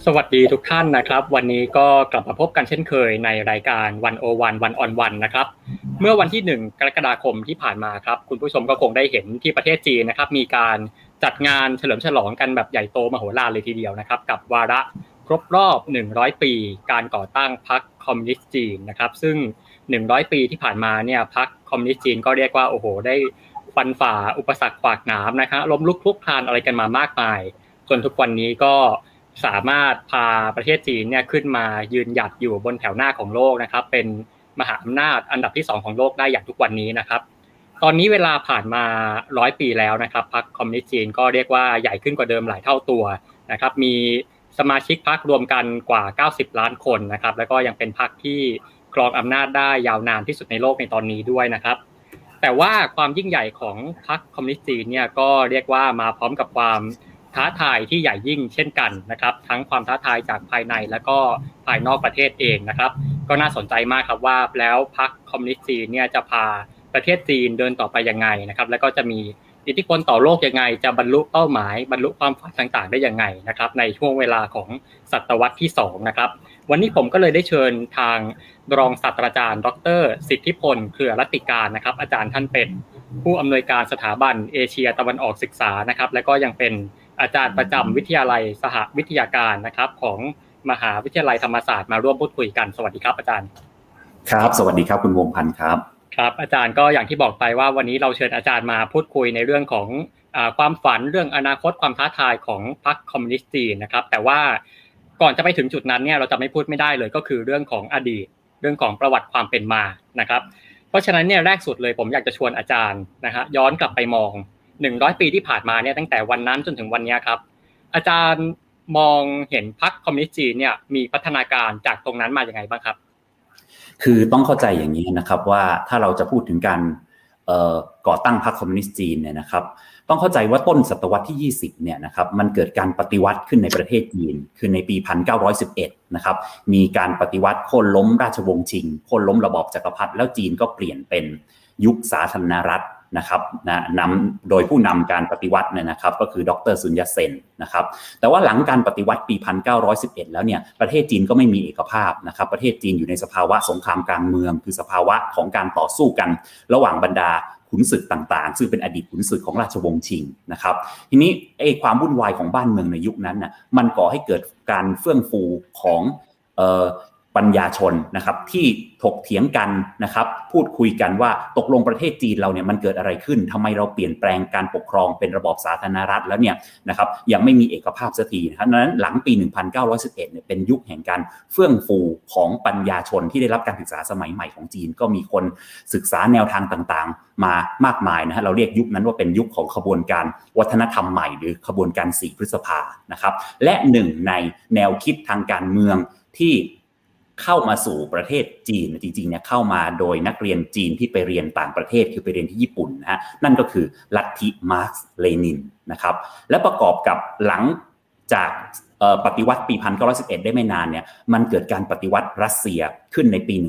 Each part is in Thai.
วัสดีทุกท่านนะครับวันนี้ก็กลับมาพบกันเช่นเคยในรายการ101 One on One นะครับเมื่อวันที่1กรกฎาคมที่ผ่านมาครับคุณผู้ชมก็คงได้เห็นที่ประเทศจีนนะครับมีการจัดงานเฉลิมฉลองกันแบบใหญ่โตมโหฬารเลยทีเดียวนะครับกับวาระครบรอบ100ปีการก่อตั้งพรรคคอมมิวนิสต์จีนนะครับซึ่ง100ปีที่ผ่านมาเนี่ยพรรคคอมมิวนิสต์จีนก็เรียกว่าโอ้โหได้ฟันฝ่าอุปสรรคขวากหนามนะครับล้มลุกคลุกคลานอะไรกันมามากมายจนทุกวันนี้ก็สามารถพาประเทศจีนเนี่ยขึ้นมายืนหยัดอยู่บนแถวหน้าของโลกนะครับเป็นมหาอำนาจอันดับที่2ของโลกได้อย่างทุกวันนี้นะครับตอนนี้เวลาผ่านมา100ปีแล้วนะครับพรรคคอมมิวนิสต์จีนก็เรียกว่าใหญ่ขึ้นกว่าเดิมหลายเท่าตัวนะครับมีสมาชิกพรรครวมกันกว่า90ล้านคนนะครับแล้วก็ยังเป็นพรรคที่ครองอำนาจได้ยาวนานที่สุดในโลกในตอนนี้ด้วยนะครับแต่ว่าความยิ่งใหญ่ของพรรคคอมมิวนิสต์จีนเนี่ยก็เรียกว่ามาพร้อมกับความท้าทายที่ใหญ่ยิ่งเช่นกันนะครับทั้งความท้าทายจากภายในและก็ภายนอกประเทศเองนะครับก็น่าสนใจมากครับว่าแล้วพรรคคอมมิวนิสต์จีนเนี่ยจะพาประเทศจีนเดินต่อไปยังไงนะครับแล้วก็จะมีอิทธิพลต่อโลกยังไงจะบรรลุเป้าหมายบรรลุความฝันต่างๆได้ยังไงนะครับในช่วงเวลาของศตวรรษที่2นะครับวันนี้ผมก็เลยได้เชิญทางรองศาสตราจารย์ดร.สิทธิพลเครือรัตติการนะครับอาจารย์ท่านเป็นผู้อำนวยการสถาบันเอเชียตะวันออกศึกษานะครับและก็ยังเป็นอาจารย์ประจำวิทยาลัยสหวิทยาการนะครับของมหาวิทยาลัยธรรมศาสตร์มาร่วมพูดคุยกันสวัสดีครับอาจารย์ครับสวัสดีครับคุณวงพันธ์ครับครับอาจารย์ก็อย่างที่บอกไปว่าวันนี้เราเชิญอาจารย์มาพูดคุยในเรื่องของความฝันเรื่องอนาคตความท้าทายของพรรคคอมมิวนิสต์จีนนะครับแต่ว่าก่อนจะไปถึงจุดนั้นเนี่ยเราจะไม่พูดไม่ได้เลยก็คือเรื่องของอดีตเรื่องของประวัติความเป็นมานะครับเพราะฉะนั้นเนี่ยแรกสุดเลยผมอยากจะชวนอาจารย์นะฮะย้อนกลับไปมอง100ปีที่ผ่านมาเนี่ยตั้งแต่วันนั้นจนถึงวันนี้ครับอาจารย์มองเห็นพรรคคอมมิวนิสต์จีนเนี่ยมีพัฒนาการจากตรงนั้นมาอย่างไรบ้างครับคือต้องเข้าใจอย่างนี้นะครับว่าถ้าเราจะพูดถึงการก่อตั้งพรรคคอมมิวนิสต์จีนเนี่ยนะครับต้องเข้าใจว่าต้นศตวรรษที่20เนี่ยนะครับมันเกิดการปฏิวัติขึ้นในประเทศจีนคือในปี1911นะครับมีการปฏิวัติโค่นล้มราชวงศ์ชิงโค่นล้มระบอบจักรพรรดิแล้วจีนก็เปลี่ยนเป็นยุคสาธารณรัฐนะครับนำโดยผู้นำการปฏิวัติเนี่ยนะครับก็คือดร.ซุนยัตเซนนะครับแต่ว่าหลังการปฏิวัติปี1911แล้วเนี่ยประเทศจีนก็ไม่มีเอกภาพนะครับประเทศจีนอยู่ในสภาวะสงครามกลางเมืองคือสภาวะของการต่อสู้กันระหว่างบรรดาขุนศึกต่างๆซึ่งเป็นอดีตขุนศึกของราชวงศ์ชิงนะครับทีนี้ความวุ่นวายของบ้านเมืองในยุคนั้นน่ะมันก่อให้เกิดการเฟื่องฟูของปัญญาชนนะครับที่ถกเถียงกันนะครับพูดคุยกันว่าตกลงประเทศจีนเราเนี่ยมันเกิดอะไรขึ้นทำไมเราเปลี่ยนแปลงการปกครองเป็นระบอบสาธารณรัฐแล้วเนี่ยนะครับยังไม่มีเอกภาพสักทีเพราะฉะนั้นหลังปี1911เนี่ยเป็นยุคแห่งการเฟื่องฟูของปัญญาชนที่ได้รับการศึกษาสมัยใหม่ของจีนก็มีคนศึกษาแนวทางต่างๆมามากมายนะฮะเราเรียกยุคนั้นว่าเป็นยุคของขบวนการวัฒนธรรมใหม่หรือขบวนการ4พฤษภานะครับและหนึ่งในแนวคิดทางการเมืองที่เข้ามาสู่ประเทศจีนจริงๆเนี่ยเข้ามาโดยนักเรียนจีนที่ไปเรียนต่างประเทศคือไปเรียนที่ญี่ปุ่นนะฮะนั่นก็คือลัทธิมาร์กซ์เลนินนะครับและประกอบกับหลังจากปฏิวัติปี1911ได้ไม่นานเนี่ยมันเกิดการปฏิวัติรัสเซียขึ้นในปี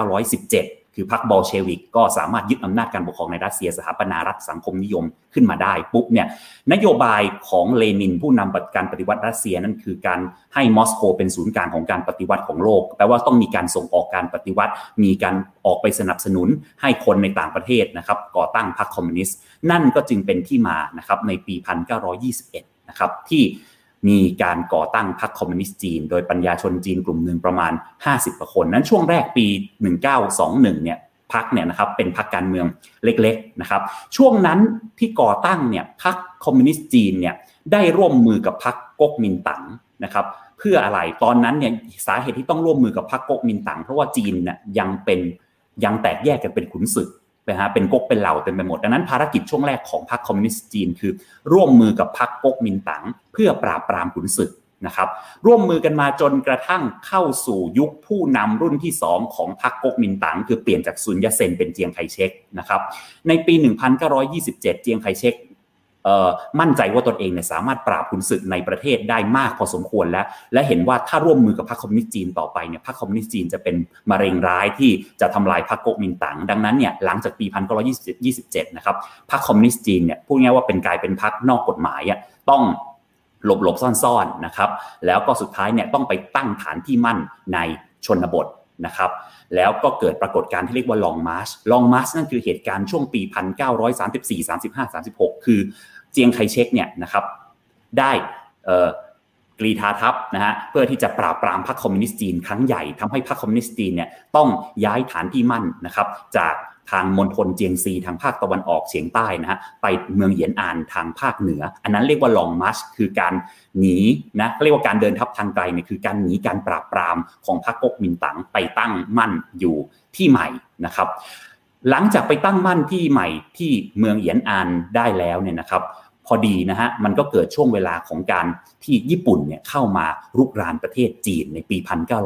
1917คือพรรคบอลเชวิกก็สามารถยึดอำนาจการปกครองในรัสเซียสถาปนารัฐสังคมนิยมขึ้นมาได้ปุ๊บเนี่ยนโยบายของเลนินผู้นำการปฏิวัติรัสเซียนั่นคือการให้มอสโกเป็นศูนย์กลางของการปฏิวัติของโลกแปลว่าต้องมีการส่งออกการปฏิวัติมีการออกไปสนับสนุนให้คนในต่างประเทศนะครับก่อตั้งพรรคคอมมิวนิสต์นั่นก็จึงเป็นที่มานะครับในปี1921นะครับที่มีการก่อตั้งพรรคคอมมิวนิสต์จีนโดยปัญญาชนจีนกลุ่มหนึ่งประมาณ50กว่าคนนั้นช่วงแรกปี1921เนี่ยพรรคเนี่ยนะครับเป็นพรรคการเมืองเล็กๆนะครับช่วงนั้นที่ก่อตั้งเนี่ยพรรคคอมมิวนิสต์จีนเนี่ยได้ร่วมมือกับพรรคก๊กมินตั๋งนะครับเพื่ออะไรตอนนั้นเนี่ยสาเหตุที่ต้องร่วมมือกับพรรคก๊กมินตั๋งเพราะว่าจีนเนี่ยยังแตกแยกกันเป็นขุนศึกเป็นก๊กเป็นเหล่าเต็มไปหมดดังนั้นภารกิจช่วงแรกของพรรคคอมมิวนิสต์จีนคือร่วมมือกับพรรคก๊กมินตั๋งเพื่อปราบปรามขุนศึกนะครับร่วมมือกันมาจนกระทั่งเข้าสู่ยุคผู้นำรุ่นที่2ของพรรคก๊กมินตั๋งคือเปลี่ยนจากซุนยัตเซนเป็นเจียงไคเชกนะครับในปี1927เจียงไคเชกมั่นใจว่าตนเองเนี่ยสามารถปราบขุนศึกในประเทศได้มากพอสมควรแล้วและเห็นว่าถ้าร่วมมือกับพรรคคอมมิวนิสต์จีนต่อไปเนี่ยพรรคคอมมิวนิสต์จีนจะเป็นมะเร็งร้ายที่จะทำลายพรรคก๊กมินตั๋งดังนั้นเนี่ยหลังจากปี1927นะครับพรรคคอมมิวนิสต์จีนเนี่ยพูดง่ายว่าเป็นกลายเป็นพรรคนอกกฎหมายต้องหลบซ่อนๆนะครับแล้วก็สุดท้ายเนี่ยต้องไปตั้งฐานที่มั่นในชนบทนะครับแล้วก็เกิดปรากฏการณ์ที่เรียกว่าลองมาร์ชนั่นคือเหตุการณ์ช่วงปี1934 35 36คือเจียงไคเชกเนี่ยนะครับได้กรีธาทัพนะฮะเพื่อที่จะปราบปรามพรรคคอมมิวนิสต์จีนครั้งใหญ่ทำให้พรรคคอมมิวนิสต์จีนเนี่ยต้องย้ายฐานที่มั่นนะครับจากทางมณฑลเจียงซีทางภาคตะวันออกเฉียงใต้นะฮะไปเมืองเหยียนอานทางภาคเหนืออันนั้นเรียกว่าลองมาร์ชคือการหนีนะเรียกว่าการเดินทัพทางไกลเนี่ยคือการหนีการปราบปรามของพรรคก๊กมินตั๋งไปตั้งมั่นอยู่ที่ใหม่นะครับหลังจากไปตั้งมั่นที่ใหม่ที่เมืองเหยียนอานได้แล้วเนี่ยนะครับพอดีนะฮะมันก็เกิดช่วงเวลาของการที่ญี่ปุ่นเนี่ยเข้ามารุกรานประเทศจีนในปี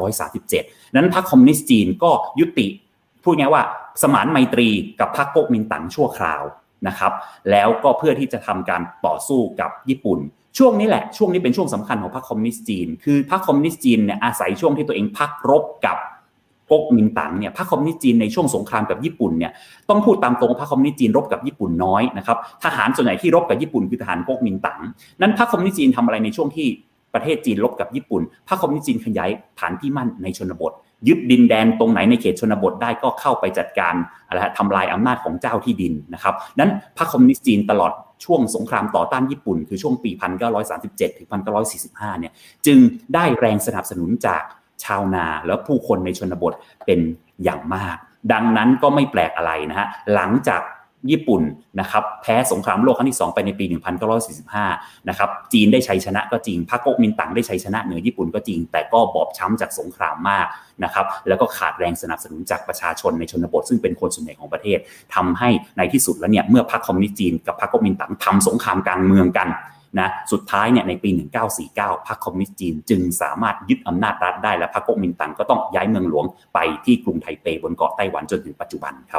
1937นั้นพรรคคอมมิวนิสต์จีนก็ยุติพูดง่ายว่าสมานไมตรีกับพรรคก๊กมินตั๋งชั่วคราวนะครับแล้วก็เพื่อที่จะทำการต่อสู้กับญี่ปุ่นช่วงนี้เป็นช่วงสำคัญของพรรคคอมมิวนิสต์จีนคือพรรคคอมมิวนิสต์จีนเนี่ยอาศัยช่วงที่ตัวเองพักรบกับก๊กมินตั๋งเนี่ยพรรคคอมมิวนิสต์จีนในช่วงสงครามกับญี่ปุ่นเนี่ยต้องพูดตามตรงพรรคคอมมิวนิสต์จีนรบกับญี่ปุ่นน้อยนะครับทหารส่วนใหญ่ที่รบกับญี่ปุ่นคือทหารก๊กมินตั๋งนั้นพรรคคอมมิวนิสต์จีนทำอะไรในช่วงที่ประเทศจีนรบกับญี่ปุ่นพรรคคอมมิวนิสต์จีนขยายฐานที่มั่นในชนบทยึดดินแดนตรงไหนในเขตชนบทได้ก็เข้าไปจัดการทำลายอำนาจของเจ้าที่ดินนะครับนั้นพรรคคอมมิวนิสต์จีนตลอดช่วงสงครามต่อต้านญี่ปุ่นคือช่วงปี1937ถึง1945เนี่ยจึงได้แรงสนับสนุนจากชาวนาและผู้คนในชนบทเป็นอย่างมากดังนั้นก็ไม่แปลกอะไรนะฮะหลังจากญี่ปุ่นนะครับแพ้สงครามโลกครั้งที่2ไปในปี1945นะครับจีนได้ชัยชนะก็จริงพรรคก๊กมินตั๋งได้ชัยชนะเหนือญี่ปุ่นก็จริงแต่ก็บอบช้ำจากสงครามมากนะครับแล้วก็ขาดแรงสนับสนุนจากประชาชนในชนบทซึ่งเป็นคนส่วนใหญ่ของประเทศทำให้ในที่สุดแล้วเนี่ยเมื่อพรรคคอมมิวนิสต์จีนกับพรรคก๊กมินตั๋งทำสงครามกลางเมืองกันนะสุดท้ายเนี่ยในปี1949พรรคคอมมิวนิสต์จีนจึงสามารถยึดอำนาจรัฐได้และพรรคก๊กมินตั๋งก็ต้องย้ายเมืองหลวงไปที่กรุงไทเปบนเกาะไต้หวันจนถึงปัจจุบันครับ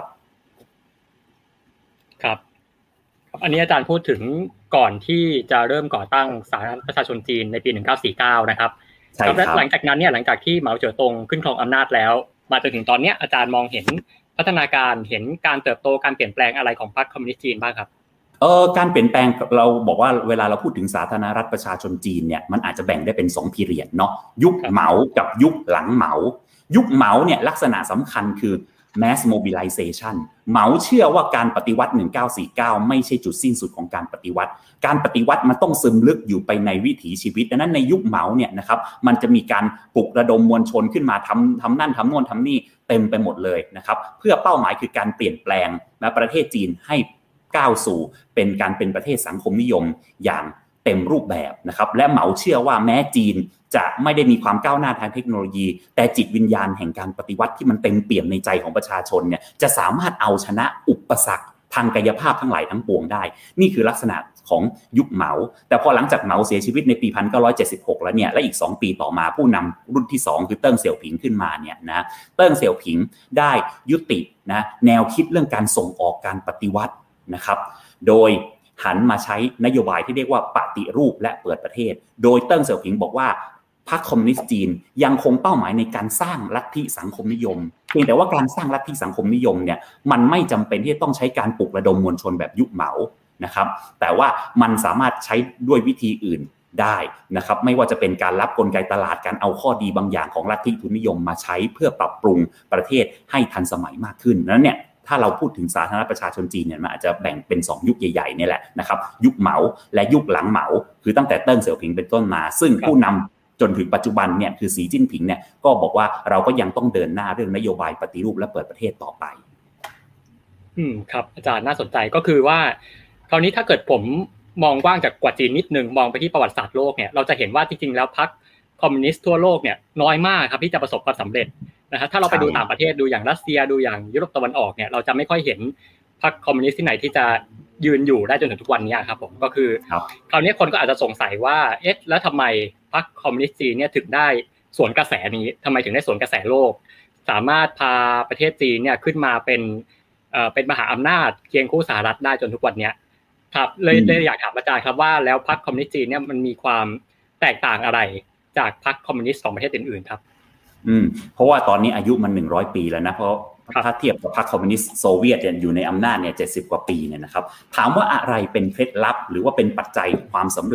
ครับอันนี้อาจารย์พูดถึงก่อนที่จะเริ่มก่อตั้งสาธารณรัฐประชาชนจีนในปี1949นะครับแล้วหลังจากนั้นเนี่ยหลังจากที่เหมาเจ๋อตงขึ้นครองอำนาจแล้วมาจนถึงตอนนี้อาจารย์มองเห็นพัฒนาการเห็นการเติบโตการเปลี่ยนแปลงอะไรของพรรคคอมมิวนิสต์จีนบ้างครับการเปลี่ยนแปลงเราบอกว่าเวลาเราพูดถึงสาธารณรัฐประชาชนจีนเนี่ยมันอาจจะแบ่งได้เป็น2 period เนาะยุคเหมากับยุคหลังเหมายุคเหมาเนี่ยลักษณะสำคัญคือ mass mobilization เหมาเชื่อว่าการปฏิวัติ1949ไม่ใช่จุดสิ้นสุดของการปฏิวัติมันต้องซึมลึกอยู่ไปในวิถีชีวิตดังนั้นในยุคเหมาเนี่ยนะครับมันจะมีการปลุกระดมมวลชนขึ้นมาทำนั่นทำโน่นทำนี่เต็มไปหมดเลยนะครับเพื่อเป้าหมายคือการเปลี่ยนแปลงประเทศจีนให้ก้าวสู่เป็นประเทศสังคมนิยมอย่างเต็มรูปแบบนะครับและเหมาเชื่อว่าแม้จีนจะไม่ได้มีความก้าวหน้าทางเทคโนโลยีแต่จิตวิญญาณแห่งการปฏิวัติที่มันเต็มเปี่ยมในใจของประชาชนเนี่ยจะสามารถเอาชนะอุปสรรคทางกายภาพทั้งหลายทั้งปวงได้นี่คือลักษณะของยุคเหมาแต่พอหลังจากเหมาเสียชีวิตในปี1976แล้วเนี่ยและอีก2ปีต่อมาผู้นำรุ่นที่2คือเติ้งเสี่ยวผิงขึ้นมาเนี่ยนะเติ้งเสี่ยวผิงได้ยุตินะแนวคิดเรื่องการส่งออกการปฏิวัตินะครับโดยหันมาใช้นโยบายที่เรียกว่าปฏิรูปและเปิดประเทศโดยเติ้งเสี่ยวผิงบอกว่าพรรคคอมมิวนิสต์จีนยังคงเป้าหมายในการสร้างลัทธิสังคมนิยมเพียงแต่ว่าการสร้างลัทธิสังคมนิยมเนี่ยมันไม่จำเป็นที่จะต้องใช้การปลุกระดมมวลชนแบบยุคเหมานะครับแต่ว่ามันสามารถใช้ด้วยวิธีอื่นได้นะครับไม่ว่าจะเป็นการรับกลไกตลาดการเอาข้อดีบางอย่างของลัทธิทุนนิยมมาใช้เพื่อปรับปรุงประเทศให้ทันสมัยมากขึ้นนั้นเนี่ยถ้าเราพูดถึงสาธารณรัฐประชาชนจีนเนี่ยมันอาจจะแบ่งเป็น2ยุคใหญ่ๆนี่แหละนะครับยุคเหมาและยุคหลังเหมาคือตั้งแต่เติ้งเสี่ยวผิงเป็นต้นมาซึ่งผู้นำจนถึงปัจจุบันเนี่ยคือสีจิ้นผิงเนี่ยก็บอกว่าเราก็ยังต้องเดินหน้าเรื่องนโยบายปฏิรูปและเปิดประเทศต่อไปครับอาจารย์น่าสนใจก็คือว่าคราวนี้ถ้าเกิดผมมองกว้างจากกว่าจีนนิดนึงมองไปที่ประวัติศาสตร์โลกเนี่ยเราจะเห็นว่าจริงๆแล้วพรรคคอมมิวนิสต์ทั่วโลกเนี่ยน้อยมากครับที่จะประสบความสำเร็จนะฮะถ้าเราไปดูต่างประเทศดูอย่างรัสเซียดูอย่างยุโรปตะวันออกเนี่ยเราจะไม่ค่อยเห็นพรรคคอมมิวนิสต์ที่ไหนที่จะยืนอยู่ได้จนถึงทุกวันนี้ครับผมก็คือคราวนี้คนก็อาจจะสงสัยว่าเอ๊ะแล้วทำไมพรรคคอมมิวนิสต์จีนเนี่ยถึงได้สวนกระแสนี้ทำไมถึงได้สวนกระแสโลกสามารถพาประเทศจีนเนี่ยขึ้นมาเป็นมหาอำนาจเคียงคู่สหรัฐได้จนทุกวันนี้ครับเลยอยากถามอาจารย์ครับว่าแล้วพรรคคอมมิวนิสต์จีนเนี่ยมันมีความแตกต่างอะไรจากพรรคคอมมิวนิสต์ของประเทศอื่นๆครับเพราะว่าตอนนี้อายุมัน100ปีแล้วนะเพราะถ้าเทียบกับพรรคคอมมิวนิสต์โซเวียตอยู่ในอำนาจเนี่ย70กว่าปีเนี่ยนะครับถามว่าอะไรเป็นเคล็ดลับหรือว่าเป็นปัจจัยความสำเร็จ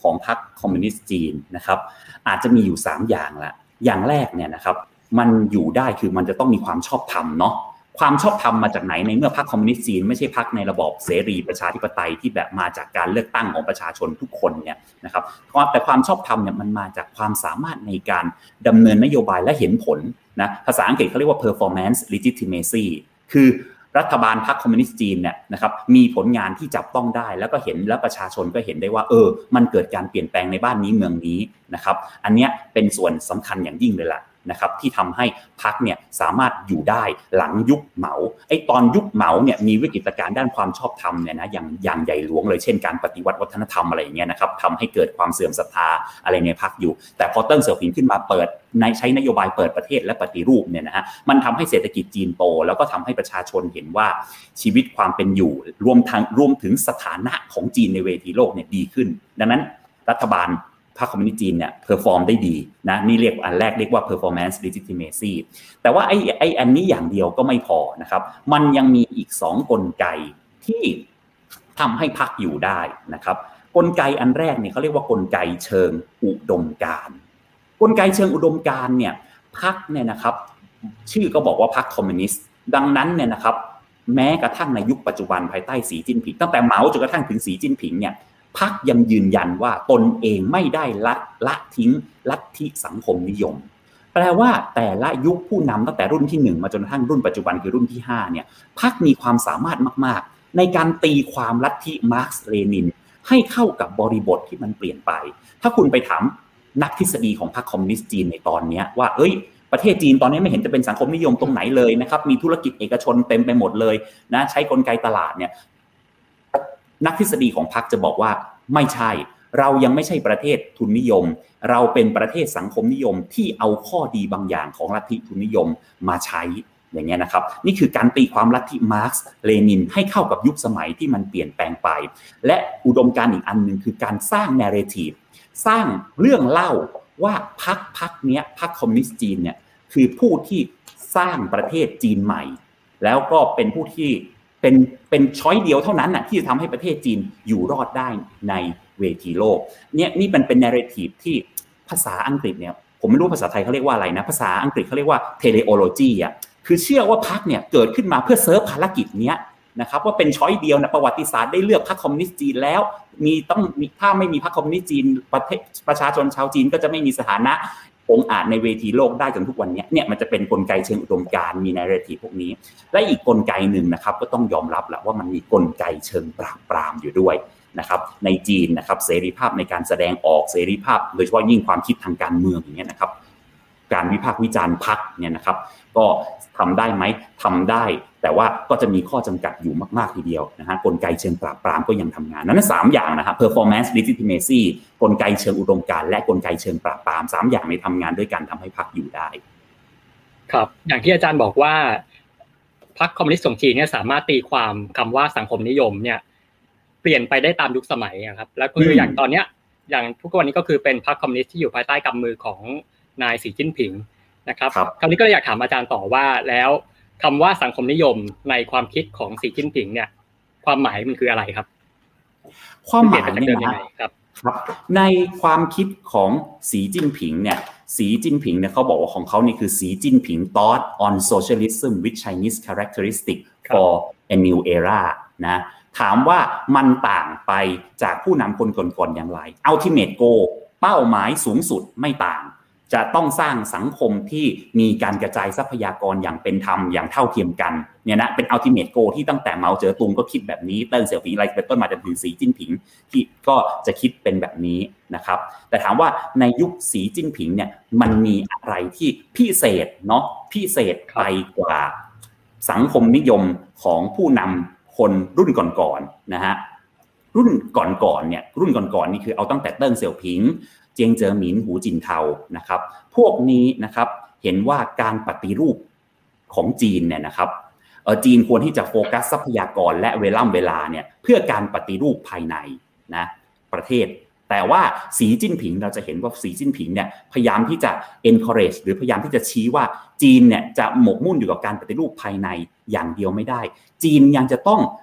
ของพรรคคอมมิวนิสต์จีนนะครับอาจจะมีอยู่3อย่างละอย่างแรกเนี่ยนะครับมันอยู่ได้คือมันจะต้องมีความชอบธรรมเนาะความชอบธรรมมาจากไหนในเมื่อพรรคคอมมิวนิสต์จีนไม่ใช่พรรคในระบอบเสรีประชาธิปไตยที่แบบมาจากการเลือกตั้งของประชาชนทุกคนเนี่ยนะครับแต่ความชอบธรรมเนี่ยมันมาจากความสามารถในการดำเนินนโยบายและเห็นผลนะภาษาอังกฤษเขาเรียกว่า performance legitimacy คือรัฐบาลพรรคคอมมิวนิสต์จีนเนี่ยนะครับมีผลงานที่จับต้องได้แล้วก็เห็นแล้วประชาชนก็เห็นได้ว่ามันเกิดการเปลี่ยนแปลงในบ้านนี้เมืองนี้นะครับอันเนี้ยเป็นส่วนสำคัญอย่างยิ่งเลยล่ะนะครับที่ทำให้พรรคเนี่ยสามารถอยู่ได้หลังยุคเหมาตอนยุคเหมาเนี่ยมีวิกฤตการณ์ด้านความชอบธรรมเนี่ยนะอย่างใหญ่หลวงเลยเช่นการปฏิวัติวัฒนธรรมอะไรอย่างเงี้ยนะครับทำให้เกิดความเสื่อมศรัทธาอะไรในพรรคอยู่แต่พอเติ้งเสี่ยวผิงขึ้นมาใช้นโยบายเปิดประเทศและปฏิรูปเนี่ยนะฮะมันทำให้เศรษฐกิจจีนโตแล้วก็ทำให้ประชาชนเห็นว่าชีวิตความเป็นอยู่รวมถึงสถานะของจีนในเวทีโลกเนี่ยดีขึ้นดังนั้นรัฐบาลพรรคคอมมิวนิสต์จีนเนี่ยเพอร์ฟอร์มได้ดีนะนี่เรียกอันแรกเรียกว่า performance legitimacy แต่ว่าไอ้อันนี้อย่างเดียวก็ไม่พอนะครับมันยังมีอีก2กลไกที่ทำให้พรรคอยู่ได้นะครับกลไกอันแรกเนี่ยเขาเรียกว่ากลไกเชิงอุดมการณ์กลไกเชิงอุดมการณ์เนี่ยพรรคเนี่ยนะครับชื่อก็บอกว่าพรรคคอมมิวนิสต์ดังนั้นเนี่ยนะครับแม้กระทั่งในยุคปัจจุบันภายใต้สีจิ้นผิงตั้งแต่เหมาจนกระทั่งถึงสีจิ้นผิงเนี่ยพรรคยังยืนยันว่าตนเองไม่ได้ละทิ้งลัทธิสังคมนิยมแปลว่าแต่ละยุคผู้นำตั้งแต่รุ่นที่1มาจนกระทั่งรุ่นปัจจุบันคือรุ่นที่5เนี่ยพรรคมีความสามารถมากๆในการตีความลัทธิมาร์กซ์เลนินให้เข้ากับบริบทที่มันเปลี่ยนไปถ้าคุณไปถามนักทฤษฎีของพรรคคอมมิวนิสต์จีนในตอนนี้ว่าประเทศจีนตอนนี้ไม่เห็นจะเป็นสังคมนิยมตรงไหนเลยนะครับมีธุรกิจเอกชนเต็มไปหมดเลยนะใช้กลไกตลาดเนี่ยนักทฤษฎีของพรรคจะบอกว่าไม่ใช่เรายังไม่ใช่ประเทศทุนนิยมเราเป็นประเทศสังคมนิยมที่เอาข้อดีบางอย่างของลัทธิทุนนิยมมาใช้อย่างเงี้ยนะครับนี่คือการตีความลัทธิมาร์กซ์เลนินให้เข้ากับยุคสมัยที่มันเปลี่ยนแปลงไปและอุดมการณ์อีกอันนึงคือการสร้างแนเรทีฟสร้างเรื่องเล่าว่าพรรคเนี้ยพรรคคอมมิวนิสต์จีนเนี่ยคือผู้ที่สร้างประเทศจีนใหม่แล้วก็เป็นผู้ที่เป็นช้อยเดียวเท่านั้นน่ะที่จะทำให้ประเทศจีนอยู่รอดได้ในเวทีโลกเนี่ยนี่มันเป็น narrative ที่ภาษาอังกฤษเนี่ยผมไม่รู้ภาษาไทยเขาเรียกว่าอะไรนะภาษาอังกฤษเขาเรียกว่า teleology อ่ะคือเชื่อว่าพรรคเนี่ยเกิดขึ้นมาเพื่อเซิร์ฟภารกิจเนี้ยนะครับว่าเป็นช้อยเดียวนะประวัติศาสตร์ได้เลือกพรรคคอมมิวนิสต์จีนแล้วถ้าไม่มีพรรคคอมมิวนิสต์จีนประชาชนชาวจีนก็จะไม่มีสถานะองอาจในเวทีโลกได้จนทุกวันนี้เนี่ยมันจะเป็นกลไกเชิงอุดมการณ์มี narrative พวกนี้และอีกกลไกหนึ่งนะครับก็ต้องยอมรับแหละว่ามันมีกลไกเชิงปราบปรามอยู่ด้วยนะครับในจีนนะครับเสรีภาพในการแสดงออกเสรีภาพโดยเฉพาะยิ่งความคิดทางการเมืองอย่างเงี้ยนะครับการวิพากษ์วิจารณ์พรรคเนี่ยนะครับก็ทำได้ไหมทำได้แต่ว่าก็จะมีข้อจำกัดอยู่มากๆทีเดียวนะฮะกลไกเชิงปราบปรามก็ยังทำงานนั้น3อย่างนะครับ performance legitimacy กลไกเชิงอุดมการณ์และกลไกเชิงปราบปราม3อย่างนี้ทำงานด้วยกันทำให้พรรคอยู่ได้ครับอย่างที่อาจารย์บอกว่าพรรคคอมมิวนิสต์ของจีนเนี่ยสามารถตีความคำว่าสังคมนิยมเนี่ยเปลี่ยนไปได้ตามยุคสมัยครับแล้วก็คืออย่างตอนเนี้ยอย่างทุกวันนี้ก็คือเป็นพรรคคอมมิวนิสต์ที่อยู่ภายใต้กำมือของนายสีจิ้นผิงนะครับคราวนี้ก็อยากถามอาจารย์ต่อว่าแล้วคำว่าสังคมนิยมในความคิดของสีจิ้นผิงเนี่ยความหมายมันคืออะไรครับความหมายเนี่ยนะครับในความคิดของสีจิ้นผิงเนี่ยสีจิ้นผิงเนี่ยเขาบอกว่าของเขานี่คือสีจิ้นผิง thought on socialism with Chinese characteristic for a new era นะถามว่ามันต่างไปจากผู้นำคนก่อนๆอย่างไร ultimate goal เป้าหมายสูงสุดไม่ต่างจะต้องสร้างสังคมที่มีการกระจายทรัพยากรอย่างเป็นธรรมอย่างเท่าเทียมกันเนี่ยนะเป็น ultimate goal ที่ตั้งแต่เหมาเจ๋อตุงก็คิดแบบนี้เติ้งเสี่ยวผิงอะไรเป็นต้นมาจนถึงสีจิ้นผิงที่ก็จะคิดเป็นแบบนี้นะครับแต่ถามว่าในยุคสีจิ้นผิงเนี่ยมันมีอะไรที่พิเศษเนาะพิเศษไปกว่าสังคมนิยมของผู้นำคนรุ่นก่อนๆนะฮะรุ่นก่อนๆเนี่ยรุ่นก่อนๆนี่คือเอาตั้งแต่เติ้งเสี่ยวผิงเจียงเจ๋อหมินหูจินเทานะครับพวกนี้นะครับเห็นว่าการปฏิรูปของจีนเนี่ยนะครับจีนควรที่จะโฟกัสทรัพยากรและเวลาเนี่ยเพื่อการปฏิรูปภายในนะประเทศแต่ว่าสีจิ้นผิงเราจะเห็นว่าสีจิ้นผิงเนี่ยพยายามที่จะ encourage หรือพยายามที่จะชี้ว่าจีนเนี่ยจะหมกมุ่นอยู่กับการปฏิรูปภายในอย่างเดียวไม่ได้จีนยังจะต้อง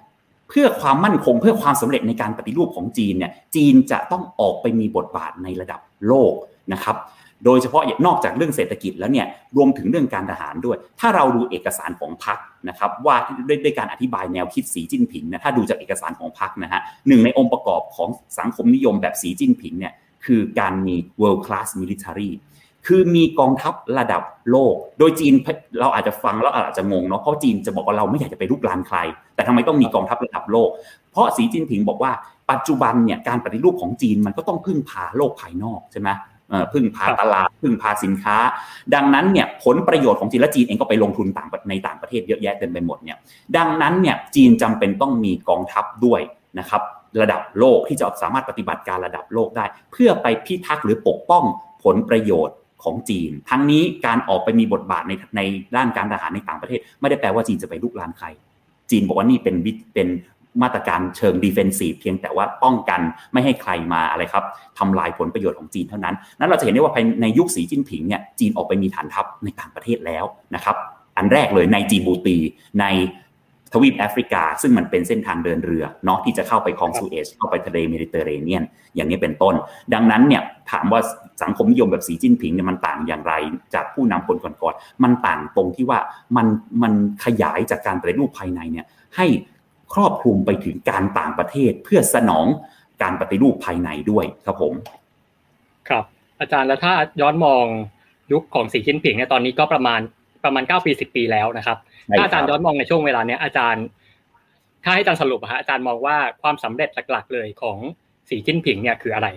เพื่อความมั่นคงเพื่อความสำเร็จในการปฏิรูปของจีนเนี่ยจีนจะต้องออกไปมีบทบาทในระดับโลกนะครับโดยเฉพาะนอกจากเรื่องเศรษฐกิจแล้วเนี่ยรวมถึงเรื่องการทหารด้วยถ้าเราดูเอกสารของพรรคนะครับว่าด้วยการอธิบายแนวคิดสีจิ้นผิงนะถ้าดูจากเอกสารของพรรคนะฮะหนึ่งในองค์ประกอบของสังคมนิยมแบบสีจิ้นผิงเนี่ยคือการมี world class military คือมีกองทัพระดับโลกโดยจีนเราอาจจะฟังแล้วอาจจะงงเนาะเพราะจีนจะบอกว่าเราไม่อยากจะไปรุกรานใครแต่ทำไมต้องมีกองทัพระดับโลกเพราะสีจิ้นผิงบอกว่าปัจจุบันเนี่ยการปฏิรูปของจีนมันก็ต้องพึ่งพาโลกภายนอกใช่ไหมพึ่งพาตลาดพึ่งพาสินค้าดังนั้นเนี่ยผลประโยชน์ของจีนและจีนเองก็ไปลงทุนในต่างประเทศเยอะแยะเต็มไปหมดเนี่ยดังนั้นเนี่ยจีนจำเป็นต้องมีกองทัพด้วยนะครับระดับโลกที่จะสามารถปฏิบัติการระดับโลกได้เพื่อไปพิทักษ์หรือปกป้องผลประโยชน์ของจีนทั้งนี้การออกไปมีบทบาทในด้านการทหารในต่างประเทศไม่ได้แปลว่าจีนจะไปรุกรานใครจีนบอกว่านี่เป็นมาตรการเชิงดิเฟนซีฟเพียงแต่ว่าป้องกันไม่ให้ใครมาอะไรครับทำลายผลประโยชน์ของจีนเท่านั้นนั้นเราจะเห็นได้ว่าในยุคสีจิ้นผิงเนี่ยจีนออกไปมีฐานทัพในต่างประเทศแล้วนะครับอันแรกเลยในจิบูตีในทวีปแอฟริกาซึ่งมันเป็นเส้นทางเดินเรือเนาะที่จะเข้าไปคลองสุเอซเข้าไปทะเลเมดิเตอร์เรเนียนอย่างนี้เป็นต้นดังนั้นเนี่ยถามว่าสังคมนิยมแบบสีจิ้นผิงเนี่ยมันต่างอย่างไรจากผู้นำคนก่อนๆมันต่างตรงที่ว่ามันขยายจากการปฏิรูปภายในเนี่ยให้ครอบคลุมไปถึงการต่างประเทศเพื่อสนองการปฏิรูปภายในด้วยครับผมครับอาจารย์แล้วถ้าย้อนมองยุคของสีจิ้นผิงเนี่ยตอนนี้ก็ประมาณ9 ปี 10 ปีแล้วนะครับถ้าอาจารย์ย้อนมองในช่วงเวลานี้อาจารย์ถ้าให้อาจารย์สรุปอาจารย์มองว่าความสำเร็จหลักๆเลยของสีจิ้นผิงเนี่ยคืออะไร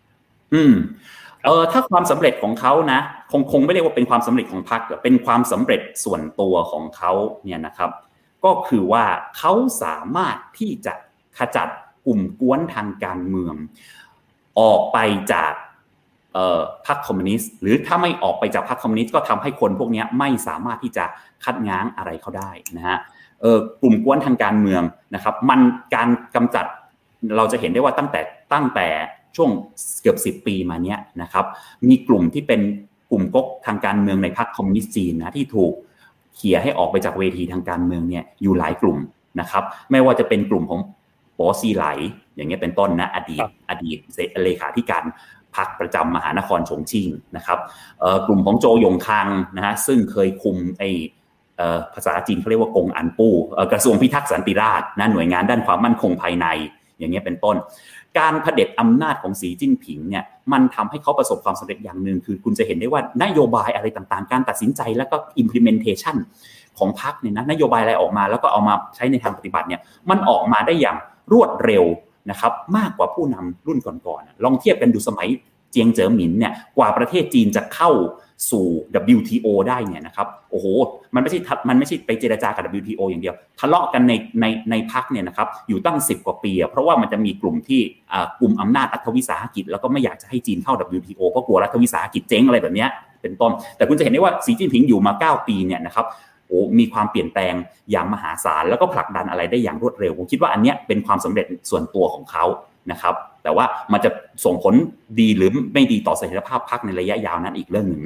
ถ้าความสำเร็จของเขานะคงไม่เรียกว่าเป็นความสำเร็จของพรรคเป็นความสำเร็จส่วนตัวของเขาเนี่ยนะครับก็คือว่าเขาสามารถที่จะขจัดกลุ่มกวนทางการเมืองออกไปจากพรรคคอมมิวนิสต์หรือถ้าไม่ออกไปจากพรรคคอมมิวนิสต์ก็ทำให้คนพวกนี้ไม่สามารถที่จะคัดง้างอะไรเขาได้นะฮะกลุ่มกวนทางการเมืองนะครับมันการกำจัดเราจะเห็นได้ว่าตั้งแต่ช่วงเกือบ10 ปีมาเนี้ยนะครับมีกลุ่มที่เป็นกลุ่มก๊กทางการเมืองในพรรคคอมมิวนิสต์จีนนะที่ถูกเขี่ยให้ออกไปจากเวทีทางการเมืองเนี่ยอยู่หลายกลุ่มนะครับไม่ว่าจะเป็นกลุ่มของป๋อซีไหลอย่างเงี้ยเป็นต้นนะอดีตเลขาธิการพรรคประจำมหานครฉงชิ่งนะครับกลุ่มของโจยงคังนะฮะซึ่งเคยคุมภาษาจีนเขาเรียกว่ากงอันปู้กระทรวงพิทักษ์สันติราษฎร์นะหน่วยงานด้านความมั่นคงภายในอย่างเงี้ยเป็นต้นการเผด็จอำนาจของสีจิ้นผิงเนี่ยมันทำให้เขาประสบความสำเร็จอย่างหนึ่งคือคุณจะเห็นได้ว่านโยบายอะไรต่างๆการตัดสินใจแล้วก็ implementation ของพรรคเนี่ยนะนโยบายอะไรออกมาแล้วก็เอามาใช้ในทางปฏิบัติเนี่ยมันออกมาได้อย่างรวดเร็วนะครับมากกว่าผู้นำรุ่นก่อนๆลองเทียบกันดูสมัยเจียงเจ๋อหมินเนี่ยกว่าประเทศจีนจะเข้าสู่ WTO ได้เนี่ยนะครับโอ้โหมันไม่ใช่ไปเจรจากับ WTO อย่างเดียวทะเลาะกันในพรรคเนี่ยนะครับอยู่ตั้ง10 กว่าปีเพราะว่ามันจะมีกลุ่มที่กลุ่มอำนาจรัฐวิสาหกิจแล้วก็ไม่อยากจะให้จีนเข้า WTO เพราะกลัวรัฐวิสาหกิจเจ๊งอะไรแบบนี้เป็นต้นแต่คุณจะเห็นได้ว่าสีจิ้นผิงอยู่มา9 ปีเนี่ยนะครับโอ้มีความเปลี่ยนแปลงอย่างมหาศาลแล้วก็ผลักดันอะไรได้อย่างรวดเร็วผมคิดว่าอันเนี้ยเป็นความสำเร็จส่วนตัวของเขานะครับแต่ว่ามันจะส่งผลดีหรือไม่ดีต่อเสถียรภาพพรรคในระยะยาวนั้นอีกเรื่องหนึ่ง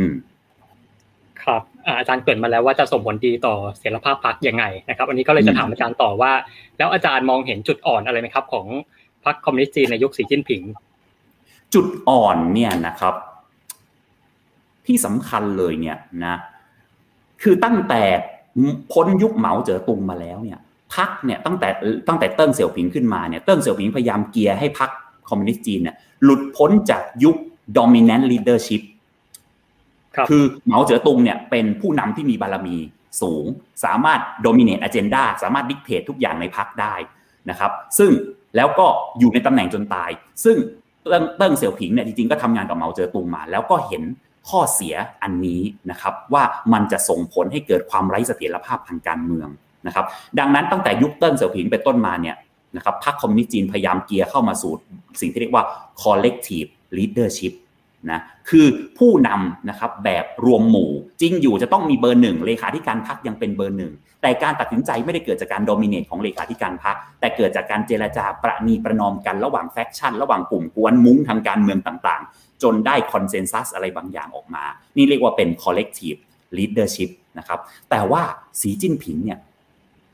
นะครับอาจารย์เกริ่นมาแล้วว่าจะส่งผลดีต่อเสถียรภาพพรรคยังไงนะครับวันนี้ก็เลยจะถามอาจารย์ต่อว่าแล้วอาจารย์มองเห็นจุดอ่อนอะไรไหมครับของพรรคคอมมิวนิสต์จีนในยุคสีจิ้นผิงจุดอ่อนเนี่ยนะครับที่สำคัญเลยเนี่ยนะคือตั้งแต่พ้นยุคเหมาเจ๋อตุงมาแล้วเนี่ยพรรคเนี่ยตั้งแต่เติ้งเสี่ยวผิงขึ้นมาเนี่ยเติ้งเสี่ยวผิงพยายามเกียร์ให้พรรคคอมมิวนิสต์จีนเนี่ยหลุดพ้นจากยุค dominant leadership คือเหมาเจ๋อตุงเนี่ยเป็นผู้นำที่มีบารมีสูงสามารถ dominate agenda สามารถ dictate ทุกอย่างในพรรคได้นะครับซึ่งแล้วก็อยู่ในตำแหน่งจนตายซึ่งเติ้งเสี่ยวผิงเนี่ยจริงๆก็ทำงานกับเหมาเจ๋อตุงมาแล้วก็เห็นข้อเสียอันนี้นะครับว่ามันจะส่งผลให้เกิดความไร้เสถียรภาพทางการเมืองนะครับดังนั้นตั้งแต่ยุคเติ้งเสี่ยวผิงเป็นต้นมาเนี่ยนะครับพรรคคอมมิวนิสต์จีนพยายามเกียร์เข้ามาสู่สิ่งที่เรียกว่า collective leadership นะคือผู้นำนะครับแบบรวมหมู่จริงอยู่จะต้องมีเบอร์1เลขาธิการพรรคยังเป็นเบอร์1แต่การตัดสินใจไม่ได้เกิดจากการโดมิเนตของเลขาธิการพรรคแต่เกิดจากการเจรจาประนีประนอมกันระหว่างแฟคชั่นระหว่างกลุ่มกวนมุ้งทางการเมืองต่างๆจนได้คอนเซนซัสอะไรบางอย่างออกมานี่เรียกว่าเป็น collective leadership นะครับแต่ว่าสีจิ้นผิงเนี่ย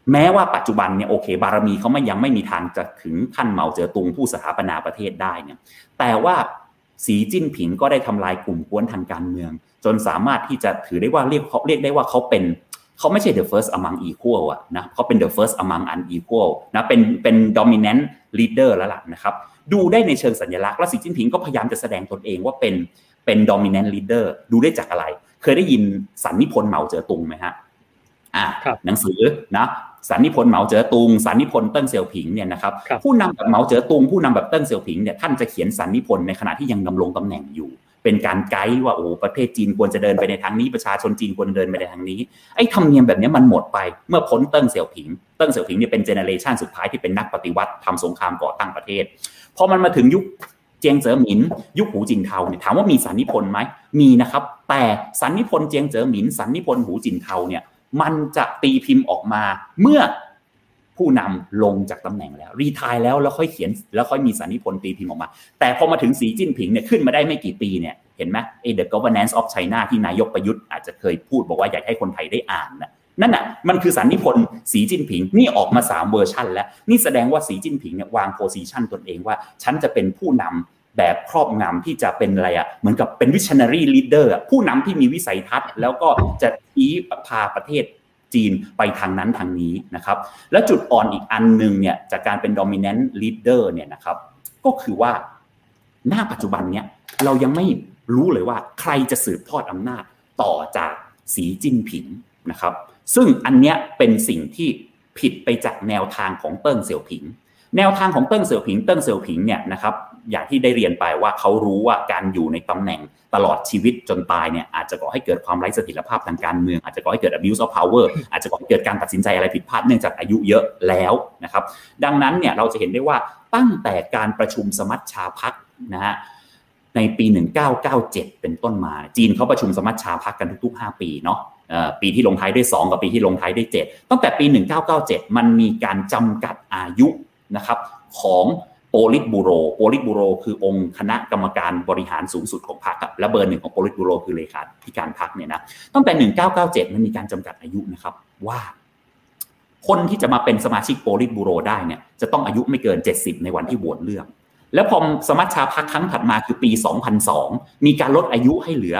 แม้ว่าปัจจุบันเนี่ยโอเคบารมีเขายังไม่มีทางจะถึงท่านเหมาเจ๋อตุงผู้สถาปนาประเทศได้เนี่ยแต่ว่าสีจิ้นผิงก็ได้ทำลายกลุ่มกวนทางการเมืองจนสามารถที่จะถือได้ว่าเรียกได้ว่าเขาไม่ใช่ the first among equal อะนะเขาเป็น the first among unequal นะเป็น dominant leader แล้วล่ะนะครับดูได้ในเชิงสัญลักษณ์และสีจิ้นผิงก็พยายามจะแสดงตนเองว่าเป็น dominant leader ดูได้จากอะไรเคยได้ยินสันนิพนธ์เหมาเจ๋อตุงไหมฮะหนังสือนะสันนิพนธ์เหมาเจ๋อตุงสันนิพนธ์เติ้งเสี่ยวผิงเนี่ยนะครับผู้นำแบบเหมาเจ๋อตุงผู้นำแบบเติ้งเสี่ยวผิงเนี่ยท่านจะเขียนสันนิพนธ์ในขณะที่ยังดำรงตำแหน่งอยู่เป็นการไกด์ว่าโอ้ประเทศจีนควรจะเดินไปในทางนี้ประชาชนจีนควรเดินไปในทางนี้ไอ้ธรรมเนียมแบบนี้มันหมดไปเมื่อพ้นเติ้งเสี่ยวผิงเนี่ยเป็นเจเนเรชันสุดท้ายที่เป็นนักปฏิวัติทำสงครามก่อตั้งประเทศพอมันมาถึงยุคเจียงเจ๋อหมินยุคหูจินเทาเนี่ยถามว่ามีสันนิพนธ์ไหมมีนะครับแต่สันนิพนธ์เจียงเจ๋อหมินสันนิพนธ์หูจินเทาเนี่ยมันจะตีพิมพ์ออกมาเมื่อผู้นำลงจากตำแหน่งแล้วรีไทร์แล้วค่อยเขียนแล้วค่อยมีสันนิพนธ์ตีพิมพ์ออกมาแต่พอมาถึงสีจิ้นผิงเนี่ยขึ้นมาได้ไม่กี่ปีเนี่ยเห็นไหมThe Governance of China ที่นายกประยุทธ์อาจจะเคยพูดบอกว่าอยากให้คนไทยได้อ่านนั่นน่ะมันคือสันนิพนธ์สีจิ้นผิงนี่ออกมา3เวอร์ชันแล้วนี่แสดงว่าสีจิ้นผิงเนี่ยวางโพสิชันตนเองว่าฉันจะเป็นผู้นำแบบครอบงำที่จะเป็นอะไรเหมือนกับเป็น visionary leader ผู้นำที่มีวิสัยทัศน์แล้วก็จะชี้พาประเทศจีนไปทางนั้นทางนี้นะครับแล้วจุดอ่อนอีกอันนึงเนี่ยจากการเป็น dominant leader เนี่ยนะครับก็คือว่าหน้าปัจจุบันเนี่ยเรายังไม่รู้เลยว่าใครจะสืบทอดอำนาจต่อจากสีจิ้นผิงนะครับซึ่งอันเนี้ยเป็นสิ่งที่ผิดไปจากแนวทางของเติ้งเสี่ยวผิงแนวทางของเติ้งเสี่ยวผิงเนี่ยนะครับอย่างที่ได้เรียนไปว่าเขารู้ว่าการอยู่ในตำแหน่งตลอดชีวิตจนตายเนี่ยอาจจะก่อให้เกิดความไร้เสถียรภาพทางการเมืองอาจจะก่อให้เกิด abuse of power อาจจะก่อให้เกิดการตัดสินใจอะไรผิดพลาดเนื่องจากอายุเยอะแล้วนะครับดังนั้นเนี่ยเราจะเห็นได้ว่าตั้งแต่การประชุมสมัชชาพรรคนะฮะในปี1997เป็นต้นมาจีนเขาประชุมสมัชชาพรรคกันทุกๆ5ปีเนาะปีที่ลงท้ายด้วย2กับปีที่ลงท้ายด้วย7ตั้งแต่ปี1997มันมีการจำกัดอายุนะครับของโปลิตบูโรคือองค์คณะกรรมการบริหารสูงสุดของพรรคและเบอร์1ของโปลิตบูโรคือเลขาธิการพรรคเนี่ยนะตั้งแต่1997มันมีการจำกัดอายุนะครับว่าคนที่จะมาเป็นสมาชิกโปลิตบูโรได้เนี่ยจะต้องอายุไม่เกิน70ในวันที่โหวตเลือกแล้วพอสมัชชาพรรคครั้งถัดมาคือปี2002มีการลดอายุให้เหลือ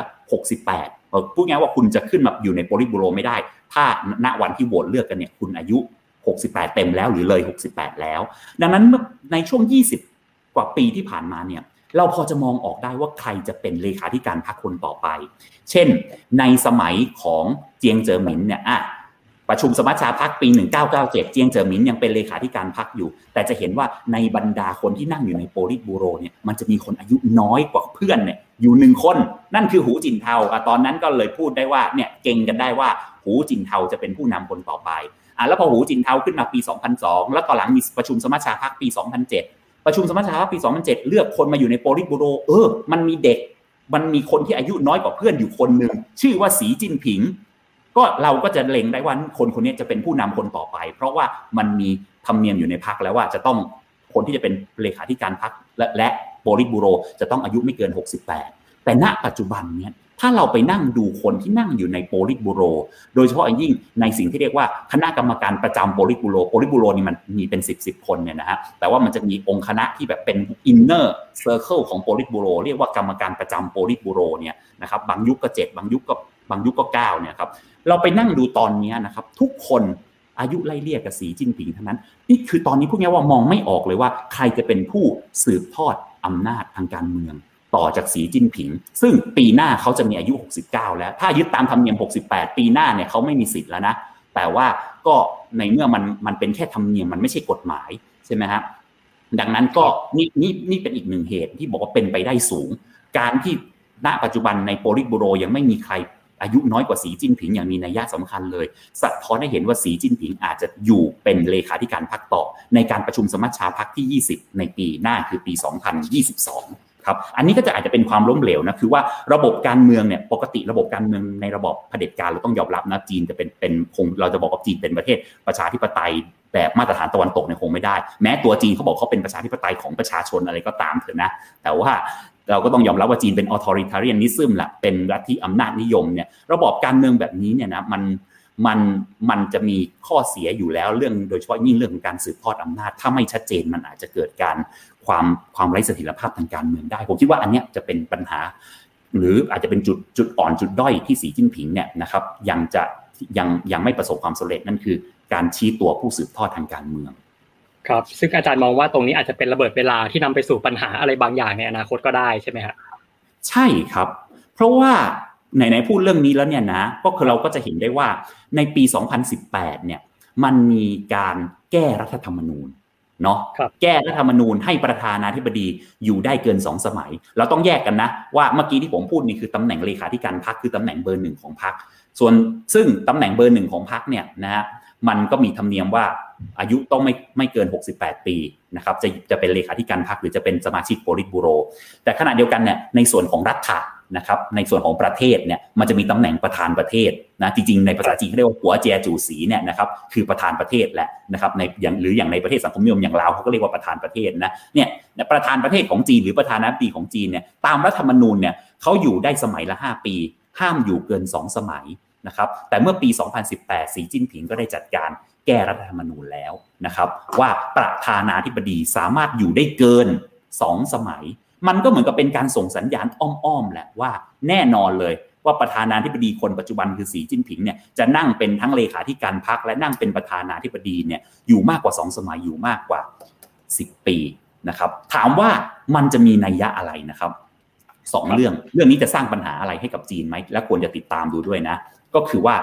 68พูดง่ายว่าคุณจะขึ้นมาอยู่ในโปลิตบูโรไม่ได้ถ้าณวันที่โหวตเลือกกันเนี่ยคุณอายุ68เต็มแล้วหรือเลย68แล้วดังนั้นในช่วง20กว่าปีที่ผ่านมาเนี่ยเราพอจะมองออกได้ว่าใครจะเป็นเลขาธิการพรรคคนต่อไปเช่นในสมัยของเจียงเจ๋อหมินเนี่ยประชุมสมัชชาพรรคปี1997เจียงเจ๋อหมินยังเป็นเลขาธิการพรรคอยู่แต่จะเห็นว่าในบรรดาคนที่นั่งอยู่ในโปลิตบูโรเนี่ยมันจะมีคนอายุน้อยกว่าเพื่อนเนี่ยอยู่1คนนั่นคือหูจินเทาตอนนั้นก็เลยพูดได้ว่าเนี่ยเก่งกันได้ว่าหูจินเทาจะเป็นผู้นำคนต่อไปแล้วพอหูจินเทาขึ้นมาปี2002แล้วต่อหลังมีประชุมสมัชชาพรรคปี2007ประชุมสมัชชาพรรคปี2007เลือกคนมาอยู่ในโปลิตบูโรมันมีเด็กมันมีคนที่อายุน้อยกว่าเพื่อนอยู่คนนึงชื่อว่าสีจิ้นผิงก็เราก็จะเล็งได้ว่าคนนี้จะเป็นผู้นำคนต่อไปเพราะว่ามันมีธรรมเนียมอยู่ในพรรคแล้วว่าจะต้องคนที่จะเป็นเลขาธิการพรรคและโปลิตบูโรจะต้องอายุไม่เกิน68แต่ณปัจจุบันเนี่ยถ้าเราไปนั่งดูคนที่นั่งอยู่ในโปลิตบูโรโดยเฉพาะยิ่งในสิ่งที่เรียกว่าคณะกรรมการประจำโปลิตบูโรนี่มันมีเป็น10คนเนี่ยนะฮะแต่ว่ามันจะมีองค์คณะที่แบบเป็นอินเนอร์เซอร์เคิลของโปลิตบูโรเรียกว่ากรรมการประจำโปลิตบูโรเนี่ยนะครับบางยุคก็7บางยุคก็9เนี่ยครับเราไปนั่งดูตอนนี้นะครับทุกคนอายุไล่เลี่ยกับสีจิ้นผิงทั้งนั้นนี่คือตอนนี้พวกนี้ว่ามองไม่ออกเลยว่าใครจะเป็นผู้สืบทอดอำนาจทางการเมืองต่อจากสีจิ้นผิงซึ่งปีหน้าเขาจะมีอายุ69แล้วถ้ายึดตามธรรมเนียม68ปีหน้าเนี่ยเขาไม่มีสิทธิ์แล้วนะแต่ว่าก็ในเมื่อมันเป็นแค่ธรรมเนียมมันไม่ใช่กฎหมายใช่ไหมครับดังนั้นก็นี่เป็นอีกหนึ่งเหตุที่บอกว่าเป็นไปได้สูงการที่ณปัจจุบันในโปลิตบูโรยังไม่มีใครอายุน้อยกว่าสีจิ้นผิงอย่างมีนัยยะสำคัญเลยสะท้อนให้เห็นว่าสีจิ้นผิงอาจจะอยู่เป็นเลขาธิการพรรคต่อในการประชุมสมัชชาพรรคที่20ในปีหน้าคือปี2022ครับอันนี้ก็จะอาจจะเป็นความล้มเหลวนะคือว่าระบบการเมืองเนี่ยปกติระบบการเมืองในระบบเผด็จการเราต้องยอมรับนะจีนจะเป็นคงเราจะบอกว่าจีนเป็นประเทศประชาธิปไตยแบบมาตรฐานตะวันตกเนี่ยคงไม่ได้แม้ตัวจีนเขาบอกเขาเป็นประชาธิปไตยของประชาชนอะไรก็ตามเถอะนะแต่ว่าเราก็ต้องยอมรับว่าจีนเป็น authoritarianism แหละเป็นลัทธิอำนาจนิยมเนี่ยระบอบการเมืองแบบนี้เนี่ยนะมันจะมีข้อเสียอยู่แล้วเรื่องโดยเฉพาะยิ่งเรื่องของการสืบทอดอำนาจถ้าไม่ชัดเจนมันอาจจะเกิดการความไร้เสถียรภาพทางการเมืองได้ผมคิดว่าอันเนี้ยจะเป็นปัญหาหรืออาจจะเป็นจุดอ่อนจุดด้อยที่สีจิ้นผิงเนี่ยนะครับยังไม่ประสบความสำเร็จนั่นคือการชี้ตัวผู้สืบทอดทางการเมืองครับซึ่งอาจารย์มองว่าตรงนี้อาจจะเป็นระเบิดเวลาที่นำไปสู่ปัญหาอะไรบางอย่างในอนาคตก็ได้ใช่ไหมครับใช่ครับเพราะว่าไหนพูดเรื่องนี้แล้วเนี่ยนะก็คือเราก็จะเห็นได้ว่าในปี2018เนี่ยมันมีการแก้รัฐธรรมนูญเนาะแก้รัฐธรรมนูญให้ประธานาธิบดีอยู่ได้เกิน2สมัยเราต้องแยกกันนะว่าเมื่อกี้ที่ผมพูดนี่คือตำแหน่งเลขาธิการพรรคคือตำแหน่งเบอร์1ของพรรคซึ่งตำแหน่งเบอร์1ของพรรคเนี่ยนะฮะมันก็มีธรรมเนียมว่าอายุต้องไม่เกิน68ปีนะครับจะเป็นเลขาธิการพรรคหรือจะเป็นสมาชิกโพลิตบูโรแต่ขณะเดียวกันเนี่ยในส่วนของรัฐนะครับในส่วนของประเทศเนี่ยมันจะมีตำแหน่งประธานประเทศนะจริงๆในภาษาจีนเขาเรียกว่าหัวเจียจูสีเนี่ยนะครับคือประธานประเทศแหละนะครับอย่างในประเทศสังคมนิยมอย่างลาวเขาก็เรียกว่าประธานประเทศนะเนี่ยประธานประเทศของจีนหรือประธานาธิบดีของจีนเนี่ยตามรัฐธรรมนูญเนี่ยเขาอยู่ได้สมัยละ5ปีห้ามอยู่เกิน2สมัยนะครับแต่เมื่อปี2018สีจิ้นผิงก็ได้จัดการแก้รัฐธรรมนูญแล้วนะครับว่าประธานาธิบดีสามารถอยู่ได้เกิน2สมัยมันก็เหมือนกับเป็นการส่งสัญญาณอ้อมๆแหละว่าแน่นอนเลยว่าประธานาธิบดีคนปัจจุบันคือสีจิ้นผิงเนี่ยจะนั่งเป็นทั้งเลขาธิการพรรคและนั่งเป็นประธานาธิบดีเนี่ยอยู่มากกว่า2สมัยอยู่มากกว่า10ปีนะครับถามว่ามันจะมีนัยยะอะไรนะครับ2เรื่องนี้จะสร้างปัญหาอะไรให้กับจีนไหมและควรจะติดตามดูด้วยนะก็คือว่า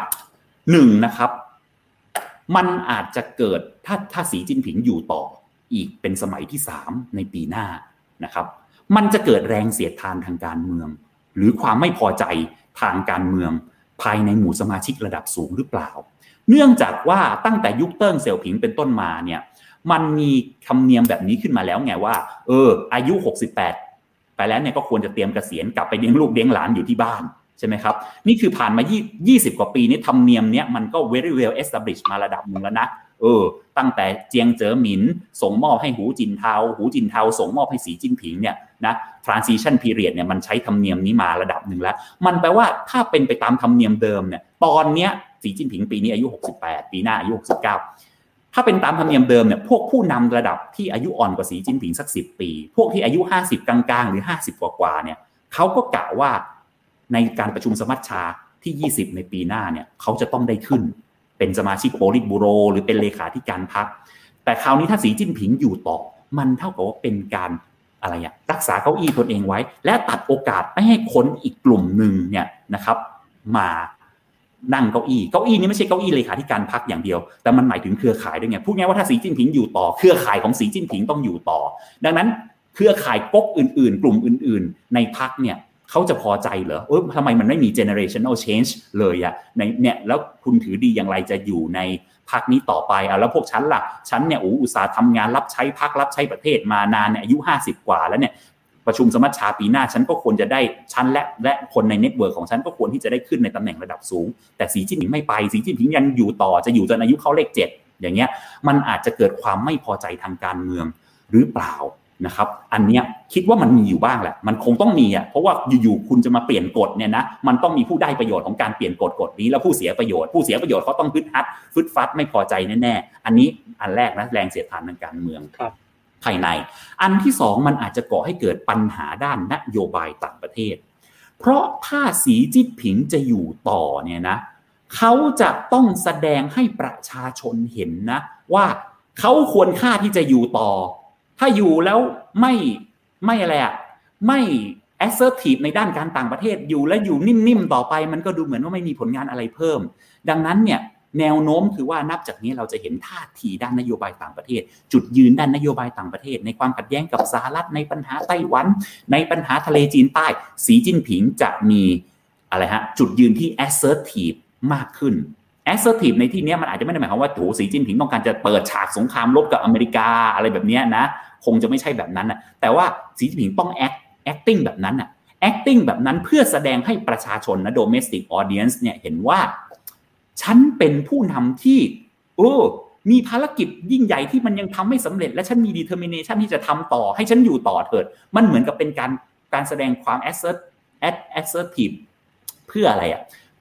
1นะครับมันอาจจะเกิดถ้าสีจิ้นผิงอยู่ต่ออีกเป็นสมัยที่3ในปีหน้านะครับมันจะเกิดแรงเสียดทานทางการเมืองหรือความไม่พอใจทางการเมืองภายในหมู่สมาชิกระดับสูงหรือเปล่าเนื่องจากว่าตั้งแต่ยุคเติ้งเสี่ยวผิงเป็นต้นมาเนี่ยมันมีธรรมเนียมแบบนี้ขึ้นมาแล้วไงว่าอายุ68ไปแล้วเนี่ยก็ควรจะเตรียมเกษียณกลับไปเลี้ยงลูกเลี้ยงหลานอยู่ที่บ้านใช่ไหมครับนี่คือผ่านมา20กว่าปีนี้ธรรมเนียมเนี้ยมันก็ very well established มาระดับนึงแล้วนะตั้งแต่เจียงเจ๋อหมินส่งมอบให้หูจินเทาส่งมอบให้สีจิ้นผิงเนี่ยนะ transition period เนี่ยมันใช้ธรรมเนียมนี้มาระดับนึงแล้วมันแปลว่าถ้าเป็นไปตามธรรมเนียมเดิมเนี่ยตอนเนี้ยสีจิ้นผิงปีนี้อายุ68ปีหน้าอายุ69ถ้าเป็นตามธรรมเนียมเดิมเนี่ยพวกผู้นำระดับที่อายุอ่อนกว่าสีจิ้นผิงสัก10ปีพวกที่อายุ50กลางๆหรือ50กว่าๆเนี่ยเขาก็กะว่าในการประชุมสมัชชาที่20ในปีหน้าเนี่ยเขาจะต้องได้ขึ้นเป็นสมาชิกโพลิตบูโรหรือเป็นเลขาธิการพรรคแต่คราวนี้ถ้าสีจิ้นผิงอยู่ต่อมันเท่ากับว่าเป็นการรักษาเก้าอี้ตนเองไว้และตัดโอกาสไม่ให้คนอีกกลุ่มนึงเนี่ยนะครับมานั่งเก้าอี้นี้ไม่ใช่เก้าอี้เลขาธิการพรรคอย่างเดียวแต่มันหมายถึงเครือข่ายด้วยไงพูดง่ายว่าถ้าสีจิ้นผิงอยู่ต่อเครือข่ายของสีจิ้นผิงต้องอยู่ต่อดังนั้นเครือข่ายก๊กอื่นๆกลุ่มอื่นๆในพรรคเนี่ยเขาจะพอใจเหรอทำไมมันไม่มี generational change เลยอะในเนี่ยแล้วคุณถือดีอย่างไรจะอยู่ในพรรคนี้ต่อไปแล้วพวกฉันล่ะฉันเนี่ยอุตสาห์ทำงานรับใช้พรรครับใช้ประเทศมานานเนี่ยอายุ50กว่าแล้วเนี่ยประชุมสมัชชาปีหน้าฉันก็ควรจะได้ฉันและคนในเน็ตเวิร์กของฉันก็ควรที่จะได้ขึ้นในตำแหน่งระดับสูงแต่สีจิ้นผิงไม่ไปสีจิ้นผิงยังอยู่ต่อจะอยู่จนอายุเข้าเลข7อย่างเงี้ยมันอาจจะเกิดความไม่พอใจทางการเมืองหรือเปล่านะครับอันเนี้ยคิดว่ามันมีอยู่บ้างแหละมันคงต้องมีเพราะว่าอยู่ๆคุณจะมาเปลี่ยนกฎเนี่ยนะมันต้องมีผู้ได้ประโยชน์ของการเปลี่ยนกฎนี้แล้วผู้เสียประโยชน์เขาต้องฟึดฟัดไม่พอใจแน่ๆอันนี้อันแรกนะแรงเสียดทานทางการเมืองภายในอันที่2มันอาจจะก่อให้เกิดปัญหาด้านนโยบายต่างประเทศเพราะถ้าสีจิ้นผิงจะอยู่ต่อเนี่ยนะเขาจะต้องแสดงให้ประชาชนเห็นนะว่าเขาควรค่าที่จะอยู่ต่อถ้าอยู่แล้วไม่อะไรไม่ assertive ในด้านการต่างประเทศอยู่และอยู่นิ่มๆต่อไปมันก็ดูเหมือนว่าไม่มีผลงานอะไรเพิ่มดังนั้นเนี่ยแนวโน้มคือว่านับจากนี้เราจะเห็นท่าทีด้านนโยบายต่างประเทศจุดยืนด้านนโยบายต่างประเทศในความขัดแย้งกับสหรัฐในปัญหาไต้หวันในปัญหาทะเลจีนใต้สีจิ้นผิงจะมีจุดยืนที่ assertive มากขึ้น assertive ในที่นี้มันอาจจะไม่ได้หมายความว่าสีจิ้นผิงต้องการจะเปิดฉากสงครามรบกับอเมริกาอะไรแบบนี้นะคงจะไม่ใช่แบบนั้นนะแต่ว่าสีจิ้นผิงต้อง acting แบบนั้นน่ะ acting แบบนั้นเพื่อแสดงให้ประชาชนนะ domestic audience เนี่ยเห็นว่าฉันเป็นผู้นำที่มีภารกิจยิ่งใหญ่ที่มันยังทำไม่สำเร็จและฉันมี determination ที่จะทำต่อให้ฉันอยู่ต่อเถิดมันเหมือนกับเป็นการแสดงความ assertive เพื่ออะไร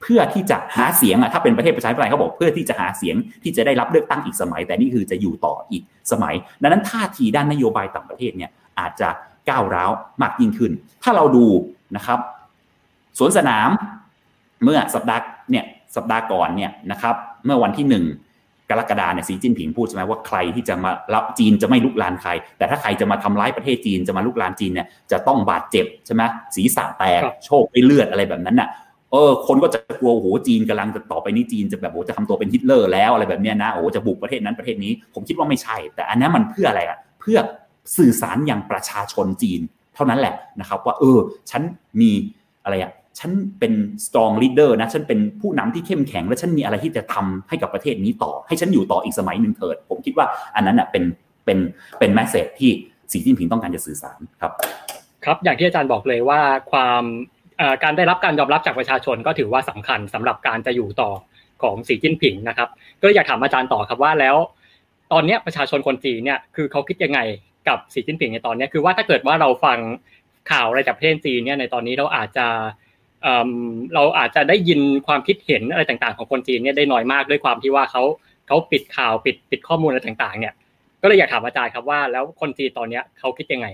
เพื่อที่จะหาเสียงถ้าเป็นประเทศประชาธิปไตยเขาบอกเพื่อที่จะหาเสียงที่จะได้รับเลือกตั้งอีกสมัยแต่นี่คือจะอยู่ต่ออีกสมัยดังนั้นท่าทีด้านนโยบายต่างประเทศเนี่ยอาจจะก้าวร้าวมากยิ่งขึ้นถ้าเราดูนะครับสวนสนามเมื่อสัปดาห์ก่อนเนี่ยนะครับเมื่อวันที่1กรกฎาคมเนี่ยสีจิ้นผิงพูดใช่ไหมว่าใครที่จะมารับจีนจะไม่ลุกลานใครแต่ถ้าใครจะมาทำร้ายประเทศจีนจะมาลุกลานจีนเนี่ยจะต้องบาดเจ็บใช่ไหมศีรษะแตกโชคไปเลือดอะไรแบบนั้นน่ะคนก็จะกลัวโอ้โหจีนกำลังจะต่อไปนี้จีนจะแบบโอ้จะทำตัวเป็นฮิตเลอร์แล้วอะไรแบบเนี้ยนะโอ้จะบุกประเทศนั้นประเทศนี้ผมคิดว่าไม่ใช่แต่อันนั้นมันเพื่ออะไรเพื่อสื่อสารอย่างประชาชนจีนเท่านั้นแหละนะครับว่าฉันมีอะไรฉันเป็น strong leader นะฉันเป็นผู้นำที่เข้มแข็งและฉันมีอะไรที่จะทำให้กับประเทศนี้ต่อให้ฉันอยู่ต่ออีกสมัยนึงเถิดผมคิดว่าอันนั้นเป็นแมสเสจที่สีจิ้นผิงต้องการจะสื่อสารครับครับอย่างที่อาจารย์บอกเลยว่าการได้รับการยอมรับจากประชาชนก็ถือว่าสำคัญสำหรับการจะอยู่ต่อของสีจิ้นผิงนะครับก็อยากถามอาจารย์ต่อครับว่าแล้วตอนนี้ประชาชนคนจีนเนี่ยคือเขาคิดยังไงกับสีจิ้นผิงในตอนนี้คือว่าถ้าเกิดว่าเราฟังข่าวอะไรจากประเทศจีนเนี่ยในตอนนี้เราอาจจะได้ยินความคิดเห็นอะไรต่างๆของคนจีนเนี่ยได้น้อยมากด้วยความที่ว่าเขาปิดข่าวปิดข้อมูลอะไรต่างๆเนี่ยก็เลยอยากถามอาจารย์ครับว่าแล้วคนจีนตอนนี้เขาคิดยังไง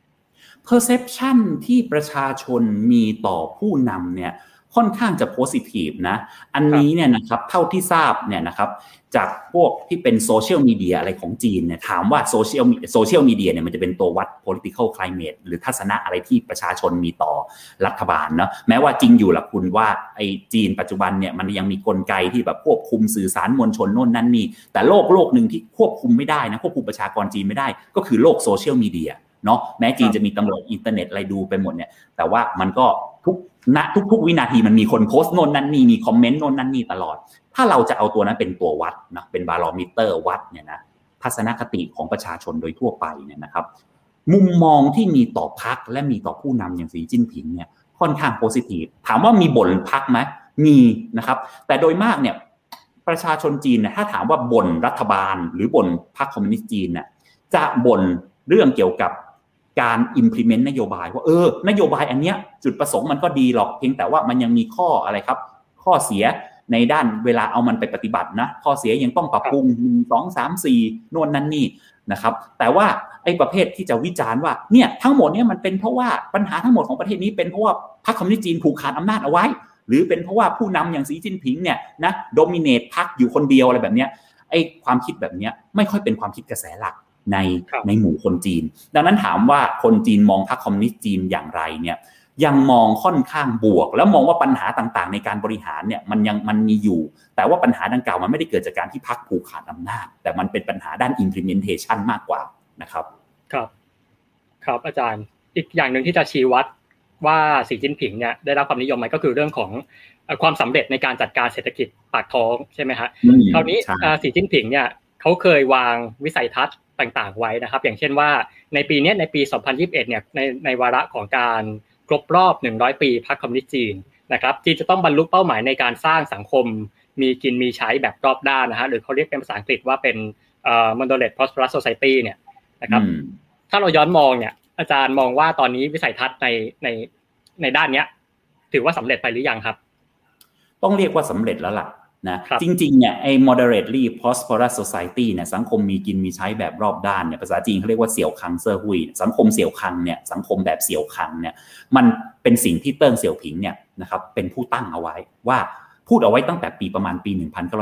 perception ที่ประชาชนมีต่อผู้นำเนี่ยค่อนข้างจะ positive นะอันนี้เนี่ยนะครับเท่าที่ทราบเนี่ยนะครับจากพวกที่เป็นโซเชียลมีเดียอะไรของจีนเนี่ยถามว่าโซเชียลมีเดียเนี่ยมันจะเป็นตัววัด political climate หรือทัศนะอะไรที่ประชาชนมีต่อรัฐบาลเนาะแม้ว่าจริงอยู่ล่ะคุณว่าไอ้จีนปัจจุบันเนี่ยมันยังมีกลไกที่แบบควบคุมสื่อสารมวลชนโน่นนั่นนี่แต่โลกนึงที่ควบคุมไม่ได้นะควบคุมประชากรจีนไม่ได้ก็คือโลกโซเชียลมีเดียเนาะแม้จีนจะมีตำรวจอินเทอร์เน็ตอะไรดูไปหมดเนี่ยแต่ว่ามันก็ทุกวินาทีมันมีคนโพสต์โน่นนั่นนี่มีคอมเมนต์โน่นนั่นนี่ตลอดถ้าเราจะเอาตัวนั้นเป็นตัววัดนะเป็นบาโรมิเตอร์วัดเนี่ยนะทัศนคติของประชาชนโดยทั่วไปเนี่ยนะครับมุมมองที่มีต่อพรรคและมีต่อผู้นำอย่างสีจิ้นผิงเนี่ยค่อนข้างโพสิทีฟถามว่ามีบ่นพรรคไหมมีนะครับแต่โดยมากเนี่ยประชาชนจีนเนี่ยถ้าถามว่าบ่นรัฐบาลหรือบ่นพรรคคอมมิวนิสต์จีนเนี่ยจะบ่นเรื่องเกี่ยวกับการ implement นโยบายว่านโยบายอันเนี้ยจุดประสงค์มันก็ดีหรอกเพียงแต่ว่ามันยังมีข้ออะไรครับข้อเสียในด้านเวลาเอามันไปปฏิบัตินะข้อเสียยังต้องปรับปรุง1 2 3 4โน่นนั่นนี่นะครับแต่ว่าไอ้ประเภทที่จะวิจารณ์ว่าเนี่ยทั้งหมดเนี่ยมันเป็นเพราะว่าปัญหาทั้งหมดของประเทศนี้เป็นเพราะว่าพรรคคอมมิวนิสต์จีนผูกขาดอำนาจเอาไว้หรือเป็นเพราะว่าผู้นำอย่างสีจิ้นผิงเนี่ยนะโดมิเนตพรรคอยู่คนเดียวอะไรแบบเนี้ยไอ้ความคิดแบบเนี้ยไม่ค่อยเป็นความคิดกระแสหลักในหมู่คนจีนดังนั้นถามว่าคนจีนมองพรรคคอมมิวนิสต์จีนอย่างไรเนี่ยยังมองค่อนข้างบวกแล้วมองว่าปัญหาต่างๆในการบริหารเนี่ยมันมีอยู่แต่ว่าปัญหาดังกล่าวมันไม่ได้เกิดจากการที่พรรคผูกขาดอำนาจแต่มันเป็นปัญหาด้าน implementation มากกว่านะครับครับอาจารย์อีกอย่างนึงที่จะชี้วัดว่าสีจิ้นผิงเนี่ยได้รับความนิยมไหมก็คือเรื่องของความสำเร็จในการจัดการเศรษฐกิจปากท้องใช่ไหมฮะคราวนี้สีจิ้นผิงเนี่ยเขาเคยวางวิสัยทัศน์ต่างๆไว้นะครับอย่างเช่นว่าในปีนี้ในปี2021เนี่ยในวาระของการครบรอบ100ปีพรรคคอมมิวนิสต์จีนนะครับจีนจะต้องบรรลุเป้าหมายในการสร้างสังคมมีกินมีใช้แบบรอบด้านนะฮะหรือเขาเรียกเป็นภาษาอังกฤษว่าเป็นModerate Prosperous Society เนี่ยนะครับถ้าเราย้อนมองเนี่ยอาจารย์มองว่าตอนนี้วิสัยทัศน์ในด้านนี้ถือว่าสำเร็จไปหรือยังครับต้องเรียกว่าสำเร็จแล้วล่ะนะจริงๆเนี่ยไอ้ moderately prosperous society เนี่ยสังคมมีกินมีใช้แบบรอบด้านเนี่ยภาษาจีนเขาเรียกว่าเสี่ยวคังเซ่อหุยสังคมเสี่ยวคังเนี่ยสังคมแบบเสี่ยวคังเนี่ยมันเป็นสิ่งที่เติ้งเสี่ยวผิงเนี่ยนะครับเป็นผู้ตั้งเอาไว้ว่าพูดเอาไว้ตั้งแต่ประมาณปี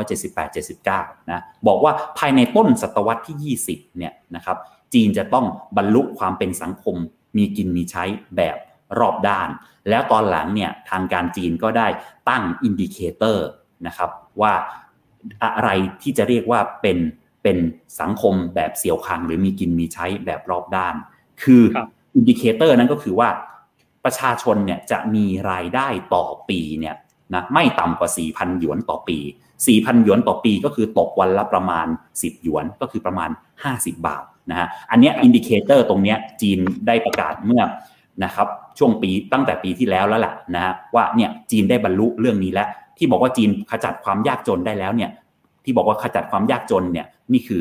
1978-79นะบอกว่าภายในต้นศตวรรษที่20เนี่ยนะครับจีนจะต้องบรรลุความเป็นสังคมมีกินมีใช้แบบรอบด้านแล้วตอนหลังเนี่ยทางการจีนก็ได้ตั้งอินดิเคเตอร์นะครับว่าอะไรที่จะเรียกว่าเป็นสังคมแบบเสี่ยวคังหรือมีกินมีใช้แบบรอบด้านคืออินดิเคเตอร์นั้นก็คือว่าประชาชนเนี่ยจะมีรายได้ต่อปีเนี่ยนะไม่ต่ำกว่า 4,000 หยวนต่อปี 4,000 หยวนต่อปีก็คือตกวันละประมาณ10หยวนก็คือประมาณ50บาทนะฮะอันเนี้ยอินดิเคเตอร์ตรงเนี้ยจีนได้ประกาศเมื่อนะครับช่วงปีตั้งแต่ปีที่แล้วแหละนะฮะว่าเนี่ยจีนได้บรรลุเรื่องนี้แล้วที่บอกว่าจีนขจัดความยากจนได้แล้วเนี่ยที่บอกว่าขจัดความยากจนเนี่ยนี่คือ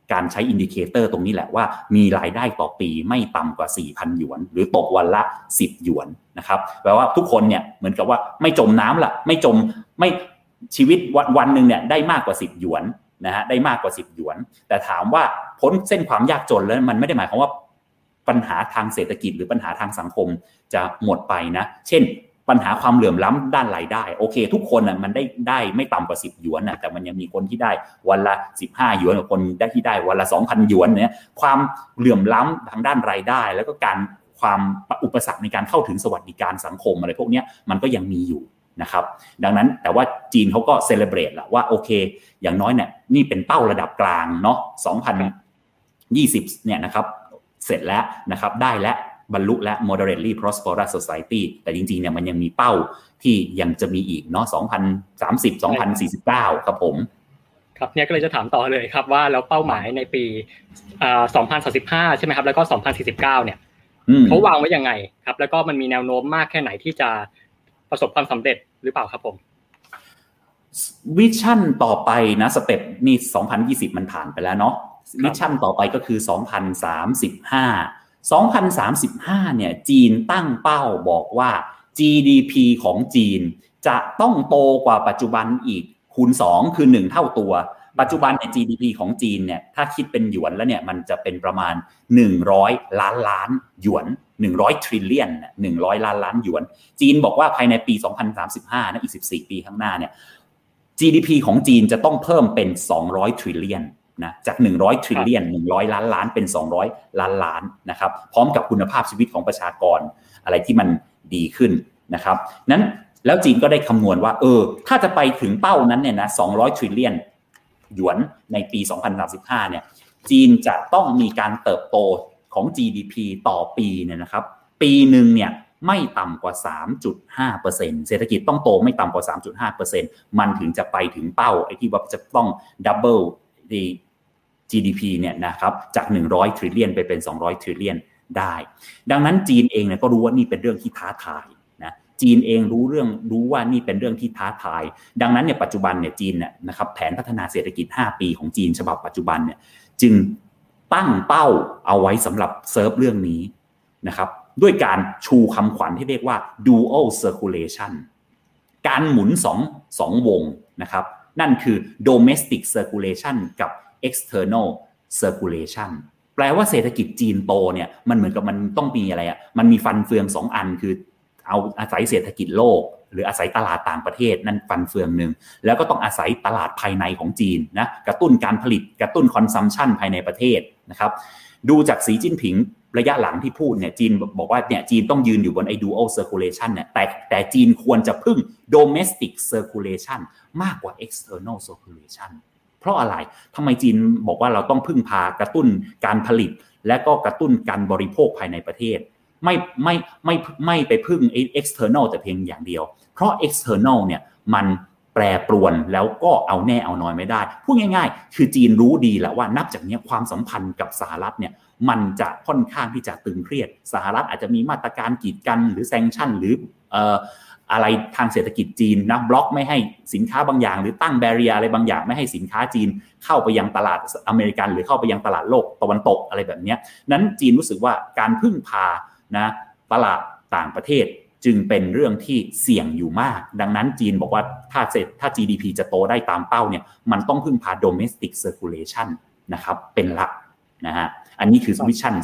การใช้อินดิเคเตอร์ตรงนี้แหละว่ามีรายได้ต่อปีไม่ต่ำกว่า 4,000 หยวนหรือตกวันละ10หยวนนะครับแปลว่าทุกคนเนี่ยเหมือนกับว่าไม่จมน้ำละไม่ชีวิตวันนึงเนี่ยได้มากกว่า10หยวนนะฮะได้มากกว่า10หยวนแต่ถามว่าพ้นเส้นความยากจนแล้วมันไม่ได้หมายความว่าปัญหาทางเศรษฐกิจหรือปัญหาทางสังคมจะหมดไปนะเช่นปัญหาความเหลื่อมล้ำด้านรายได้โอเคทุกคนน่ะมันได้ไม่ต่ำกว่า10หยวนน่ะแต่มันยังมีคนที่ได้วันละ15หยวนกับคนที่ได้วันละ 2,000 หยวนเนี่ยความเหลื่อมล้ำทางด้านรายได้แล้วก็ความอุปสรรคในการเข้าถึงสวัสดิการสังคมอะไรพวกนี้มันก็ยังมีอยู่นะครับดังนั้นแต่ว่าจีนเขาก็เซเลบเรตละว่าโอเคอย่างน้อยเนี่ยนี่เป็นเป้าระดับกลางเนาะ2020เนี่ยนะครับเสร็จแล้วนะครับได้และบรรลุและ moderately prosperous society แต่จริงๆเนี่ยมันยังมีเป้าที่ยังจะมีอีกเนาะ2030 2049ครับผมครับเนี่ยก็เลยจะถามต่อเลยครับว่าแล้วเป้าหมายในปี2035ใช่ไหมครับแล้วก็2049เนี่ยเขาวางไว้ยังไงครับแล้วก็มันมีแนวโน้มมากแค่ไหนที่จะประสบความสำเร็จหรือเปล่าครับผมวิชั่นต่อไปนะสเต็ปนี่2020มันผ่านไปแล้วเนาะวิชั่นต่อไปก็คือ2035เนี่ยจีนตั้งเป้าบอกว่า GDP ของจีนจะต้องโตกว่าปัจจุบันอีกคูณ2คือ1เท่าตัวปัจจุบันเนี่ย GDP ของจีนเนี่ยถ้าคิดเป็นหยวนแล้วเนี่ยมันจะเป็นประมาณ100ล้านหยวน100 trillion 100ล้านหยวนจีนบอกว่าภายในปี2035นะอีก14ปีข้างหน้าเนี่ย GDP ของจีนจะต้องเพิ่มเป็น200 trillionนะจาก100 trillion 100ล้านเป็น200ล้านนะครับพร้อมกับคุณภาพชีวิตของประชากรอะไรที่มันดีขึ้นนะครับนั้นแล้วจีนก็ได้คำนวณว่าถ้าจะไปถึงเป้านั้นเนี่ยนะ200 trillion หยวนในปี2035เนี่ยจีนจะต้องมีการเติบโตของ GDP ต่อปีเนี่ยนะครับปีนึงเนี่ยไม่ต่ำกว่า 3.5% เศรษฐกิจต้องโตไม่ต่ำกว่า 3.5% มันถึงจะไปถึงเป้าไอ้ที่ว่าจะต้องดับเบิลGDP เนี่ยนะครับจาก100 trillion ไปเป็น200 trillion ได้ดังนั้นจีนเองเนี่ยก็รู้ว่านี่เป็นเรื่องที่ท้าทายนะจีนเองรู้ว่านี่เป็นเรื่องที่ท้าทายดังนั้นเนี่ยปัจจุบันเนี่ยจีนเนี่ยนะครับแผนพัฒนาเศรษฐกิจ5ปีของจีนฉบับปัจจุบันเนี่ยจึงตั้งเป้าเอาไว้สำหรับเซิร์ฟเรื่องนี้นะครับด้วยการชูคำขวัญที่เรียกว่า dual circulation การหมุน2วงนะครับนั่นคือ domestic circulation กับ external circulation แปลว่าเศรษฐกิจจีนโตเนี่ยมันเหมือนกับมันต้องมีอะไรอ่ะมันมีฟันเฟือง2อันคือเอาอาศัยเศรษฐกิจโลกหรืออาศัยตลาดต่างประเทศนั่นฟันเฟืองนึงแล้วก็ต้องอาศัยตลาดภายในของจีนนะกระตุ้นการผลิตกระตุ้นคอนซัมชันภายในประเทศนะครับดูจากสีจิ้นผิงระยะหลังที่พูดเนี่ยจีนบอกว่าเนี่ยจีนต้องยืนอยู่บนไอ้ dual circulation เนี่ยแต่จีนควรจะพึ่ง domestic circulation มากกว่า external circulation เพราะอะไรทำไมจีนบอกว่าเราต้องพึ่งพากระตุ้นการผลิตและก็กระตุ้นการบริโภคภายในประเทศไม่ไปพึ่ง external แต่เพียงอย่างเดียวเพราะ external เนี่ยมันแปรปรวนแล้วก็เอาแน่เอานอนไม่ได้พูดง่ายๆคือจีนรู้ดีแหละว่านับจากนี้ความสัมพันธ์กับสหรัฐเนี่ยมันจะค่อนข้างที่จะตึงเครียดสหรัฐอาจจะมีมาตรการกีดกันหรือแซงชั่นหรืออะไรทางเศรษฐกิจจีนนะบล็อกไม่ให้สินค้าบางอย่างหรือตั้งแบเรียอะไรบางอย่างไม่ให้สินค้าจีนเข้าไปยังตลาดอเมริกันหรือเข้าไปยังตลาดโลกตะวันตกอะไรแบบนี้นั้นจีนรู้สึกว่าการพึ่งพานะตลาดต่างประเทศจึงเป็นเรื่องที่เสี่ยงอยู่มากดังนั้นจีนบอกว่าถ้า GDP จะโตได้ตามเป้าเนี่ยมันต้องพึ่งพา domestic circulation นะครับเป็นหลักนะฮะอันนี้คือวิชั่น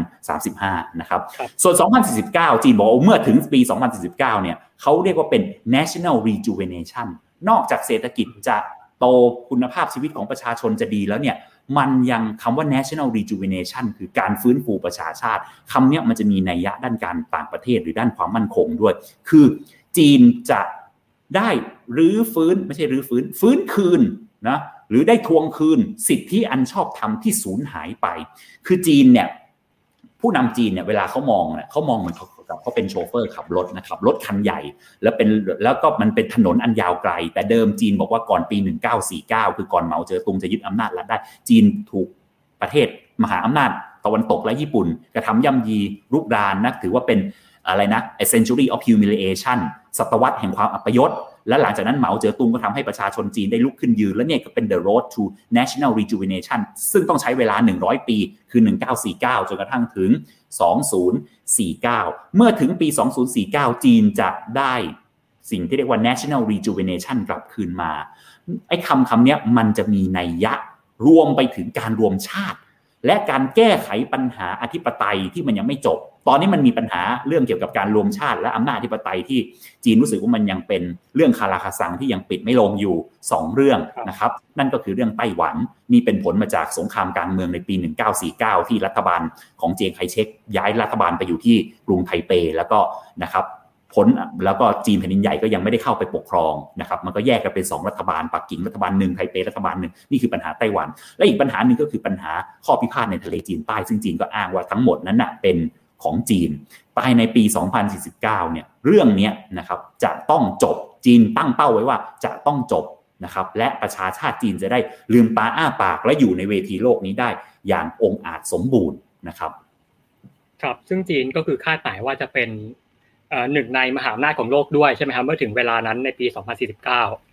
2035นะครับส่วน2049จีนบอกว่าเมื่อถึงปี2049เนี่ยเขาเรียกว่าเป็น national rejuvenation นอกจากเศรษฐกิจจะโตคุณภาพชีวิตของประชาชนจะดีแล้วเนี่ยมันยังคำว่า national rejuvenation คือการฟื้นฟูประชาชาติคำนี้มันจะมีนัยยะด้านการต่างประเทศหรือด้านความมั่นคงด้วยคือจีนจะได้รื้อฟื้นไม่ใช่รื้อฟื้นคืนนะหรือได้ทวงคืนสิทธิอันชอบธรรมที่สูญหายไปคือจีนเนี่ยผู้นำจีนเนี่ยเวลาเขามองเหมือนเขาเป็นโชเฟอร์ขับรถนะครับรถคันใหญ่แล้วก็มันเป็นถนนอันยาวไกลแต่เดิมจีนบอกว่าก่อนปี1949คือก่อนเหมาเจ๋อตุงจะยึดอำนาจรัฐได้จีนถูกประเทศมหาอำนาจตะวันตกและญี่ปุ่นกระทำย่ำยีรุกรานนะถือว่าเป็นอะไรนะ a century of humiliation ศตวรรษแห่งความอัปยศและหลังจากนั้นเหมาเจ๋อตุงก็ทำให้ประชาชนจีนได้ลุกขึ้นยืนและเนี่ยก็เป็น the road to national rejuvenation ซึ่งต้องใช้เวลา100ปีคือ1949จนกระทั่งถึง2049เมื่อถึงปี2049จีนจะได้สิ่งที่เรียกว่า national rejuvenation กลับคืนมาไอ้คำนี้มันจะมีนัยยะรวมไปถึงการรวมชาติและการแก้ไขปัญหาอธิปไตยที่มันยังไม่จบตอนนี้มันมีปัญหาเรื่องเกี่ยวกับการรวมชาติและอำนาจอธิปไตยที่จีนรู้สึกว่ามันยังเป็นเรื่องคาราคาซังที่ยังปิดไม่ลงอยู่2เรื่องนะครับนั่นก็คือเรื่องไต้หวันนี่เป็นผลมาจากสงครามกลางเมืองในปี1949ที่รัฐบาลของเจียงไคเชกย้ายรัฐบาลไปอยู่ที่กรุงไทเปแล้วก็นะครับแล้วก็จีนแผ่นดินใหญ่ก็ยังไม่ได้เข้าไปปกครองนะครับมันก็แยกกันเป็น2รัฐบาลปักกิ่งรัฐบาลนึงไทเปรัฐบาลนึงนี่คือปัญหาไต้หวันและอีกปัญหานึงก็คือปัญหาข้อพิพาทในทะเลจีนใต้ซึ่งจีนก็อ้างว่าทั้งหมดนั้นน่ะเป็นของจีนภายในปี2049เนี่ยเรื่องนี้นะครับจะต้องจบจีนตั้งเป้าไว้ว่าจะต้องจบนะครับและประชาชาติจีนจะได้ลืมตาอ้าปากและอยู่ในเวทีโลกนี้ได้อย่างองอาจสมบูรณ์นะครับครับซึ่งจีนก็คือคาดหมายว่าจะเป็นหนึ่งในมหาอำนาจของโลกด้วยใช่ไหมครับเมื่อถึงเวลานั้นในปี2049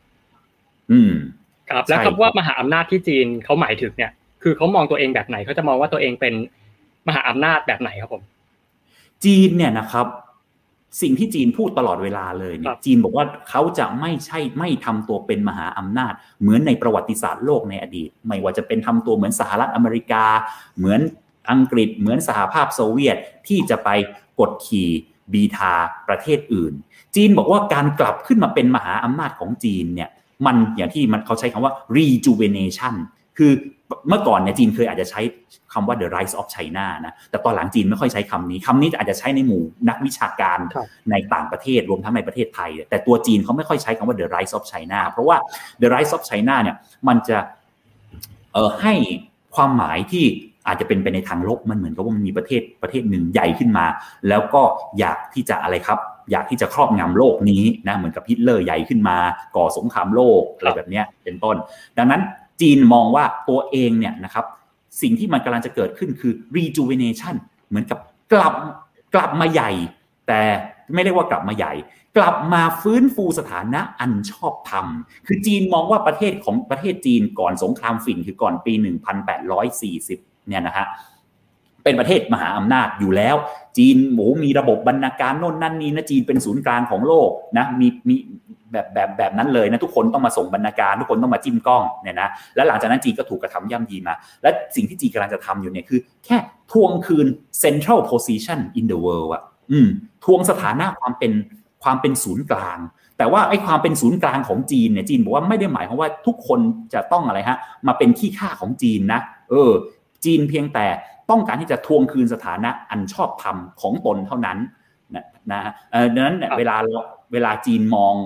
ครับแล้วคำว่ามหาอำนาจที่จีนเขาหมายถึงเนี่ยคือเขามองตัวเองแบบไหนเขาจะมองว่าตัวเองเป็นมหาอำนาจแบบไหนครับผมจีนเนี่ยนะครับสิ่งที่จีนพูดตลอดเวลาเลยเนี่ยจีนบอกว่าเขาจะไม่ทำตัวเป็นมหาอำนาจเหมือนในประวัติศาสตร์โลกในอดีตไม่ว่าจะเป็นทำตัวเหมือนสหรัฐอเมริกาเหมือนอังกฤษเหมือนสหภาพโซเวียตที่จะไปกดขี่บีทาประเทศอื่นจีนบอกว่าการกลับขึ้นมาเป็นมหาอำนาจของจีนเนี่ยมันอย่างที่เขาใช้คำว่า rejuvenation คือเมื่อก่อนเนี่ยจีนเคยอาจจะใช้คำว่า the rise of China นะแต่ตอนหลังจีนไม่ค่อยใช้คำนี้อาจจะใช้ในหมู่นักวิชาการในต่างประเทศรวมทั้งในประเทศไทยแต่ตัวจีนเขาไม่ค่อยใช้คำว่า the rise of China เพราะว่า the rise of China เนี่ยมันจะให้ความหมายที่อาจจะเป็นไปในทางลบมันเหมือนกับว่ามันมีประเทศหนึ่งใหญ่ขึ้นมาแล้วก็อยากที่จะอะไรครับอยากที่จะครอบงำโลกนี้นะเหมือนกับฮิตเลอร์ใหญ่ขึ้นมาก่อสงครามโลกอะไรแบบนี้เป็นต้นดังนั้นจีนมองว่าตัวเองเนี่ยนะครับสิ่งที่มันกำลังจะเกิดขึ้นคือ rejuvenation เหมือนกับกลับมาใหญ่แต่ไม่เรียกว่ากลับมาใหญ่กลับมาฟื้นฟูสถานะอันชอบธรรมคือจีนมองว่าประเทศจีนก่อนสงครามฝิ่นคือก่อนปี1840เนี่ยนะฮะเป็นประเทศมหาอำนาจอยู่แล้วจีนมีระบบบรรณาการโน่นนั่นนี่นะจีนเป็นศูนย์กลางของโลกนะมีแบบนั้นเลยนะทุกคนต้องมาส่งบรรณาการทุกคนต้องมาจิ้มกล้องเนี่ยนะแล้วหลังจากนั้นจีนก็ถูกกระทำย่ำยีมาและสิ่งที่จีนกำลังจะทำอยู่เนี่ยคือแค่ทวงคืน central position in the world อ่ะทวงสถานะความเป็นศูนย์กลางแต่ว่าไอ้ความเป็นศูนย์กลางของจีนเนี่ยจีนบอกว่าไม่ได้หมายความว่าทุกคนจะต้องอะไรฮะมาเป็นขี้ข้าของจีนนะจีนเพียงแต่ต้องการที่จะทวงคืนสถานะอันชอบธรรมของตนเท่านั้นนะดังนั้นเวลาจีนมอง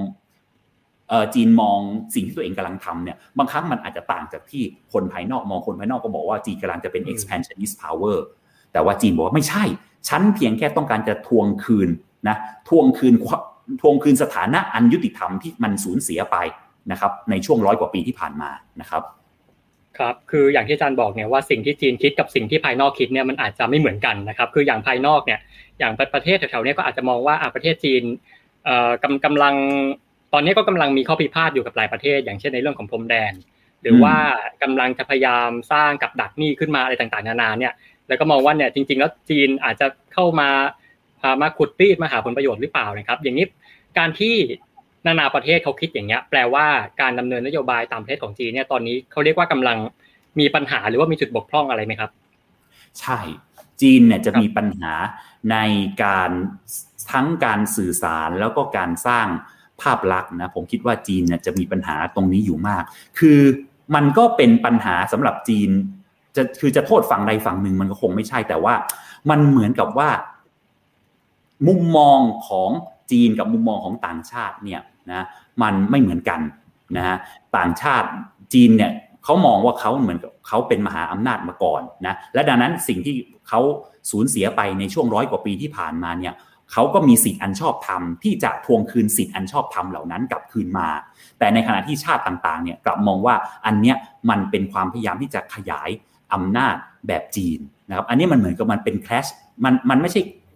สิ่งที่ตัวเองกำลังทำเนี่ยบางครั้งมันอาจจะต่างจากที่คนภายนอกมองคนภายนอกก็บอกว่าจีนกำลังจะเป็น expansionist power แต่ว่าจีนบอกว่าไม่ใช่ฉันเพียงแค่ต้องการจะทวงคืนทวงคืนสถานะอันยุติธรรมที่มันสูญเสียไปนะครับในช่วง100 กว่าปีที่ผ่านมานะครับครับคืออย่างที่อาจารย์บอกเนี่ยว่าสิ่งที่จีนคิดกับสิ่งที่ภายนอกคิดเนี่ยมันอาจจะไม่เหมือนกันนะครับคืออย่างภายนอกเนี่ยอย่างประเทศแถวๆนี้ก็อาจจะมองว่าประเทศจีนกำลังตอนนี้ก็กำลังมีข้อพิพาทอยู่กับหลายประเทศอย่างเช่นในเรื่องของพรมแดนหรือว่ากำลังจะพยายามสร้างกับดักหนี้ขึ้นมาอะไรต่างๆนานาเนี่ยแล้วก็มองว่าเนี่ยจริงๆแล้วจีนอาจจะเข้ามาขุดรีดมาหาผลประโยชน์หรือเปล่านะครับอย่างนี้การที่นานาประเทศเขาคิดอย่างเงี้ยแปลว่าการดำเนินนโยบายต่างประเทศของจีนเนี่ยตอนนี้เขาเรียกว่ากำลังมีปัญหาหรือว่ามีจุดบกพร่องอะไรไหมครับใช่จีนเนี่ยจะมีปัญหาในการทั้งการสื่อสารแล้วก็การสร้างภาพลักษณ์นะผมคิดว่าจีนเนี่ยจะมีปัญหาตรงนี้อยู่มากคือมันก็เป็นปัญหาสำหรับจีนจะโทษฝั่งใดฝั่งหนึ่งมันก็คงไม่ใช่แต่ว่ามันเหมือนกับว่ามุมมองของจีนกับมุมมองของต่างชาติเนี่ยนะมันไม่เหมือนกันนะฮะต่างชาติจีนเนี่ยเขามองว่าเขาเหมือนกับเขาเป็นมหาอำนาจมาก่อนนะและดังนั้นสิ่งที่เขาสูญเสียไปในช่วง100 กว่าปีที่ผ่านมาเนี่ยเขาก็มีสิทธิอันชอบธรรมที่จะทวงคืนสิทธิอันชอบธรรมเหล่านั้นกลับคืนมาแต่ในขณะที่ชาติต่างๆเนี่ยกลับมองว่าอันเนี้ยมันเป็นความพยายามที่จะขยายอำนาจแบบจีนนะครับอันนี้มันเหมือนกับมันเป็นแคลชมันไม่ใช่ค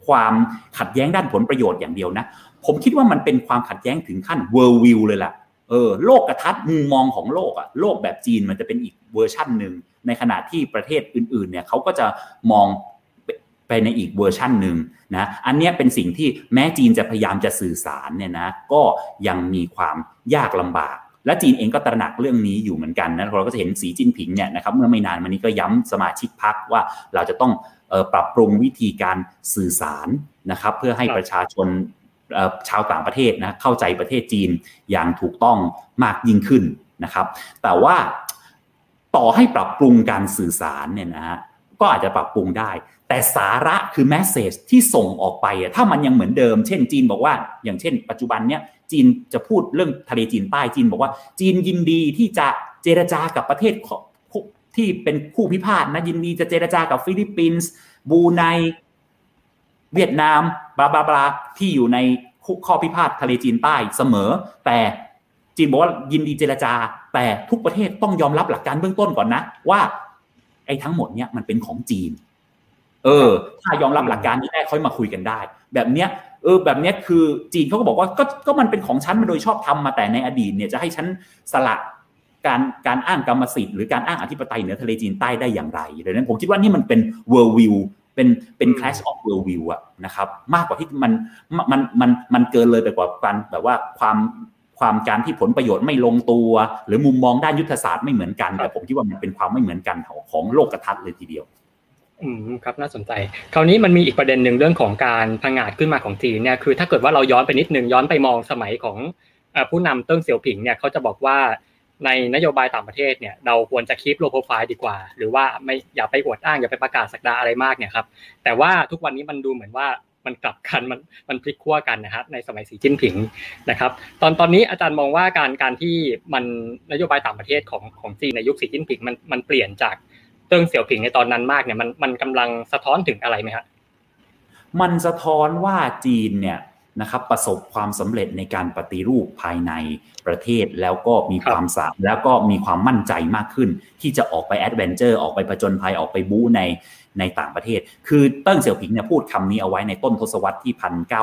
ความขัดแย้งด้านผลประโยชน์อย่างเดียวนะผมคิดว่ามันเป็นความขัดแย้งถึงขั้น world view เลยล่ะโลกทัศน์มุมมองของโลกอ่ะโลกแบบจีนมันจะเป็นอีกเวอร์ชันนึงในขณะที่ประเทศอื่นๆเนี่ยเขาก็จะมองไปในอีกเวอร์ชันนึงนะอันนี้เป็นสิ่งที่แม้จีนจะพยายามจะสื่อสารเนี่ยนะก็ยังมีความยากลำบากและจีนเองก็ตระหนักเรื่องนี้อยู่เหมือนกันนะเราก็จะเห็นสีจิ้นผิงเนี่ยนะครับเมื่อไม่นานมานี้ก็ย้ำสมาชิกพรรคว่าเราจะต้องปรับปรุงวิธีการสื่อสารนะครับเพื่อให้ประชาชนชาวต่างประเทศนะเข้าใจประเทศจีนอย่างถูกต้องมากยิ่งขึ้นนะครับแต่ว่าต่อให้ปรับปรุงการสื่อสารเนี่ยนะฮะก็อาจจะปรับปรุงได้แต่สาระคือแมสเสจที่ส่งออกไปถ้ามันยังเหมือนเดิมเช่นจีนบอกว่าอย่างเช่นปัจจุบันเนี้ยจีนจะพูดเรื่องทะเลจีนใต้จีนบอกว่าจีนยินดีที่จะเจรจากับประเทศที่เป็นคู่พิพาทนะยินดีจะเจรจากับฟิลิปปินส์บรูไนเวียดนามบลาบลาบลาที่อยู่ในข้อพิพาททะเลจีนใต้เสมอแต่จีนบอกว่ายินดีเจรจาแต่ทุกประเทศต้องยอมรับหลักการเบื้องต้นก่อนนะว่าไอ้ทั้งหมดเนี้ยมันเป็นของจีนถ้ายอมรับหลักการนี้ได้ค่อยมาคุยกันได้แบบเนี้ยแบบเนี้ยคือจีนเขาก็บอกว่าก็มันเป็นของฉันมาโดยชอบทำมาแต่ในอดีตเนี่ยจะให้ฉันสละการอ้างกรรมสิทธิ์หรือการอ้างอธิปไตยเหนือทะเลจีนใต้ได้อย่างไรดังนั้นผมคิดว่านี่มันเป็น world view เป็น clash of world view อะนะครับมากกว่าที่มันเกินเลยไปกว่าการแบบว่าความการที่ผลประโยชน์ไม่ลงตัวหรือมุมมองด้านยุทธศาสตร์ไม่เหมือนกันแต่ผมคิดว่ามันเป็นความไม่เหมือนกันของโลกทัศน์เลยทีเดียวครับน่าสนใจคราวนี้มันมีอีกประเด็นหนึ่งเรื่องของการผงาดขึ้นมาของจีนเนี่ยคือถ้าเกิดว่าเราย้อนไปนิดนึงย้อนไปมองสมัยของผู้นำเติ้งเสี่ยวผิงเนี่ยเขาจะบอกว่าในนโยบายต่างประเทศเนี่ยเราควรจะคีปโลโปรไฟล์ดีกว่าหรือว่าไม่อย่าไปอวดอ้างอย่าไปประกาศศักดาอะไรมากเนี่ยครับแต่ว่าทุกวันนี้มันดูเหมือนว่ามันกลับกันมันพลิกขั้วกันนะครับในสมัยสีจิ้นผิงนะครับตอนนี้อาจารย์มองว่าการที่มันนโยบายต่างประเทศของจีนในยุคสีจิ้นผิงมันเปลี่ยนจากเติ้งเสี่ยวผิงในตอนนั้นมากเนี่ยมันกำลังสะท้อนถึงอะไรไหมครับมันสะท้อนว่าจีนเนี่ยนะครับประสบความสำเร็จในการปฏิรูปภายในประเทศแล้วก็มีความสามารถแล้วก็มีความมั่นใจมากขึ้นที่จะออกไปแอดเวนเจอร์ออกไปผจญภัยออกไปบู๊ในต่างประเทศคือเติ้งเสี่ยวผิงเนี่ยพูดคำนี้เอาไว้ในต้นทศวรรษที่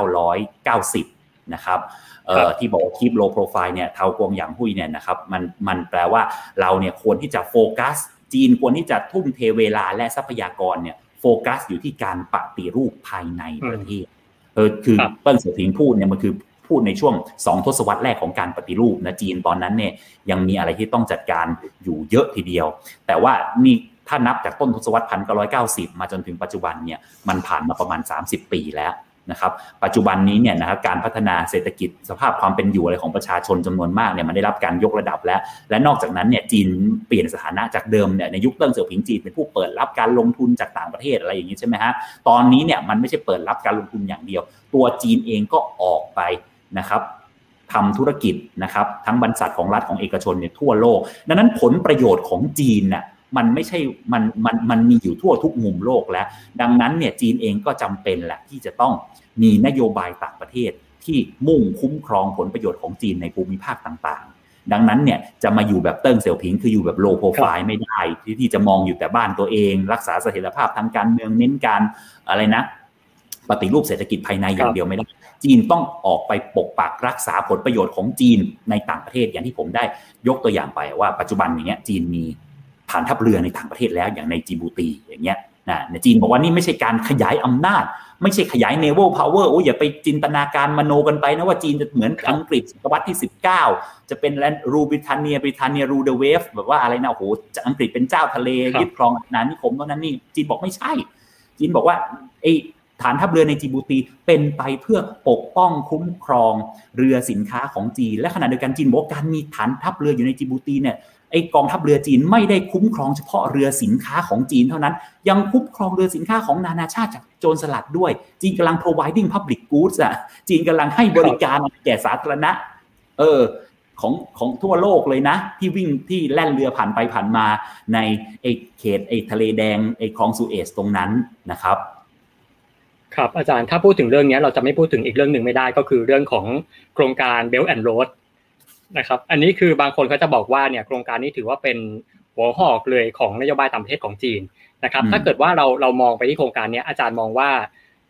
1990นะครับที่บอกว่า keep low profile เนี่ยเทากวงหยางหุ้ยเนี่ยนะครับมันแปลว่าเราเนี่ยควรที่จะโฟกัสจีนควรที่จะทุ่มเทเวลาและทรัพยากรเนี่ยโฟกัสอยู่ที่การปฏิรูปภายในประเทศคือเติ้งเสี่ยวผิงพูดเนี่ยมันคือพูดในช่วง2ทศวรรษแรกของการปฏิรูปนะจีนตอนนั้นเนี่ยยังมีอะไรที่ต้องจัดการอยู่เยอะทีเดียวแต่ว่านี่ถ้านับจากต้นทศวรรษ1990มาจนถึงปัจจุบันเนี่ยมันผ่านมาประมาณ30ปีแล้วนะครับปัจจุบันนี้เนี่ยนะครับการพัฒนาเศรษฐกิจสภาพความเป็นอยู่อะไรของประชาชนจำนวนมากเนี่ยมันได้รับการยกระดับแล้วและนอกจากนั้นเนี่ยจีนเปลี่ยนสถานะจากเดิมเนี่ยในยุคเติ้งเสี่ยวผิงจีนเป็นผู้เปิดรับการลงทุนจากต่างประเทศอะไรอย่างนี้ใช่ไหมฮะตอนนี้เนี่ยมันไม่ใช่เปิดรับการลงทุนอย่างเดียวตัวจีนเองก็ออกไปนะครับทำธุรกิจนะครับทั้งบริษัทของรัฐของเอกชนเนี่ยทั่วโลกดังนั้นผลประโยชน์ของจีนน่ะมันไม่ใช่มันมีอยู่ทั่วทุกมุมโลกแล้วดังนั้นเนี่ยจีนเองก็จำเป็นแหละที่จะต้องมีนโยบายต่างประเทศที่มุ่งคุ้มครองผลประโยชน์ของจีนในภูมิภาคต่างๆดังนั้นเนี่ยจะมาอยู่แบบเติ้งเสี่ยวผิงคืออยู่แบบโลว์โปรไฟล์ไม่ได้ที่จะมองอยู่แต่บ้านตัวเองรักษาเสถียรภาพทางการเมืองเน้นการอะไรนะปฏิรูปเศรษฐกิจภายในอย่างเดียวไม่ได้จีนต้องออกไปปกปักรักษาผลประโยชน์ของจีนในต่างประเทศอย่างที่ผมได้ยกตัวอย่างไปว่าปัจจุบันอย่างเงี้ยจีนมีฐานทัพเรือในต่างประเทศแล้วอย่างในจิบูตีอย่างเงี้ยนะจีนบอกว่านี่ไม่ใช่การขยายอำนาจไม่ใช่ขยาย naval power โอ้อย่าไปจินตนาการมโนกันไปนะว่าจีนจะเหมือนอังกฤษศตวรรษที่19จะเป็นแลนด์รูบริเตเนียรูเดเวฟแบบว่าอะไรนะโอ้โหอังกฤษเป็นเจ้าทะเลยึดครองอาณานิคมตอนนั้นนี่จีนบอกไม่ใช่จีนบอกว่าไอ้ฐานทัพเรือในจิบูตีเป็นไปเพื่อปกป้องคุ้มครองเรือสินค้าของจีนและขณะเดียวกันจีนบอกการมีฐานทัพเรืออยู่ในจิบูตีเนี่ยไอ้กองทัพเรือจีนไม่ได้คุ้มครองเฉพาะเรือสินค้าของจีนเท่านั้นยังคุ้มครองเรือสินค้าของนานาชาติจากโจรสลัดด้วยจีนกำลัง providing public goods อ่ะจีนกำลังให้บริการแก่สาธารณะของทั่วโลกเลยนะที่วิ่งที่แล่นเรือผ่านไปผ่านมาในไอ้เขตไอ้ทะเลแดงไอ้คลองสุเอซตรงนั้นนะครับครับอาจารย์ถ้าพูดถึงเรื่องนี้เราจะไม่พูดถึงอีกเรื่องนึงไม่ได้ก็คือเรื่องของโครงการ Belt and Road นะครับอันนี้คือบางคนเขาจะบอกว่าเนี่ยโครงการนี้ถือว่าเป็นหัวหอกเลยของนโยบายต่างประเทศของจีนนะครับถ้าเกิดว่าเรามองไปที่โครงการนี้อาจารย์มองว่า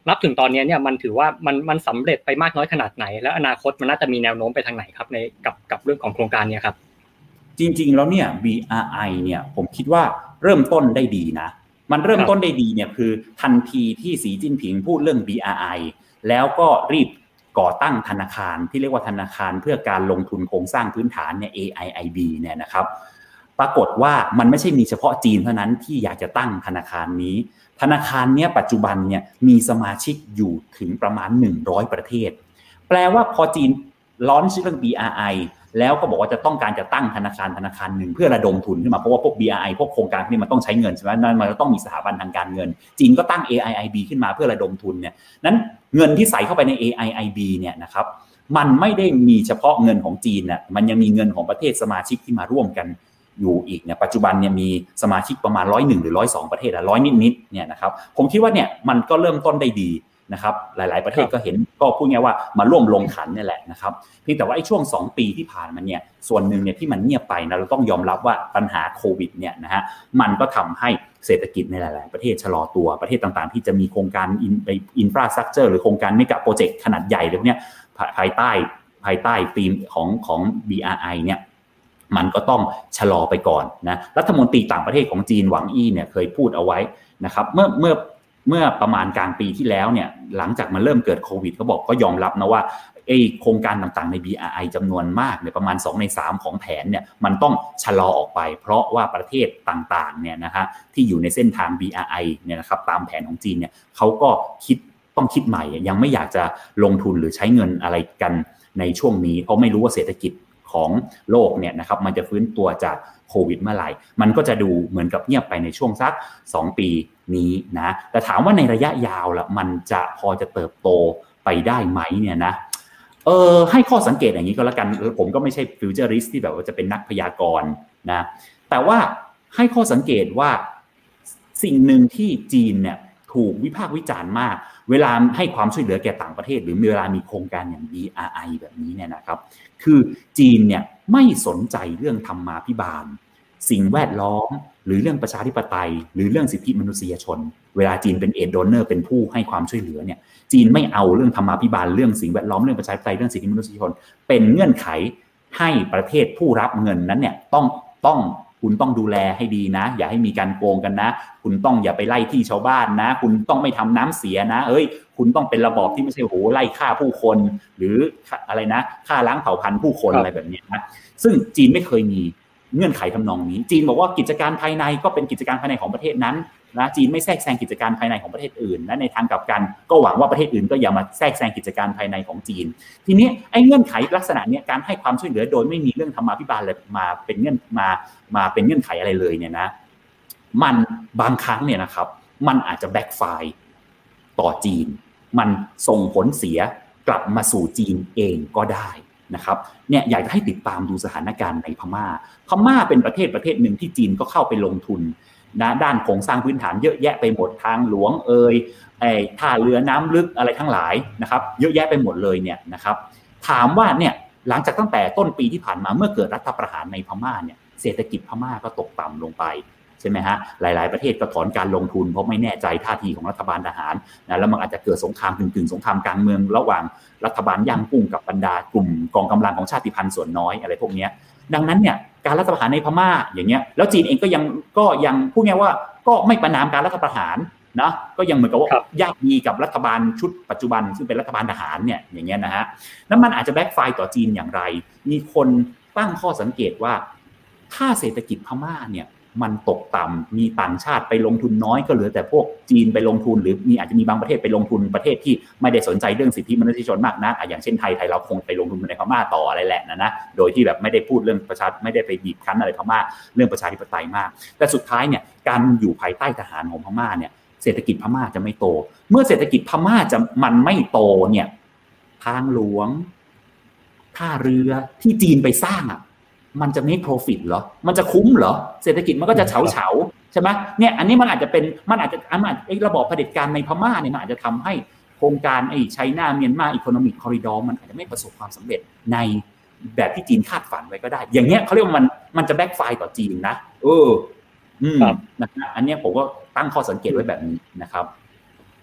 นับถึงตอนนี้เนี่ยมันถือว่ามันสำเร็จไปมากน้อยขนาดไหนและอนาคตมันน่าจะมีแนวโน้มไปทางไหนครับในกับเรื่องของโครงการนี้ครับจริงๆแล้วเนี่ย BRI เนี่ยผมคิดว่าเริ่มต้นได้ดีนะมันเริ่มต้นได้ดีเนี่ยคือทันทีที่สีจิ้นผิงพูดเรื่อง BRI แล้วก็รีบก่อตั้งธนาคารที่เรียกว่าธนาคารเพื่อการลงทุนโครงสร้างพื้นฐานเนี่ย AIIB เนี่ยนะครับปรากฏว่ามันไม่ใช่มีเฉพาะจีนเท่านั้นที่อยากจะตั้งธนาคารนี้ธนาคารเนี้ยปัจจุบันเนี่ยมีสมาชิกอยู่ถึงประมาณ100ประเทศแปลว่าพอจีนล้อนชื่อเรื่อง BRI แล้วก็บอกว่าจะต้องการจะตั้งธนาคารหนึ่งเพื่อระดมทุนขึ้นมาเพราะว่าพวก BRI พวกโครงการนี่มันต้องใช้เงินใช่ไหมมันต้องมีสถาบันทางการเงินจีนก็ตั้ง AIIB ขึ้นมาเพื่อระดมทุนเนี่ยนั้นเงินที่ใส่เข้าไปใน AIIB เนี่ยนะครับมันไม่ได้มีเฉพาะเงินของจีนน่ะมันยังมีเงินของประเทศสมาชิกที่มาร่วมกันอยู่อีกเนี่ยปัจจุบันเนี่ยมีสมาชิกประมาณ101หรือ102ประเทศละ100นิดๆเนี่ยนะครับผมคิดว่าเนี่ยมันก็เริ่มต้นได้ดีนะครับหลายๆประเทศก็เห็นก็พูดง่ายว่ามาร่วมลงขันนี่แหละนะครับเพียงแต่ว่าไอ้ช่วง2ปีที่ผ่านมาเนี่ยส่วนหนึ่งเนี่ยที่มันเงียบไปนะเราต้องยอมรับว่าปัญหาโควิดเนี่ยนะฮะมันก็ทำให้เศรษฐกิจในหลายๆประเทศชะลอตัวประเทศต่างๆที่จะมีโครงการอินฟราสตรัคเจอร์หรือโครงการเมกะโปรเจกต์ขนาดใหญ่เลยพวกเนี้ยภายใต้ธีมของ BRI เนี่ยมันก็ต้องชะลอไปก่อนนะรัฐมนตรีต่างประเทศของจีนหวังอี้เนี่ยเคยพูดเอาไว้นะครับเมื่อประมาณกลางปีที่แล้วเนี่ยหลังจากมันเริ่มเกิดโควิดเขาบอกก็ยอมรับนะว่าโครงการต่างๆใน BRI จำนวนมากเนี่ยประมาณ2ใน3ของแผนเนี่ยมันต้องชะลอออกไปเพราะว่าประเทศต่างๆเนี่ยนะฮะที่อยู่ในเส้นทาง BRI เนี่ยนะครับตามแผนของจีนเนี่ยเขาก็ต้องคิดใหม่ยังไม่อยากจะลงทุนหรือใช้เงินอะไรกันในช่วงนี้เพราะไม่รู้ว่าเศรษฐกิจของโลกเนี่ยนะครับมันจะฟื้นตัวจากโควิดเมื่อไหร่มันก็จะดูเหมือนกับเงียบไปในช่วงสัก2ปีนี้นะแต่ถามว่าในระยะยาวล่ะมันจะพอจะเติบโตไปได้ไหมเนี่ยนะให้ข้อสังเกตอย่างนี้ก็แล้วกันผมก็ไม่ใช่ฟิวเจอริสต์ที่แบบว่าจะเป็นนักพยากรณ์นะแต่ว่าให้ข้อสังเกตว่าสิ่งหนึ่งที่จีนเนี่ยถูกวิพากษ์วิจารณ์มากเวลาให้ความช่วยเหลือแก่ต่างประเทศหรือเวลามีโครงการอย่าง BRI แบบนี้เนี่ยนะครับคือจีนเนี่ยไม่สนใจเรื่องธรรมาภิบาลสิ่งแวดล้อมหรือเรื่องประชาธิปไตยหรือเรื่องสิทธิมนุษยชนเวลาจีนเป็นเอดโดเนอร์เป็นผู้ให้ความช่วยเหลือเนี่ยจีนไม่เอาเรื่องธรรมาภิบาลเรื่องสิ่งแวดล้อมเรื่องประชาธิปไตยเรื่องสิทธิมนุษยชนเป็นเงื่อนไขให้ประเทศผู้รับเงินนั้นเนี่ยคุณต้องดูแลให้ดีนะอย่าให้มีการโกงกันนะคุณต้องอย่าไปไล่ที่ชาวบ้านนะคุณต้องไม่ทำน้ำเสียนะคุณต้องเป็นระบอบที่ไม่ใช่ไล่ฆ่าผู้คนหรืออะไรนะฆ่าล้างเผ่าพันธุ์ผู้คนอะไรแบบนี้นะซึ่งจีนไม่เคยมีเงื่อนไขทำนองนี้จีนบอกว่ากิจการภายในก็เป็นกิจการภายในของประเทศนั้นนะจีนไม่แทรกแซงกิจการภายในของประเทศอื่นและในทางกลับกันก็หวังว่าประเทศอื่นก็อย่ามาแทรกแซงกิจการภายในของจีนทีนี้ไอ้เงื่อนไขลักษณะนี้การให้ความช่วยเหลือโดยไม่มีเรื่องธรรมาภิบาลอะไรมาเป็นเงื่อนไขอะไรเลยเนี่ยนะมันบางครั้งเนี่ยนะครับมันอาจจะแบ็คไฟร์ต่อจีนมันส่งผลเสียกลับมาสู่จีนเองก็ได้นะครับเนี่ยอยากจะให้ติดตามดูสถานการณ์ในพม่าเป็นประเทศหนึ่งที่จีนก็เข้าไปลงทุนนะด้านโครงสร้างพื้นฐานเยอะแยะไปหมดทางหลวงท่าเรือน้ำลึกอะไรทั้งหลายนะครับเยอะแยะไปหมดเลยเนี่ยนะครับถามว่าเนี่ยหลังจากตั้งแต่ต้นปีที่ผ่านมาเมื่อเกิดรัฐประหารในพม่าเนี่ยเศรษฐกิจพม่าก็ตกต่ำลงไปใช่ไหมฮะหลายๆประเทศก็ถอนการลงทุนเพราะไม่แน่ใจท่าทีของรัฐบาลทหารนะแล้วมันอาจจะเกิดสงครามกึ่งสงครามกลางเมืองระหว่างรัฐบาลย่างกุ้งกับบรรดากลุ่มกองกำลังของชาติพันธุ์ส่วนน้อยอะไรพวกนี้ดังนั้นเนี่ยการรัฐประหารในพม่าอย่างเงี้ยแล้วจีนเองก็ยังพูดง่ายว่าก็ไม่ประณามการรัฐประหารนะก็ยังเหมือนกับว่าญาติดีกับรัฐบาลชุดปัจจุบันซึ่งเป็นรัฐบาลทหารเนี่ยอย่างเงี้ยนะฮะนั้นมันอาจจะแบ็คไฟร์ต่อจีนอย่างไรมีคนตั้งข้อสังเกตว่าถ้าเศรษฐกิจพม่าเนี่ยมันตกต่ำมีต่างชาติไปลงทุนน้อยก็เหลือแต่พวกจีนไปลงทุนหรืออาจจะมีบางประเทศไปลงทุนประเทศที่ไม่ได้สนใจเรื่องสิทธิมนุษยชนมากนักอย่างเช่นไทยเราคงไปลงทุนในพม่าต่ออะไรแหละนะโดยที่แบบไม่ได้พูดเรื่องไม่ได้ไปบีบคั้นอะไรพม่าเรื่องประชาธิปไตยมากแต่สุดท้ายเนี่ยการอยู่ภายใต้ทหารของพม่าเนี่ยเศรษฐกิจพม่าจะไม่โตเมื่อเศรษฐกิจพม่ามันไม่โตเนี่ยทางหลวงท่าเรือที่จีนไปสร้างมันจะ make profit เหรอมันจะคุ้มเหรอเศรษฐกิจมันก็จะเฉาใช่ไหมเนี่ยอันนี้มันอาจจะระบอบเผด็จการในพม่าเนี่ยมันอาจจะทำให้โครงการไชน่าเมียนมาอีโคโนมิกคอริดอร์มันอาจจะไม่ประสบความสำเร็จในแบบที่จีนคาดฝันไว้ก็ได้อย่างเงี้ยเขาเรียกว่ามันจะแบ็คไฟร์ต่อจีนนะนะครับอันนี้ผมก็ตั้งข้อสังเกตไว้แบบนี้นะครับ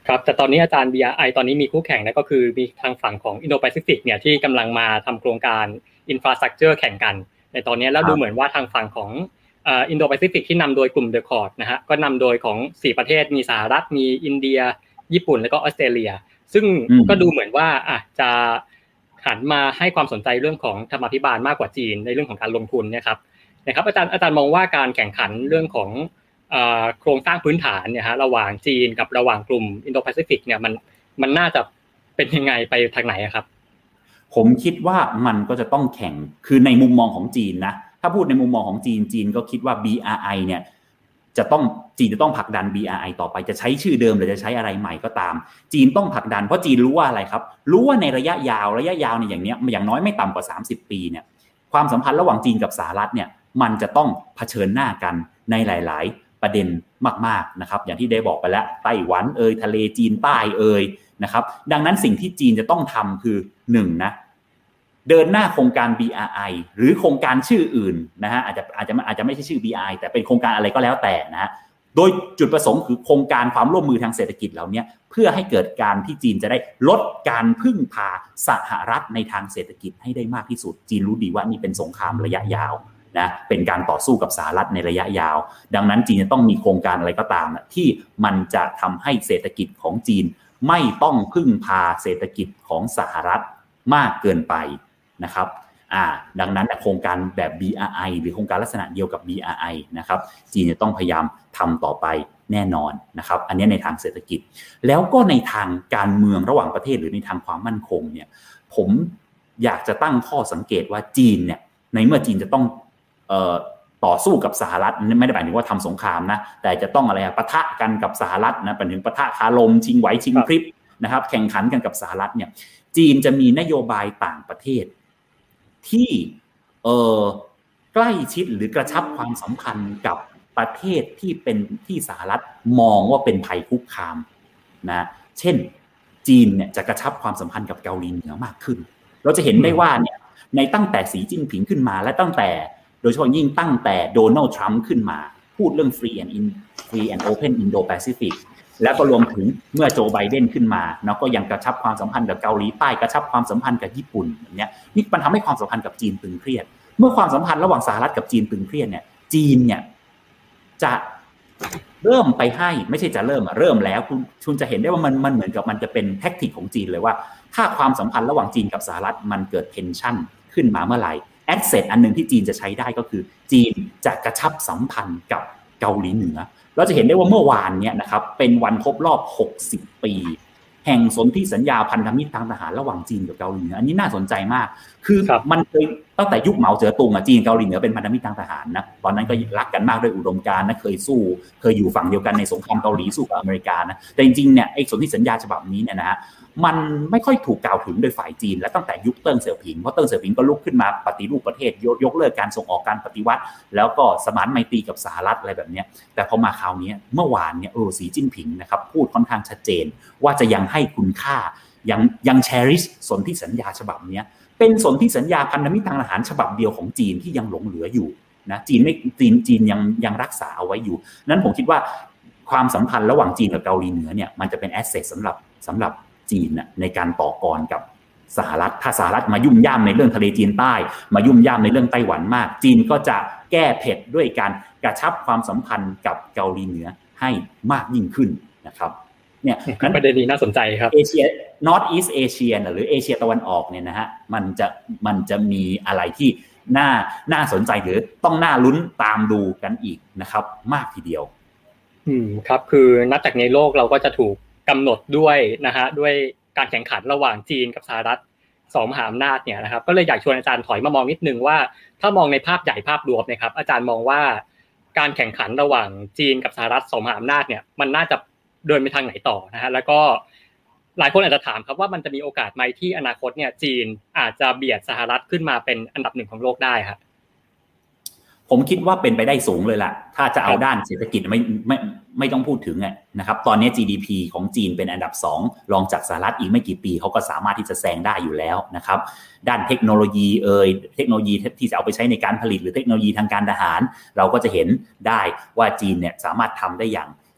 ครับแต่ตอนนี้อาจารย์ BRI ตอนนี้มีคู่แข่งนะก็คือมีทางฝั่งของ Indo-Pacific เนี่ยที่กำลังมาทำโครงการ Infrastructure แข่งกันในตอนนี้แล้วดูเหมือนว่าทางฝั่งของIndo-Pacific ที่นำโดยกลุ่ม The Quad นะฮะก็นำโดยของ4ประเทศมีสหรัฐมีอินเดียญี่ปุ่นแล้วก็ออสเตรเลียซึ่งก็ดูเหมือนว่าจะหันมาให้ความสนใจเรื่องของธรรมาภิบาลมากกว่าจีนในเรื่องของการลงทุนนะครับอาจารย์มองว่าการแข่งขันเรื่องของโครงสร้างพื้นฐานเนี่ยฮะระหว่างจีนกับระหว่างกลุ่มอินโดแปซิฟิกเนี่ยมันน่าจะเป็นยังไงไปทางไหนครับผมคิดว่ามันก็จะต้องแข่งคือในมุมมองของจีนนะถ้าพูดในมุมมองของจีนก็คิดว่า BRI เนี่ยจีนจะต้องผลักดัน BRI ต่อไปจะใช้ชื่อเดิมหรือจะใช้อะไรใหม่ก็ตามจีนต้องผลักดันเพราะจีนรู้ว่าอะไรครับรู้ว่าในระยะยาวเนี่ยอย่างน้อยไม่ต่ำกว่า30ปีเนี่ยความสัมพันธ์ระหว่างจีนกับสหรัฐเนี่ยมันจะต้องเผชิญหน้ากันในหลายๆประเด็นมากๆนะครับอย่างที่ได้บอกไปแล้วไต้หวันทะเลจีนใต้นะครับดังนั้นสิ่งที่จีนจะต้องทำคือ1นะเดินหน้าโครงการ BRI หรือโครงการชื่ออื่นนะฮะอาจจะไม่ใช่ชื่อ BRI แต่เป็นโครงการอะไรก็แล้วแต่นะฮะโดยจุดประสงค์คือโครงการความร่วมมือทางเศรษฐกิจเหล่านี้เพื่อให้เกิดการที่จีนจะได้ลดการพึ่งพาสหรัฐในทางเศรษฐกิจให้ได้มากที่สุดจีนรู้ดีว่านี่เป็นสงครามระยะยาวนะเป็นการต่อสู้กับสหรัฐในระยะยาวดังนั้นจีนจะต้องมีโครงการอะไรก็ตามที่มันจะทำให้เศรษฐกิจของจีนไม่ต้องพึ่งพาเศรษฐกิจของสหรัฐมากเกินไปนะครับดังนั้นโครงการแบบ BRI หรือโครงการลักษณะเดียวกับ BRI นะครับจีนจะต้องพยายามทำต่อไปแน่นอนนะครับอันนี้ในทางเศรษฐกิจแล้วก็ในทางการเมืองระหว่างประเทศหรือในทางความมั่นคงเนี่ยผมอยากจะตั้งข้อสังเกตว่าจีนเนี่ยในเมื่อจีนจะต้องต่อสู้กับสหรัฐไม่ได้หมายถึงว่าทำสงครามนะแต่จะต้องอะไรปะทะกันกับสหรัฐนะเป็นถึงปะทะคารมชิงไหวชิงพริบนะครับแข่งขันกันกับสหรัฐเนี่ยจีนจะมีนโยบายต่างประเทศที่ใกล้ชิดหรือกระชับความสัมพันธ์กับประเทศที่สหรัฐมองว่าเป็นภัยคุกคามนะเช่นจีนเนี่ยจะกระชับความสัมพันธ์กับเกาหลีเหนือมากขึ้นเราจะเห็นได้ว่าเนี่ยในตั้งแต่สีจิ้นผิงขึ้นมาและตั้งแต่โดยเฉพาะยิ่งตั้งแต่โดนัลด์ทรัมป์ขึ้นมาพูดเรื่อง free and open Indo-Pacific แล้วก็รวมถึงเมื่อโจไบเดนขึ้นมาเนาะก็ยังกระชับความสัมพันธ์กับเกาหลีใต้กระชับความสัมพันธ์กับญี่ปุ่นอย่างเงี้ยนี่มันทำให้ความสัมพันธ์กับจีนตึงเครียดเมื่อความสัมพันธ์ระหว่างสหรัฐกับจีนตึงเครียดเนี่ยจีนเนี่ยจะเริ่มไปให้ไม่ใช่จะเริ่มแล้วคุณจะเห็นได้ว่ามันเหมือนกับมันจะเป็นแทคติกของจีนเลยว่าถ้าความสัมพันธ์ระหว่างจีนกับสหรัฐมันเกิดเทนชั่นขึ้นมาเมื่อไหร่แอสเซทอันนึงที่จีนจะใช้ได้ก็คือจีนจะกระชับสัมพันธ์กับเกาหลีเหนือเราจะเห็นได้ว่าเมื่อวานเนี่ยนะครับเป็นวันครบรอบ60ปีแห่งสนธิสัญญาพันธมิตรทางทหารระหว่างจีนกับเกาหลีเหนืออันนี้น่าสนใจมากคือมันเคยตั้งแต่ยุคเหมาเจ๋อตุงจีนเกาหลีเหนือเป็นพันธมิตรทางทหารนะตอนนั้นก็รักกันมากด้วยอุดมการณ์นะเคยอยู่ฝั่งเดียวกันในสงครามเกาหลีสู้กับอเมริกานะแต่จริงๆเนี่ยไอ้สนธิสัญญาฉบับนี้เนี่ยนะฮะมันไม่ค่อยถูกกล่าวถึงโดยฝ่ายจีนและตั้งแต่ยุคเติ้งเสี่ยวผิงเพราะเติ้งเสี่ยวผิงก็ลุกขึ้นมาปฏิรูปประเทศยกเลิกการส่งออกการปฏิวัติแล้วก็สมานไมตรีกับสหรัฐอะไรแบบนี้แต่พอมาคราวนี้เมื่อวานเนี่ยสีจิ้นผิงนะครับพูดค่อนข้างชัดเจนว่าจะยังให้คุณค่ายังแชริชสนธิสัญญาฉบับนี้เป็นสนธิสัญญาพันธมิตรทางทหารฉบับเดียวของจีนที่ยังหลงเหลืออยู่นะจีนยังรักษาเอาไว้อยู่นั้นผมคิดว่าความสัมพันธ์ระหว่างจีนกับเกาหลีเหนือเนี่ยมันจะเป็นแอสเซทสำหรับจีนในการต่อกรกับสหรัฐถ้าสหรัฐมายุ่มย่ามในเรื่องทะเลจีนใต้มายุ่มย่ามในเรื่องไต้หวันมากจีนก็จะแก้เผ็ดด้วยการกระชับความสัมพันธ์กับเกาหลีเหนือให้มากยิ่งขึ้นนะครับเนี่ยประเด็นนี้น่าสนใจครับเอเชีย North East Asia หรือเอเชียตะวันออกเนี่ยนะฮะมันจะมีอะไรที่น่าสนใจหรือต้องน่าลุ้นตามดูกันอีกนะครับมากทีเดียวครับคือนับจากในโลกเราก็จะถูกกำหนดด้วยนะฮะด้วยการแข่งขันระหว่างจีนกับสหรัฐ2มหาอำนาจเนี่ยนะครับก็เลยอยากชวนอาจารย์ถอยมามองนิดนึงว่าถ้ามองในภาพใหญ่ภาพรวมนะครับอาจารย์มองว่าการแข่งขันระหว่างจีนกับสหรัฐ2มหาอำนาจเนี่ยมันน่าจะเดินไปทางไหนต่อนะฮะแล้วก็หลายคนอาจจะถามครับว่ามันจะมีโอกาสไหมที่อนาคตเนี่ยจีนอาจจะเบียดสหรัฐขึ้นมาเป็นอันดับ1ของโลกได้ครับผมคิดว่าเป็นไปได้สูงเลยล่ะถ้าจะเอาด้านเศรษฐกิจไม่ต้องพูดถึงนะครับตอนนี้ GDP ของจีนเป็นอันดับ2รองจากสหรัฐอีกไม่กี่ปีเขาก็สามารถที่จะแซงได้อยู่แล้วนะครับด้านเทคโนโลยีเทคโนโลยีที่จะเอาไปใช้ในการผลิตหรือเทคโนโลยีทางการทหารเราก็จะเห็นได้ว่าจีนเนี่ยสามารถทำได้อย่าง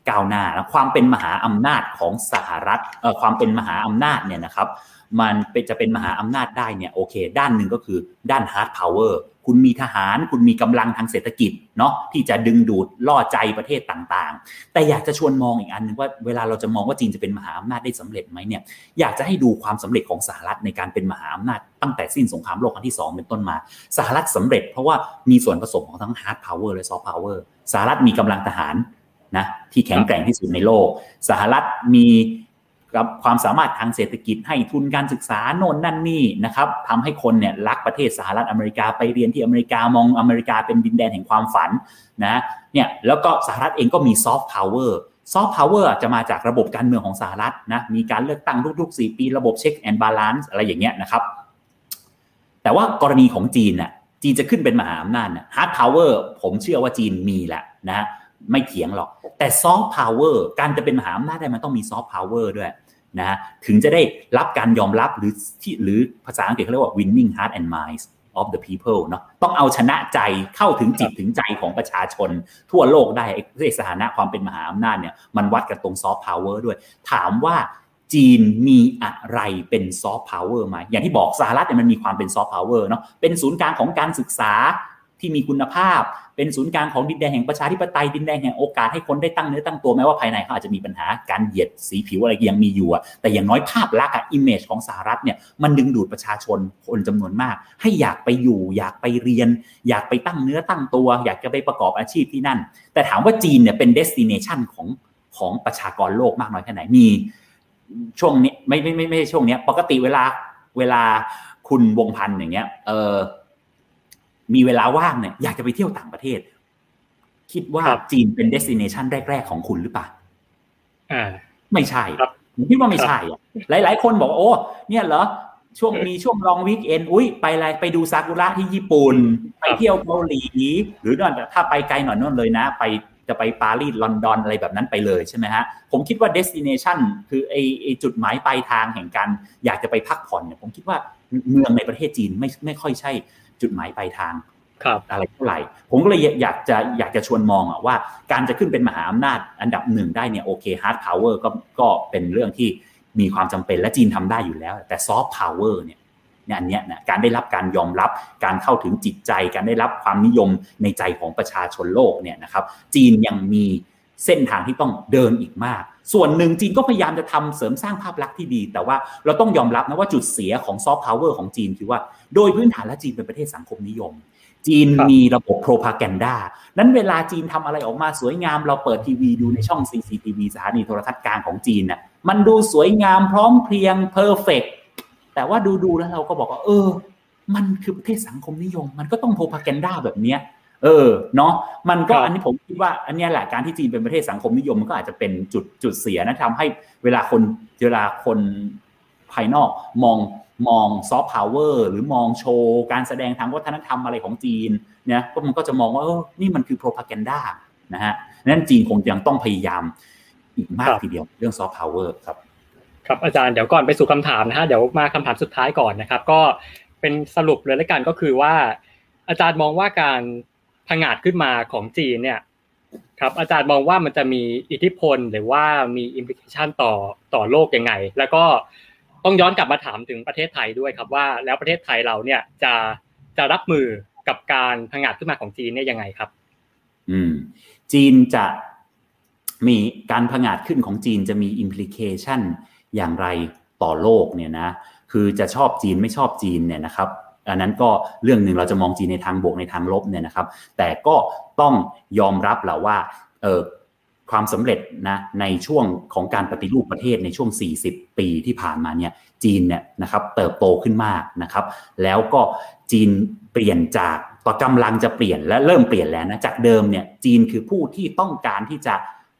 ก้าวหน้าและความเป็นมหาอำนาจของสหรัฐความเป็นมหาอำนาจเนี่ยนะครับมันจะเป็นมหาอำนาจได้เนี่ยโอเคด้านหนึ่งก็คือด้าน hard power คุณมีทหารคุณมีกำลังทางเศรษฐกิจเนาะที่จะดึงดูดล่อใจประเทศต่างๆแต่อยากจะชวนมองอีกอันนึงว่าเวลาเราจะมองว่าจีนจะเป็นมหาอำนาจได้สำเร็จไหมเนี่ยอยากจะให้ดูความสำเร็จของสหรัฐในการเป็นมหาอำนาจตั้งแต่สิ้นสงครามโลกครั้งที่2เป็นต้นมาสหรัฐสำเร็จเพราะว่ามีส่วนผสมของทั้ง hard power และ soft power สหรัฐมีกำลังทหารนะที่แข็งแกร่งที่สุดในโลกสหรัฐมีความสามารถทางเศรษฐกิจให้ทุนการศึกษาโน่นนั่นนี่นะครับทำให้คนเนี่ยรักประเทศสหรัฐอเมริกาไปเรียนที่อเมริกามองอเมริกาเป็นดินแดนแห่งความฝันนะเนี่ยแล้วก็สหรัฐเองก็มีซอฟต์พาวเวอร์จะมาจากระบบการเมืองของสหรัฐนะมีการเลือกตั้งทุกๆ4ปีระบบเช็คแอนด์บาลานซ์อะไรอย่างเงี้ยนะครับแต่ว่ากรณีของจีนน่ะจีนจะขึ้นเป็นมหาอำนาจน่ะฮาร์ดพาวเวอร์ผมเชื่อว่าจีนมีแหละนะไม่เถียงหรอกแต่ซอฟต์พาวเวอร์การจะเป็นมหาอำนาจได้มันต้องมีซอฟต์พาวเวอร์ด้วยนะถึงจะได้รับการยอมรับหรือภาษาอังกฤษเขาเรียกว่า winning heart and minds of the people เนาะต้องเอาชนะใจเข้าถึงจิตถึงใจของประชาชนทั่วโลกได้สถานะความเป็นมหาอำนาจเนี่ยมันวัดกันตรงซอฟต์พาวเวอร์ด้วยถามว่าจีนมีอะไรเป็นซอฟต์พาวเวอร์ไหมอย่างที่บอกสหรัฐเนี่ยมันมีความเป็นซอฟต์พาวเวอร์เนาะเป็นศูนย์กลางของการศึกษาที่มีคุณภาพเป็นศูนย์กลางของดินแดนแห่งประชาธิปไตยดินแดนแห่งโอกาสให้คนได้ตั้งเนื้อตั้งตัวแม้ว่าภายในเขาอาจจะมีปัญหาการเหยียดสีผิวอะไรยังมีอยู่แต่อย่างน้อยภาพลักษณ์อิมเมจของสหรัฐเนี่ยมันดึงดูดประชาชนคนจำนวนมากให้อยากไปอยู่อยากไปเรียนอยากไปตั้งเนื้อตั้งตัวอยากจะไปประกอบอาชีพที่นั่นแต่ถามว่าจีนเนี่ยเป็น destination ของประชากรโลกมากน้อยแค่ไหนมีช่วงนี้ไม่ช่วงนี้ปกติเวลาคุณวงพันธ์อย่างเงี้ยมีเวลาว่างเนี่ยอยากจะไปเที่ยวต่างประเทศคิดว่าจีนเป็น destination แรกๆของคุณหรือเปล่าไม่ใช่ผมคิดว่าไม่ใช่หลายๆคนบอกโอ้เนี่ยเหรอช่วงลองวีคเอนด์ไปอะไรไปดูซากุระที่ญี่ปุ่นไปเที่ยวเกาหลีหรือถ้าไปไกลหน่อยนั่นเลยนะจะไปปารีสลอนดอนอะไรแบบนั้นไปเลยใช่ไหมฮะผมคิดว่า destination คือไอจุดหมายปลายทางแห่งการอยากจะไปพักผ่อนเนี่ยผมคิดว่าเมืองในประเทศจีนไม่ค่อยใช่จุดหมายปลายทางอะไรเท่าไหร่ผมก็เลยอยากจะชวนมองว่าการจะขึ้นเป็นมหาอำนาจอันดับหนึ่งได้เนี่ยโอเคฮาร์ดพาวเวอร์ก็เป็นเรื่องที่มีความจำเป็นและจีนทำได้อยู่แล้วแต่ซอฟต์พาวเวอร์เนี่ยอันเนี้ยนะการได้รับการยอมรับการเข้าถึงจิตใจการได้รับความนิยมในใจของประชาชนโลกเนี่ยนะครับจีนยังมีเส้นทางที่ต้องเดินอีกมากส่วนหนึ่งจีนก็พยายามจะทำเสริมสร้างภาพลักษณ์ที่ดีแต่ว่าเราต้องยอมรับนะว่าจุดเสียของซอฟต์พาวเวอร์ของจีนคือว่าโดยพื้นฐานแล้วจีนเป็นประเทศสังคมนิยมจีนมีระบบโพรพาแกนดานั้นเวลาจีนทำอะไรออกมาสวยงามเราเปิดทีวีดูในช่อง CCTV สถานีโทรทัศน์กลางของจีนน่ะมันดูสวยงามพร้อมเพรียงเพอร์เฟคแต่ว่าดูแล้วเราก็บอกว่ามันคือประเทศสังคมนิยมมันก็ต้องโพรพาแกนดาแบบเนี้ยเนาะมันก็อันนี้ผมคิดว่าอันนี้แหละการที่จีนเป็นประเทศสังคมนิยมมันก็อาจจะเป็นจุดเสียนะทำให้เวลาคนภายนอกมองซอฟต์พาวเวอร์หรือมองโชว์การแสดงทางวัฒนธรรมอะไรของจีนเนี่ยมันก็จะมองว่านี่มันคือโพรพาแกนดานะฮะนั้นจีนคงยังต้องพยายามอีกมากทีเดียวเรื่องซอฟต์พาวเวอร์ครับครับอาจารย์เดี๋ยวก่อนไปสู่คำถามนะฮะเดี๋ยวมาคำถามสุดท้ายก่อนนะครับก็เป็นสรุปเลยละกันก็คือว่าอาจารย์มองว่าการผงาดขึ้นมาของจีนเนี่ยครับอาจารย์มองว่ามันจะมีอิทธิพลหรือว่ามีอิมพลิเคชันต่อโลกยังไงแล้วก็ต้องย้อนกลับมาถามถึงประเทศไทยด้วยครับว่าแล้วประเทศไทยเราเนี่ยจะรับมือกับการผงาดขึ้นมาของจีนเนี่ยยังไงครับจีนจะมีการผงาดขึ้นของจีนจะมีอิมพลิเคชันอย่างไรต่อโลกเนี่ยนะคือจะชอบจีนไม่ชอบจีนเนี่ยนะครับอันนั้นก็เรื่องนึงเราจะมองจีนในทางบวกในทางลบเนี่ยนะครับแต่ก็ต้องยอมรับแหละว่าความสำเร็จนะในช่วงของการปฏิรูปประเทศในช่วง40ปีที่ผ่านมาเนี่ยจีนเนี่ยนะครับเติบโตขึ้นมากนะครับแล้วก็จีนเปลี่ยนจากต่อกำลังจะเปลี่ยนและเริ่มเปลี่ยนแล้วนะจากเดิมเนี่ยจีนคือผู้ที่ต้องการที่จะ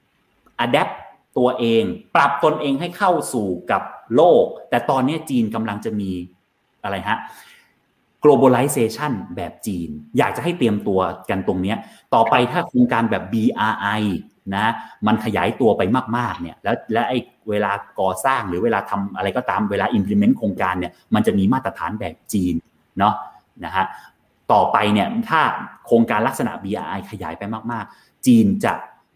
adapt ตัวเองปรับตนเองให้เข้าสู่กับโลกแต่ตอนนี้จีนกำลังจะมีอะไรฮะ globalization แบบจีนอยากจะให้เตรียมตัวกันตรงนี้ต่อไปถ้าโครงการแบบ BRI นะมันขยายตัวไปมากๆเนี่ยและไอ้เวลาก่อสร้างหรือเวลาทำอะไรก็ตามเวลา implement โครงการเนี่ยมันจะมีมาตรฐานแบบจีนเนาะนะฮะต่อไปเนี่ยถ้าโครงการลักษณะ BRI ขยายไปมากๆจีนจะผ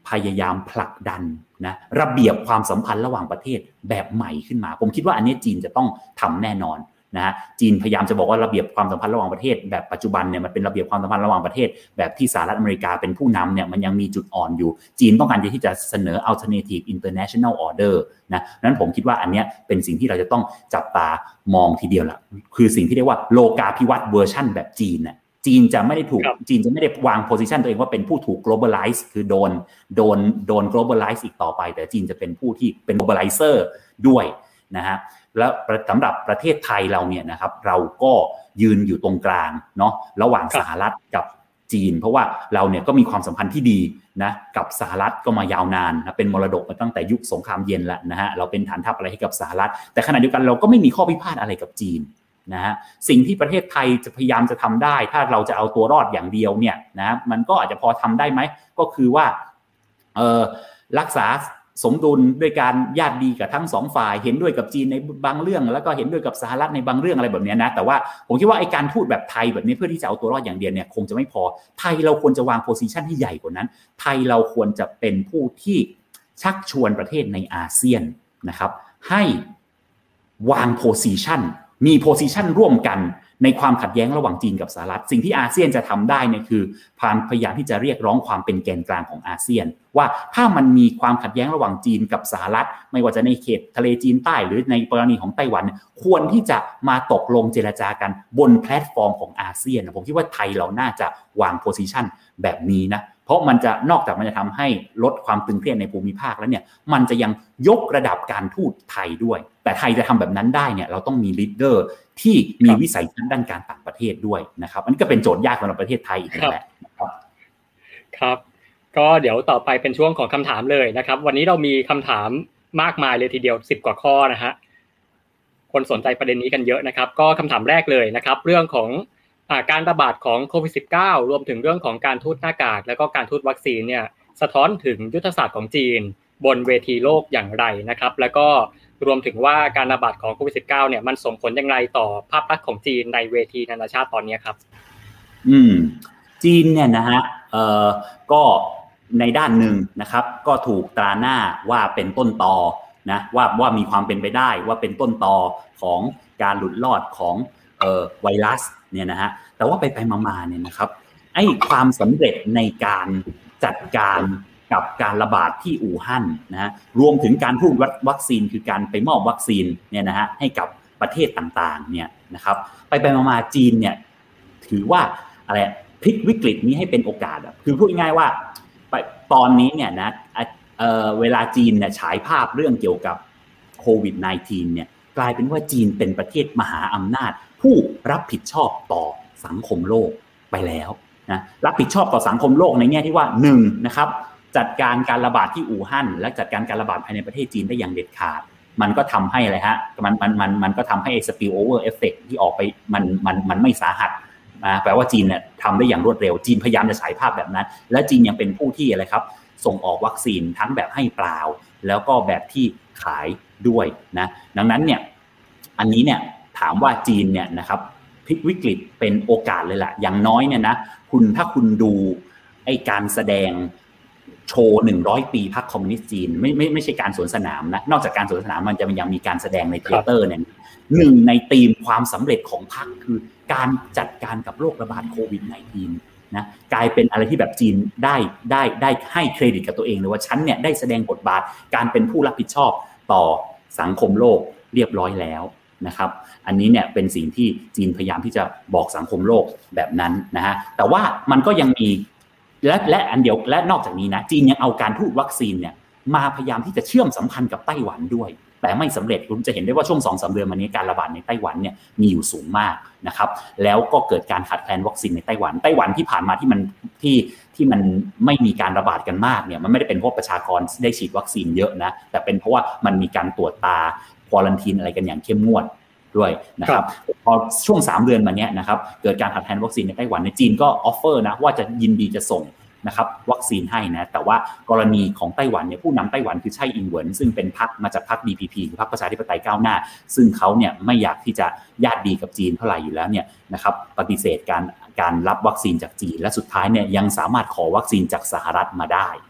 พยายามผลักดันนะระเบียบความสัมพันธ์ระหว่างประเทศแบบใหม่ขึ้นมาผมคิดว่าอันนี้จีนจะต้องทำแน่นอนนะฮะจีนพยายามจะบอกว่าระเบียบความสัมพันธ์ระหว่างประเทศแบบปัจจุบันเนี่ยมันเป็นระเบียบความสัมพันธ์ระหว่างประเทศแบบที่สหรัฐอเมริกาเป็นผู้นำเนี่ยมันยังมีจุดอ่อนอยู่จีนต้องการที่จะเสนอ alternative international order นะนั้นผมคิดว่าอันนี้เป็นสิ่งที่เราจะต้องจับตามองทีเดียวละคือสิ่งที่เรียกว่าโลกาภิวัตน์เวอร์ชั่นแบบจีนน่ะจีนจะไม่ได้วาง position ตัวเองว่าเป็นผู้ถูก globalize คือโดน globalize อีกต่อไปแต่จีนจะเป็นผู้ที่เป็น globalizer ด้วยนะฮะแล้วสำหรับประเทศไทยเราเนี่ยนะครับเราก็ยืนอยู่ตรงกลางเนาะระหว่างสหรัฐกับจีนเพราะว่าเราเนี่ยก็มีความสัมพันธ์ที่ดีนะกับสหรัฐก็มายาวนานนะเป็นมรดกมาตั้งแต่ยุคสงครามเย็นแล้วนะฮะเราเป็นฐานทัพอะไรให้กับสหรัฐแต่ขณะเดียวกันเราก็ไม่มีข้อพิพาทอะไรกับจีนนะฮะสิ่งที่ประเทศไทยจะพยายามจะทำได้ถ้าเราจะเอาตัวรอดอย่างเดียวเนี่ยนะมันก็อาจจะพอทำได้ไหมก็คือว่ารักษาสมดุลด้วยการญาติดีกับทั้งสองฝ่ายเห็นด้วยกับจีนในบางเรื่องแล้วก็เห็นด้วยกับสหรัฐในบางเรื่องอะไรแบบนี้นะแต่ว่าผมคิดว่าไอ้การพูดแบบไทยแบบนี้เพื่อที่จะเอาตัวรอดอย่างเดียวเนี่ยคงจะไม่พอไทยเราควรจะวางโพสิชันที่ใหญ่กว่านั้นไทยเราควรจะเป็นผู้ที่ชักชวนประเทศในอาเซียนนะครับให้วางโพสิชันมีโพสิชันร่วมกันในความขัดแย้งระหว่างจีนกับสหรัฐสิ่งที่อาเซียนจะทำได้เนี่ยคือพยายามที่จะเรียกร้องความเป็นแกนกลางของอาเซียนว่าถ้ามันมีความขัดแย้งระหว่างจีนกับสหรัฐไม่ว่าจะในเขตทะเลจีนใต้หรือในกรณีของไต้หวันควรที่จะมาตกลงเจรจากันบนแพลตฟอร์มของอาเซียนผมคิดว่าไทยเราน่าจะวางโพสิชันแบบนี้นะเพราะมันจะนอกจากมันจะทำให้ลดความตึงเครียดในภูมิภาคแล้วเนี่ยมันจะยังยกระดับการทูตไทยด้วยแต่ไทยจะทำแบบนั้นได้เนี่ยเราต้องมีลีดเดอร์ที่มีวิสัยทัศน์ด้านการต่างประเทศด้วยนะครับอันนี้ก็เป็นโจทย์ยากสำหรับประเทศไทยอีกแหละครับก็เดี๋ยวต่อไปเป็นช่วงของคำถามเลยนะครับวันนี้เรามีคำถามมากมายเลยทีเดียว10กว่าข้อนะฮะคนสนใจประเด็นนี้กันเยอะนะครับก็คำถามแรกเลยนะครับเรื่องของการระบาดของโควิด -19 รวมถึงเรื่องของการทูตหน้ากากแล้วก็การทูตวัคซีนเนี่ยสะท้อนถึงยุทธศาสตร์ของจีนบนเวทีโลกอย่างไรนะครับแล้วก็รวมถึงว่าการระบาดของโควิด -19 เนี่ยมันส่งผลอย่างไรต่อภาพลักษณ์ของจีนในเวทีนานาชาติตอนนี้ครับจีนเนี่ยนะฮะก็ในด้านหนึ่งนะครับก็ถูกตราหน้าว่าเป็นต้นตอนะว่ามีความเป็นไปได้ว่าเป็นต้นตอของการหลุดรอดของไวรัสเนี่ยนะฮะแต่ว่าไปมาเนี่ยนะครับไอ้ความสำเร็จในการจัดการกับการระบาดที่อู่ฮั่นนะฮะรวมถึงการพูดวัคซีนคือการไปมอบวัคซีนเนี่ยนะฮะให้กับประเทศต่างๆเนี่ยนะครับไปมาจีนเนี่ยถือว่าอะไรพลิกวิกฤตนี้ให้เป็นโอกาสคือพูดง่ายๆว่าตอนนี้เนี่ยนะเวลาจีนเนี่ยฉายภาพเรื่องเกี่ยวกับโควิด -19 เนี่ยกลายเป็นว่าจีนเป็นประเทศมหาอำนาจผู้รับผิดชอบต่อสังคมโลกไปแล้วนะรับผิดชอบต่อสังคมโลกในแง่ที่ว่า1นะครับจัดการการระบาดที่อู่ฮั่นและจัดการการระบาดภายในประเทศจีนได้อย่างเด็ดขาดมันก็ทำให้อะไรฮะมันก็ทำให้ spill over effect ที่ออกไปมันไม่สาหัสแปลว่าจีนเนี่ยทำได้อย่างรวดเร็วจีนพยายามจะฉายภาพแบบนั้นและจีนยังเป็นผู้ที่อะไรครับส่งออกวัคซีนทั้งแบบให้เปล่าแล้วก็แบบที่ขายด้วยนะดังนั้นเนี่ยอันนี้เนี่ยถามว่าจีนเนี่ยนะครับพลิกวิกฤตเป็นโอกาสเลยแหละอย่างน้อยเนี่ยนะถ้าคุณดูไอ้การแสดงโชว์100ปีพรรคคอมมิวนิสต์จีนไม่ใช่การสวนสนามนะนอกจากการสวนสนามมันจะยังมีการแสดงในเทเตอร์เนี่ยหนึ่งในธีมความสำเร็จของพรรคคือการจัดการกับโรคระบาดโควิด -19 นะกลายเป็นอะไรที่แบบจีนได้ให้เครดิตกับตัวเองเลยว่าฉันเนี่ยได้แสดงบทบาทการเป็นผู้รับผิดชอบต่อสังคมโลกเรียบร้อยแล้วนะครับอันนี้เนี่ยเป็นสิ่งที่จีนพยายามที่จะบอกสังคมโลกแบบนั้นนะฮะแต่ว่ามันก็ยังมีและอันเดียวและนอกจากนี้นะจีนยังเอาการทูตวัคซีนเนี่ยมาพยายามที่จะเชื่อมสัมพันธ์กับไต้หวันด้วยแต่ไม่สำเร็จคุณจะเห็นได้ว่าช่วง 2-3 เดือนมานี้การระบาดในไต้หวันเนี่ยมีอยู่สูงมากนะครับแล้วก็เกิดการขาดแคลนวัคซีนในไต้หวันที่ผ่านมาที่มันไม่มีการระบาดกันมากเนี่ยมันไม่ได้เป็นเพราะประชากรได้ฉีดวัคซีนเยอะนะแต่เป็นเพราะว่ามันมีการตรวจตาควอรันทีนอะไรกันอย่างเข้มงวดด้วยนะครับพอช่วง3เดือนมาเนี้ยนะครับเกิดการขาดแคลนวัคซีนในไต้หวันในจีนก็ออฟเฟอร์นะว่าจะยินดีจะส่งนะครับวัคซีนให้นะแต่ว่ากรณีของไต้หวันเนี่ยผู้นำไต้หวันคือไช่อิงเหวินซึ่งเป็นพรรคมาจากพรรค DPP คือพรรคประชาธิปไตยก้าวหน้าซึ่งเขาเนี่ยไม่อยากที่จะญาติดีกับจีนเท่าไหร่อยู่แล้วเนี่ยนะครับปฏิเสธการรับวัคซีนจากจีนและสุดท้ายเนี่ยยังสามารถขอวัคซีนจากสหรัฐมาได้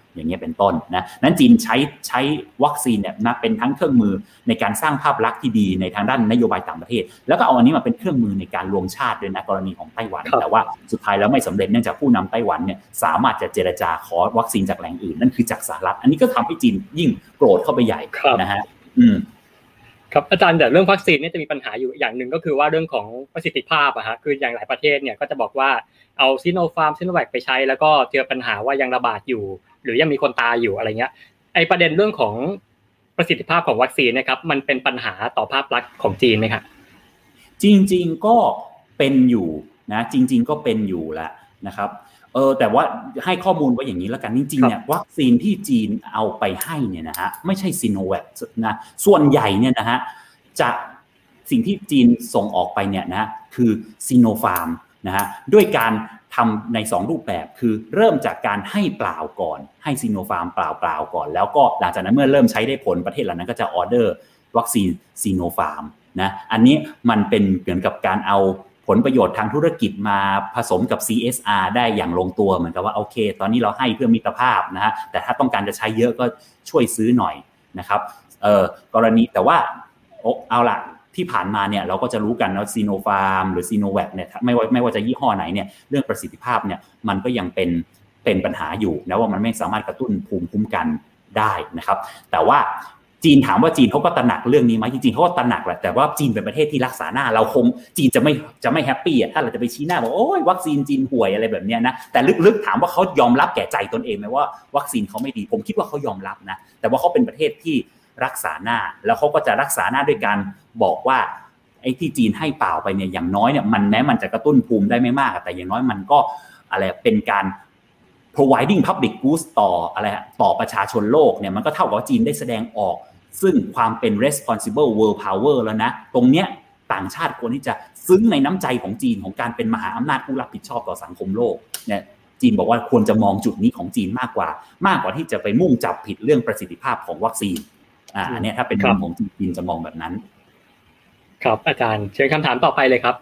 อย่างเงี้ยเป็นต้นนะนั้นจีนใช้วัคซีนเนี่ยนะเป็นทั้งเครื่องมือในการสร้างภาพลักษณ์ที่ดีในทางด้านนโยบายต่างประเทศแล้วก็เอาอันนี้มาเป็นเครื่องมือในการรวมชาติด้วยนะกรณีของไต้หวันแต่ว่าสุดท้ายแล้วไม่สำเร็จเนื่องจากผู้นำไต้หวันเนี่ยสามารถจะเจรจาขอวัคซีนจากแหล่งอื่นนั่นคือจากสหรัฐอันนี้ก็ทำให้จีนยิ่งโกรธเข้าไปใหญ่นะฮะครับอาจารย์แต่เรื่องวัคซีนเนี่ยจะมีปัญหาอยู่อย่างหนึ่งก็คือว่าเรื่องของประสิทธิภาพอะฮะคืออย่างหลายประเทศเนี่ยก็จะบอกว่าเอาซิโนฟาร์มซิโนแวคไปใช้แล้วก็เจอปัญหาว่ายังระบาดอยู่หรือยังมีคนตายอยู่อะไรเงี้ยไอ้ประเด็นเรื่องของประสิทธิภาพของวัคซีนนะครับมันเป็นปัญหาต่อภาพลักษณ์ของจีนไหมครับจริงๆก็เป็นอยู่นะจริงๆก็เป็นอยู่แหละนะครับแต่ว่าให้ข้อมูลไว้อย่างนี้แล้วกันจริงๆเนี่ยวัคซีนที่จีนเอาไปให้เนี่ยนะฮะไม่ใช่ซิโนแวคนะส่วนใหญ่เนี่ยนะฮะจะสิ่งที่จีนส่งออกไปเนี่ยนะคือซิโนฟาร์มนะฮะด้วยการทำใน2รูปแบบคือเริ่มจากการให้เปล่าก่อนให้ซิโนฟาร์มเปล่าก่อนแล้วก็หลังจากนั้นเมื่อเริ่มใช้ได้ผลประเทศเหล่านั้นก็จะออเดอร์วัคซีนซิโนฟาร์มนะอันนี้มันเป็นเหมือนกับการเอาผลประโยชน์ทางธุรกิจมาผสมกับ CSR ได้อย่างลงตัวเหมือนกับว่าโอเคตอนนี้เราให้เพื่อมิตรภาพนะฮะแต่ถ้าต้องการจะใช้เยอะก็ช่วยซื้อหน่อยนะครับกรณีแต่ว่าเอาล่ะที่ผ่านมาเนี่ยเราก็จะรู้กันว่าซีโนฟาร์มหรือซีโนแวคเนี่ยไม่ว่าจะยี่ห้อไหนเนี่ยเรื่องประสิทธิภาพเนี่ยมันก็ยังเป็นปัญหาอยู่นะว่ามันไม่สามารถกระตุ้นภูมิคุ้มกันได้นะครับแต่ว่าจีนถามว่าจีนเขาก็ตระหนักเรื่องนี้ไหมจริงๆเขาก็ตระหนักแหละแต่ว่าจีนเป็นประเทศที่รักษาหน้าเราคงจีนจะไม่แฮปปี้อ่ะถ้าเราจะไปชี้หน้าบอกโอ้ยวัคซีนจีนห่วยอะไรแบบเนี้ยนะแต่ลึกๆถามว่าเขายอมรับแก่ใจตนเองไหมว่าวัคซีนเขาไม่ดีผมคิดว่าเขายอมรับนะแต่ว่าเขาเป็นประเทศที่รักษาหน้าแล้วเขาก็จะรักษาหน้าด้วยการบอกว่าไอ้ที่จีนให้เปล่าไปเนี่ยอย่างน้อยเนี่ยมันจะกระตุ้นภูมิได้ไม่มากแต่อย่างน้อยมันก็อะไรเป็นการ providing public goods ต่อประชาชนโลกเนี่ยมันก็เท่ากับว่าจีนได้แสดงออกซึ่งความเป็น responsible world power แล้วนะตรงเนี้ยต่างชาติควรที่จะซึ้งในน้ำใจของจีนของการเป็นมหาอำนาจผู้รับผิดชอบต่อสังคมโลกเนี่ยจีนบอกว่าควรจะมองจุดนี้ของจีนมากกว่าที่จะไปมุ่งจับผิดเรื่องประสิทธิภาพของวัคซีนอันนี้ถ้าเป็นมุมของจีนจะมองแบบนั้นครับอาจารย์เชิญคำถามต่อไปเลยครับ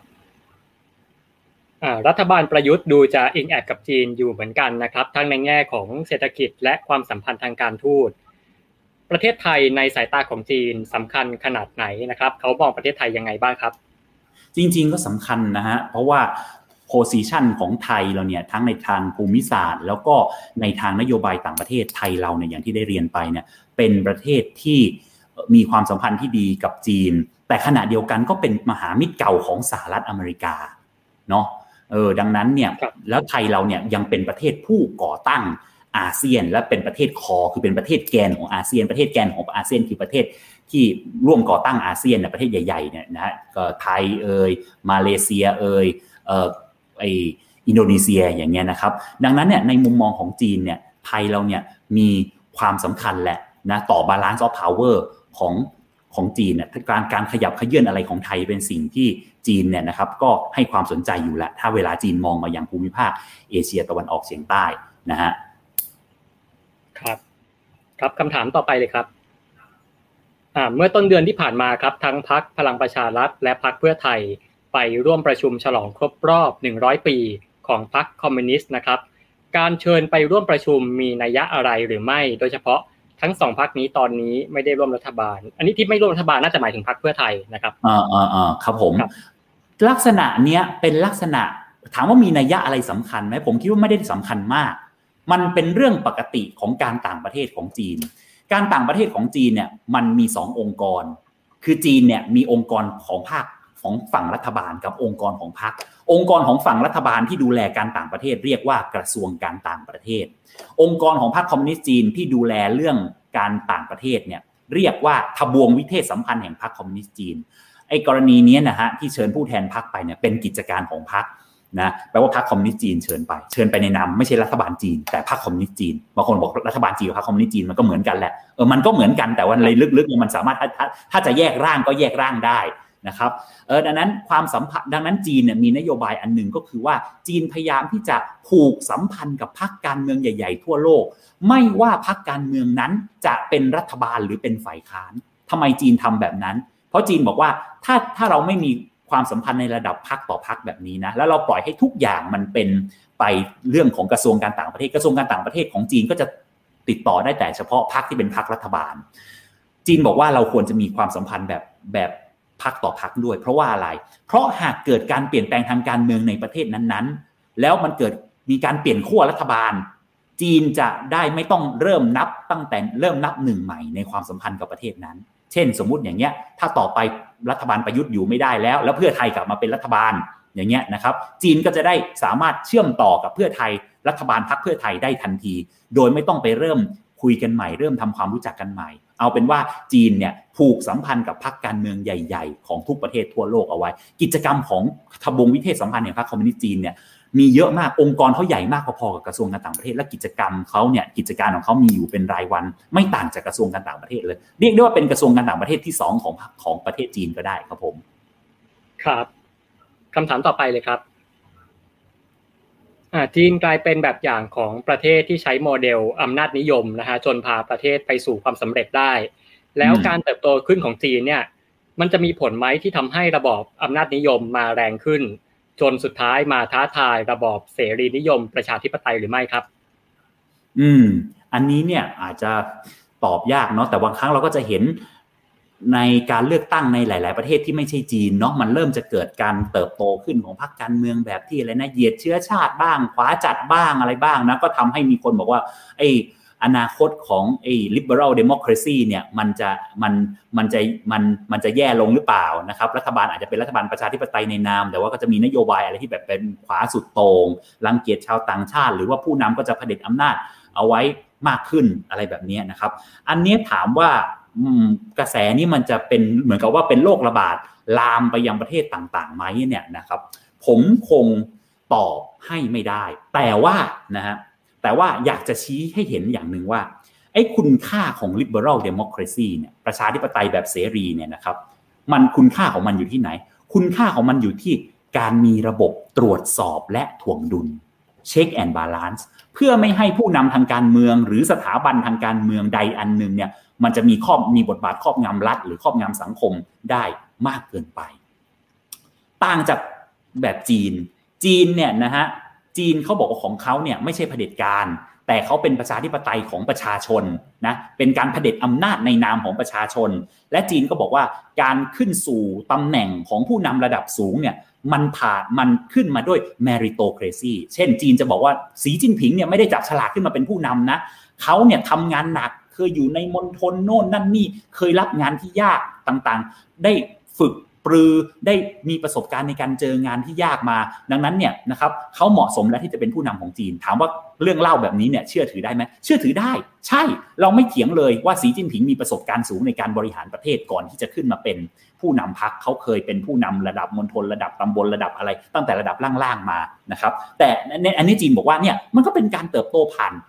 รัฐบาลประยุทธ์ดูจะอิงแอบกับจีนอยู่เหมือนกันนะครับทั้งในแง่ของเศรษฐกิจและความสัมพันธ์ทางการทูตประเทศไทยในสายตาของจีนสำคัญขนาดไหนนะครับเขามองประเทศไทยยังไงบ้างครับจริงๆก็สำคัญนะฮะเพราะว่าโพสิชันของไทยเราเนี่ยทั้งในทางภูมิศาสตร์แล้วก็ในทางนโยบายต่างประเทศไทยเราเนี่ยอย่างที่ได้เรียนไปเนี่ยเป็นประเทศที่มีความสัมพันธ์ที่ดีกับจีนแต่ขณะเดียวกันก็เป็นมหามิตรเก่าของสหรัฐอเมริกาเนาะดังนั้นเนี่ยแล้วไทยเราเนี่ยยังเป็นประเทศผู้ก่อตั้งอาเซียนและเป็นประเทศคือเป็นประเทศแกนของอาเซียนประเทศแกนของอาเซียนคือประเทศที่ร่วมก่อตั้งอาเซียนประเทศใหญ่ๆเนี่ยนะฮะก็ไทยมาเลเซียอินโดนีเซียอย่างเงี้ยนะครับดังนั้นเนี่ยในมุมมองของจีนเนี่ยไทยเราเนี่ยมีความสำคัญแหละนะต่อ balance of power ของจีนเนี่ยการขยับเขยื้อนอะไรของไทยเป็นสิ่งที่จีนเนี่ยนะครับก็ให้ความสนใจอยู่แล้วถ้าเวลาจีนมองมายังภูมิภาคเอเชียตะวันออกเฉียงใต้นะฮะครับคำถามต่อไปเลยครับเมื่อต้นเดือนที่ผ่านมาครับทั้งพรรคพลังประชารัฐและพรรคเพื่อไทยไปร่วมประชุมฉลองครบรอบ100ปีของพรรคคอมมิวนิสต์นะครับการเชิญไปร่วมประชุมมีนัยยะอะไรหรือไม่โดยเฉพาะทั้ง2พรรคนี้ตอนนี้ไม่ได้ร่วมรัฐบาลอันนี้ที่ไม่ร่วมรัฐบาลน่าจะหมายถึงพรรคเพื่อไทยนะครับครับผมลักษณะเนี้ยเป็นลักษณะถามว่ามีนัยยะอะไรสำคัญไหมผมคิดว่าไม่ได้สำคัญมากมันเป็นเรื่องปกติของการต่างประเทศของจีนการต่างประเทศของจีนเนี่ยมันมี2องค์กรคือจีนเนี่ยมีองค์กรของภาคของฝั่งรัฐบาลกับองค์กรของพรรคองค์กรของฝั่งรัฐบาลที่ดูแลการต่างประเทศเรียกว่ากระทรวงการต่างประเทศองค์กรของพรรคคอมมิวนิสต์จีนที่ดูแลเรื่องการต่างประเทศเนี่ยเรียกว่าทบวงวิเทศสัมพันธ์แห่งพรรคคอมมิวนิสต์จีนไอ้กรณีนี้นะฮะที่เชิญผู้แทนพรรคไปเนี่ยเป็นกิจการของพรรคนะแปลว่าพรรคคอมมิวนิสต์จีนเชิญไปในนามไม่ใช่รัฐบาลจีนแต่พรรคคอมมิวนิสต์จีนบางคนบอกรัฐบาลจีนกับพรรคคอมมิวนิสต์จีนมันก็เหมือนกันแหละมันก็เหมือนกันแต่ว่าในลึกๆมันสามารถถ้าจะแยกร่างก็แยกร่างได้นะครับดังนั้นความสัมพันธ์ดังนั้นจีนเนี่ยมีนโยบายอันหนึ่งก็คือว่าจีนพยายามที่จะผูกสัมพันธ์กับพรรคการเมืองใหญ่ๆทั่วโลกไม่ว่าพรรคการเมืองนั้นจะเป็นรัฐบาลหรือเป็นฝ่ายค้านทำไมจีนทำแบบนั้นเพราะจีนบอกว่าถ้าเราไม่มีความสัมพันธ์ในระดับพรรคต่อพรรคแบบนี้นะแล้วเราปล่อยให้ทุกอย่างมันเป็นไปเรื่องของกระทรวงการต่างประเทศกระทรวงการต่างประเทศของจีนก็จะติดต่อได้แต่เฉพาะพรรคที่เป็นพรรครัฐบาลจีนบอกว่าเราควรจะมีความสัมพันธ์แบบพรรคต่อพรรคด้วยเพราะว่าอะไรเพราะหากเกิดการเปลี่ยนแปลงทางการเมืองในประเทศนั้นๆแล้วมันเกิดมีการเปลี่ยนขั้วรัฐบาลจีนจะได้ไม่ต้องเริ่มนับตั้งแต่เริ่มนับหนึ่งใหม่ในความสัมพันธ์กับประเทศนั้นเช่นสมมุติอย่างเงี้ยถ้าต่อไปรัฐบาลประยุทธ์อยู่ไม่ได้แล้วเพื่อไทยกลับมาเป็นรัฐบาลอย่างเงี้ยนะครับจีนก็จะได้สามารถเชื่อมต่อกับเพื่อไทยรัฐบาลพรรคเพื่อไทยได้ทันทีโดยไม่ต้องไปเริ่มคุยกันใหม่เริ่มทำความรู้จักกันใหม่เอาเป็นว่าจีนเนี่ยผูกสัมพันธ์กับพรรคการเมืองใหญ่ๆของทุกประเทศทั่วโลกเอาไว้กิจกรรมของทบวงวิเทศสัมพันธ์แห่งพรรคคอมมิวนิสต์จีนเนี่ยมีเยอะมากองค์กรเขาใหญ่มากพอๆกับกระทรวงการต่างประเทศและกิจกรรมเขาเนี่ยกิจการของเขามีอยู่เป็นรายวันไม่ต่างจากกระทรวงการต่างประเทศเลยเรียกได้ว่าเป็นกระทรวงการต่างประเทศที่2ของประเทศจีนก็ได้ครับผมครับคำถามต่อไปเลยครับจีนกลายเป็นแบบอย่างของประเทศที่ใช้โมเดลอำนาจนิยมนะฮะจนพาประเทศไปสู่ความสำเร็จได้แล้วการเติบโตขึ้นของจีนเนี่ยมันจะมีผลไหมที่ทำให้ระบอบอำนาจนิยมมาแรงขึ้นจนสุดท้ายมาท้าทายระบอบเสรีนิยมประชาธิปไตยหรือไม่ครับอันนี้เนี่ยอาจจะตอบยากเนาะแต่บางครั้งเราก็จะเห็นในการเลือกตั้งในหลายๆประเทศที่ไม่ใช่จีนเนาะมันเริ่มจะเกิดการเติบโตขึ้นของพรรคการเมืองแบบที่อะไรนะเหยียดเชื้อชาติบ้างขวาจัดบ้างอะไรบ้างนะก็ทำให้มีคนบอกว่าไอ้อนาคตของไอ้ liberal democracy เนี่ยมันจะแย่ลงหรือเปล่านะครับรัฐบาลอาจจะเป็นรัฐบาลประชาธิปไตยในนามแต่ว่าก็จะมีนโยบายอะไรที่แบบเป็นขวาสุดโต่งรังเกียจชาวต่างชาติหรือว่าผู้นำก็จะเผด็จอำนาจเอาไว้มากขึ้นอะไรแบบนี้นะครับอันนี้ถามว่ากระแสนี้มันจะเป็นเหมือนกับว่าเป็นโรคระบาดลามไปยังประเทศต่างๆไหมเนี่ยนะครับผมคงตอบให้ไม่ได้แต่ว่าอยากจะชี้ให้เห็นอย่างหนึ่งว่าไอ้คุณค่าของ liberal democracy เนี่ยประชาธิปไตยแบบเสรีเนี่ยนะครับมันคุณค่าของมันอยู่ที่ไหนคุณค่าของมันอยู่ที่การมีระบบตรวจสอบและถ่วงดุล check and balance เพื่อไม่ให้ผู้นำทางการเมืองหรือสถาบันทางการเมืองใดอันหนึ่งเนี่ยมันจะมีบทบาทครอบงำรัฐหรือครอบงำสังคมได้มากเกินไปต่างจากแบบจีนเนี่ยนะฮะจีนเขาบอกว่าของเขาเนี่ยไม่ใช่เผด็จการแต่เขาเป็นประชาธิปไตยของประชาชนนะเป็นการเผด็จอำนาจในนามของประชาชนและจีนก็บอกว่าการขึ้นสู่ตำแหน่งของผู้นำระดับสูงเนี่ยมันขึ้นมาด้วย meritocracy เช่นจีนจะบอกว่าสีจิ้นผิงเนี่ยไม่ได้จับฉลากขึ้นมาเป็นผู้นำนะเขาเนี่ยทำงานหนักเคยอยู่ในมณฑลโน่นนั่นนี่เคยรับงานที่ยากต่างๆได้ฝึกปรือได้มีประสบการณ์ในการเจองานที่ยากมาดังนั้นเนี่ยนะครับเขาเหมาะสมแล้วที่จะเป็นผู้นำของจีนถามว่าเรื่องเล่าแบบนี้เนี่ยเชื่อถือได้ไหมเชื่อถือได้ใช่เราไม่เถียงเลยว่าสีจิ้นผิงมีประสบการณ์สูงในการบริหารประเทศก่อนที่จะขึ้นมาเป็นผู้นำพรรคเขาเคยเป็นผู้นำระดับมณฑลระดับตำบลระดับอะไรตั้งแต่ระดับล่างๆมานะครับแต่อันนี้จีนบอกว่าเนี่ยมันก็เป็นการเติบโตผ่าน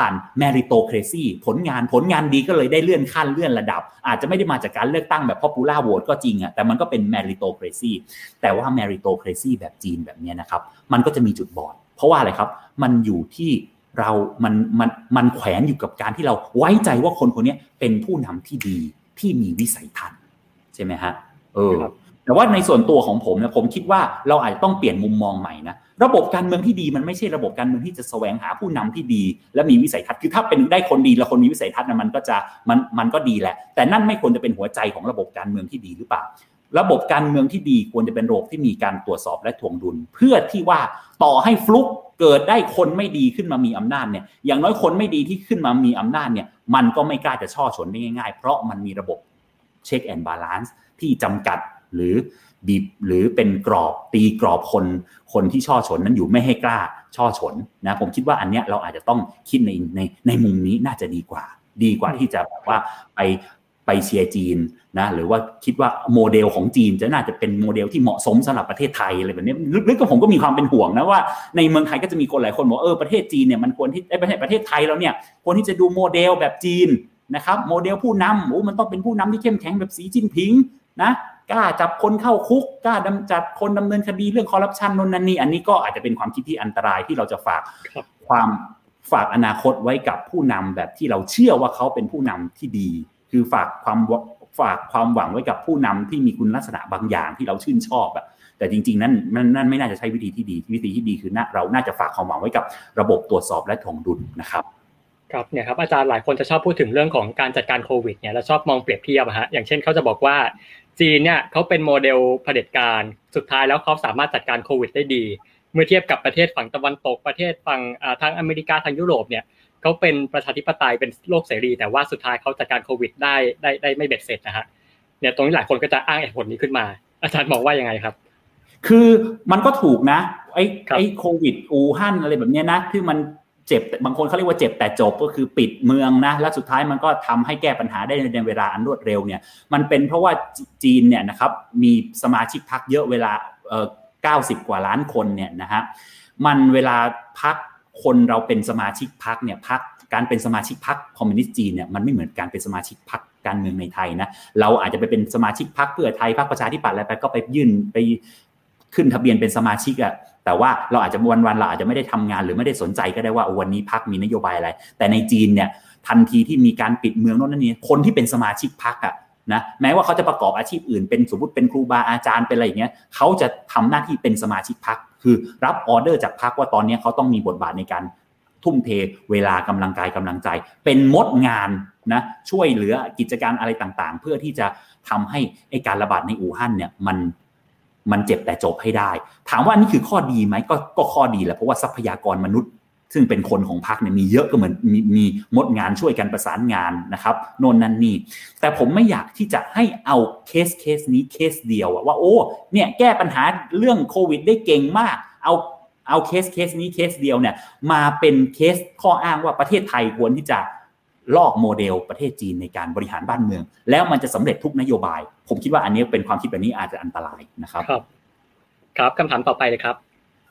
meritocracy ผลงานดีก็เลยได้เลื่อนขั้นเลื่อนระดับอาจจะไม่ได้มาจากการเลือกตั้งแบบ popular vote ก็จริงแต่มันก็เป็น meritocracy แต่ว่า meritocracy แบบจีนแบบนี้นะครับมันก็จะมีจุดบอดเพราะว่าอะไรครับมันอยู่ที่เรามันแขวนอยู่กับการที่เราไว้ใจว่าคนคนนี้เป็นผู้นำที่ดีที่มีวิสัยทัศน์ใช่ไหมฮะแต่ว่าในส่วนตัวของผมเนี่ยผมคิดว่าเราอาจจะต้องเปลี่ยนมุมมองใหม่นะระบบการเมืองที่ดีมันไม่ใช่ระบบการเมืองที่จะแสวงหาผู้นำที่ดีและมีวิสัยทัศน์คือถ้าเป็นได้คนดีและคนมีวิสัยทัศน์มันก็ดีแหละแต่นั่นไม่ควรจะเป็นหัวใจของระบบการเมืองที่ดีหรือเปล่าระบบการเมืองที่ดีควรจะเป็นระบบที่มีการตรวจสอบและถ่วงดุลเพื่อที่ว่าต่อให้ฟลุกเกิดได้คนไม่ดีขึ้นมามีอำนาจเนี่ยอย่างน้อยคนไม่ดีที่ขึ้นมามีอำนาจเนี่ยมันก็ไม่กล้าจะช่อฉนได้ง่ายๆเพราะมันมีระบบ check and balance ที่จำกัดหรือบีบหรือเป็นกรอบตีกรอบคนที่ช่อฉนนั้นอยู่ไม่ให้กล้าช่อฉนนะผมคิดว่าอันเนี้ยเราอาจจะต้องคิดในมุมนี้น่าจะดีกว่าที่จะแบบว่าไปเชียร์จีนนะหรือว่าคิดว่าโมเดลของจีนจะน่าจะเป็นโมเดลที่เหมาะสมสำหรับประเทศไทยอะไรแบบนี้ลึกๆก็ผมก็มีความเป็นห่วงนะว่าในเมืองไทยก็จะมีคนหลายคนบอกประเทศจีนเนี่ยมันควรที่ประเทศไทยเราเนี่ยควรที่จะดูโมเดลแบบจีนนะครับโมเดลผู้นำมันต้องเป็นผู้นำที่เข้มแข็งแบบสีจิ้นผิงนะกล้าจับคนเข้าคุกกล้าจับคนดำเนินคดีเรื่องคอร์รัปชันโน่นนั่นนี่อันนี้ก็อาจจะเป็นความคิดที่อันตรายที่เราจะฝากอนาคตไว้กับผู้นำแบบที่เราเชื่อว่าเขาเป็นผู้นำที่ดีคือฝากความหวังไว้กับผู้นำที่มีคุณลักษณะบางอย่างที่เราชื่นชอบแต่จริงๆนั่นไม่น่าจะใช่วิธีที่ดีคือเราน่าจะฝากความหวังไว้กับระบบตรวจสอบและถ่วงดุลนะครับครับเนี่ยครับอาจารย์หลายคนจะชอบพูดถึงเรื่องของการจัดการโควิดเนี่ยแล้วชอบมองเปรียบเทียบฮะอย่างเช่นเขาจะบอกว่าจีนเนี่ยเขาเป็นโมเดลเผด็จการสุดท้ายแล้วเขาสามารถจัดการโควิดได้ดีเมื่อเทียบกับประเทศฝั่งตะวันตกประเทศฝั่งทางอเมริกาทางยุโรปเนี่ยเขาเป็นประชาธิปไตยเป็นโลกเสรีแต่ว่าสุดท้ายเขาจัดการโควิดได้ไม่เบ็ดเสร็จนะฮะเนี่ยตรงนี้หลายคนก็จะอ้างเหตุผลนี้ขึ้นมาอาจารย์มองว่ายังไงครับคือมันก็ถูกนะไอ้โควิดอู่ฮั่นอะไรแบบนี้นะที่มันเจ็บบางคนเขาเรียกว่าเจ็บแต่จบก็คือปิดเมืองนะแล้วสุดท้ายมันก็ทำให้แก้ปัญหาได้ในเวลาอันรวดเร็วเนี่ยมันเป็นเพราะว่าจีนเนี่ยนะครับมีสมาชิกพรรคเยอะเวลา90 กว่าล้านคนเนี่ยนะฮะมันเวลาพรรคคนเราเป็นสมาชิกพรรคเนี่ยพรรคการเป็นสมาชิกพรรคคอมมิวนิสต์จีนเนี่ยมันไม่เหมือนการเป็นสมาชิกพรรคการเมืองในไทยนะเราอาจจะไปเป็นสมาชิกพรรคเพื่อไทยพรรคประชาธิปัตย์อะไรไปก็ไปยื่นไปขึ้นทะเบียนเป็นสมาชิกอะแต่ว่าเราอาจจะวันเราอาจจะไม่ได้ทำงานหรือไม่ได้สนใจก็ได้ว่าวันนี้พรรคมีนโยบายอะไรแต่ในจีนเนี่ยทันทีที่มีการปิดเมืองโน่นนั่นนี่คนที่เป็นสมาชิกพรรคอะนะแม้ว่าเขาจะประกอบอาชีพอื่นเป็นสมมติเป็นครูบาอาจารย์เป็นอะไรอย่างเงี้ยเขาจะทำหน้าที่เป็นสมาชิกพรรคคือรับออเดอร์จากพรรคว่าตอนนี้เขาต้องมีบทบาทในการทุ่มเทเวลากำลังกายกำลังใจเป็นมดงานนะช่วยเหลือกิจการอะไรต่างๆเพื่อที่จะทำให้การระบาดในอู่ฮั่นเนี่ยมันเจ็บแต่จบให้ได้ถามว่าอันนี้คือข้อดีไหมก็ข้อดีแหละเพราะว่าทรัพยากรมนุษย์ซึ่งเป็นคนของพรรคเนี่ยมีเยอะก็เหมือนมีมดงานช่วยกันประสานงานนะครับโน่นนั่นนี่แต่ผมไม่อยากที่จะให้เอาเคสนี้เคสเดียวว่าโอ้เนี่ยแก้ปัญหาเรื่องโควิดได้เก่งมากเอาเคสนี้เคสเดียวเนี่ยมาเป็นเคสข้ออ้างว่าประเทศไทยควรที่จะลอกโมเดลประเทศจีนในการบริหารบ้านเมืองแล้วมันจะสำเร็จทุกนโยบายผมคิดว่าอันนี้เป็นความคิดแบบนี้อาจจะอันตรายนะครับครับคำถามต่อไปเลยครับ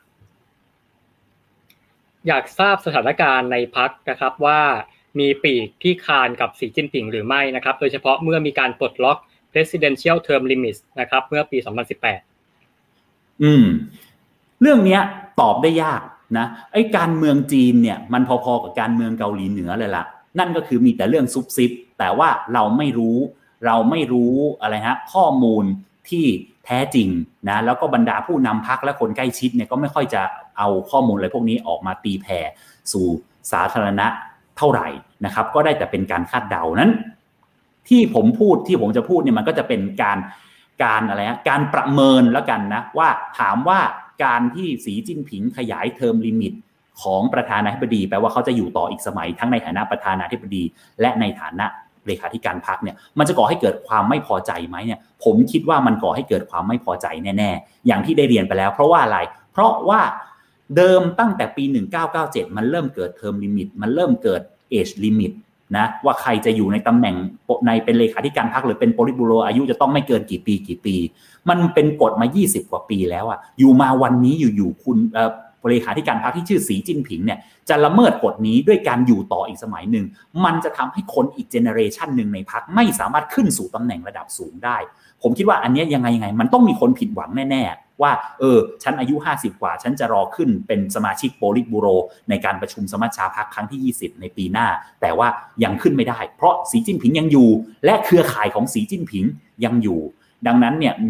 อยากทราบสถานการณ์ในพรรคนะครับว่ามีปีกที่คานกับสีจิ้นผิงหรือไม่นะครับโดยเฉพาะเมื่อมีการปลดล็อก presidential term limits นะครับเมื่อปี2018 เรื่องนี้ตอบได้ยากนะไอ้การเมืองจีนเนี่ยมันพอๆกับการเมืองเกาหลีเหนือเลยล่ะนั่นก็คือมีแต่เรื่องซุบซิบแต่ว่าเราไม่รู้อะไรฮะข้อมูลที่แท้จริงนะแล้วก็บรรดาผู้นำพรรคและคนใกล้ชิดเนี่ยก็ไม่ค่อยจะเอาข้อมูลอะไรพวกนี้ออกมาตีแผ่สู่สาธารณะเท่าไหร่นะครับก็ได้แต่เป็นการคาดเดานั้นที่ผมจะพูดเนี่ยมันก็จะเป็นการอะไรฮะการประเมินแล้วกันนะว่าถามว่าการที่สีจิ้นผิงขยายเทอมลิมิตของประธานาธิบดีแปลว่าเขาจะอยู่ต่ออีกสมัยทั้งในฐานะประธานาธิบดีและในฐานะเลขาธิการพรรคเนี่ยมันจะก่อให้เกิดความไม่พอใจไหมเนี่ยผมคิดว่ามันก่อให้เกิดความไม่พอใจแน่ๆอย่างที่ได้เรียนไปแล้วเพราะว่าอะไรเพราะว่าเดิมตั้งแต่ปี1997มันเริ่มเกิดเทอมลิมิตมันเริ่มเกิดเอจลิมิตนะว่าใครจะอยู่ในตำแหน่งในเป็นเลขาธิการพรรคหรือเป็นโปลิตบูโรอายุจะต้องไม่เกินกี่ปีมันเป็นกฎมา20กว่าปีแล้วอ่ะอยู่มาวันนี้อยู่คุณเลขาธิการพรรคที่ชื่อสีจิ้นผิงเนี่ยจะละเมิดกฎนี้ด้วยการอยู่ต่ออีกสมัยหนึ่งมันจะทำให้คนอีกเจเนอเรชันหนึ่งในพรรคไม่สามารถขึ้นสู่ตำแหน่งระดับสูงได้ผมคิดว่าอันนี้ยังไงมันต้องมีคนผิดหวังแน่ๆว่าฉันอายุ50กว่าฉันจะรอขึ้นเป็นสมาชิกโปลิตบูโรในการประชุมสมัชชาพรรคครั้งที่20ในปีหน้าแต่ว่ายังขึ้นไม่ได้เพราะสีจิ้นผิงยังอยู่และเครือข่ายของสีจิ้นผิงยังอยู่ดังนั้นเนี่ย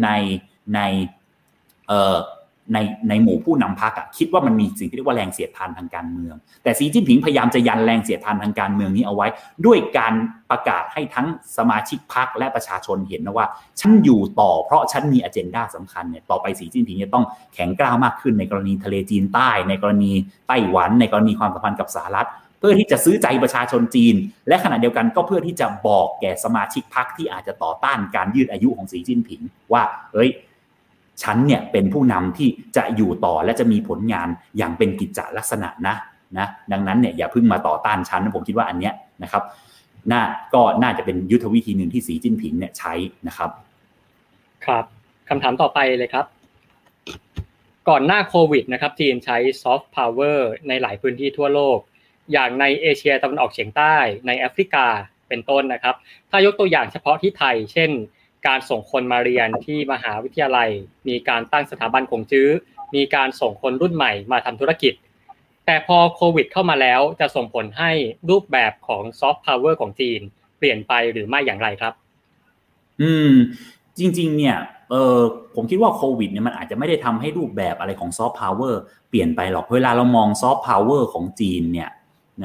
ในหมู่ผู้นำพรรคคิดว่ามันมีสิ่งที่เรียกว่าแรงเสียดทานทางการเมืองแต่สีจิ้นผิงพยายามจะยันแรงเสียดทานทางการเมืองนี้เอาไว้ด้วยการประกาศให้ทั้งสมาชิกพรรคและประชาชนเห็นนะว่าฉันอยู่ต่อเพราะฉันมีอเจนดาสำคัญเนี่ยต่อไปสีจิ้นผิงจะต้องแข็งกร้าวมากขึ้นในกรณีทะเลจีนใต้ในกรณีไต้หวันในกรณีความสัมพันธ์กับสหรัฐเพื่อที่จะซื้อใจประชาชนจีนและขณะเดียวกันก็เพื่อที่จะบอกแก่สมาชิกพรรคที่อาจจะต่อต้านการยืดอายุของสีจิ้นผิงว่าฉันเนี่ยเป็นผู้นำที่จะอยู่ต่อและจะมีผลงานอย่างเป็นกิจจลักษณะนะดังนั้นเนี่ยอย่าเพิ่งมาต่อต้านฉันผมคิดว่าอันเนี้ยนะครับน่าจะเป็นยุทธวิธีหนึ่งที่สีจิ้นผิงเนี่ยใช้นะครับครับคำถามต่อไปเลยครับก่อนหน้าโควิดนะครับจีนใช้ซอฟต์พาวเวอร์ในหลายพื้นที่ทั่วโลกอย่างในเอเชียตะวันออกเฉียงใต้ในแอฟริกาเป็นต้นนะครับถ้ายกตัวอย่างเฉพาะที่ไทยเช่นการส่งคนมาเรียนที่มหาวิทยาลัยมีการตั้งสถาบันกงจื้อมีการส่งคนรุ่นใหม่มาทำธุรกิจแต่พอโควิดเข้ามาแล้วจะส่งผลให้รูปแบบของซอฟต์พาวเวอร์ของจีนเปลี่ยนไปหรือไม่อย่างไรครับจริงๆเนี่ยผมคิดว่าโควิดเนี่ยมันอาจจะไม่ได้ทำให้รูปแบบอะไรของซอฟต์พาวเวอร์เปลี่ยนไปหรอกเวลาเรามองซอฟต์พาวเวอร์ของจีนเนี่ยนะ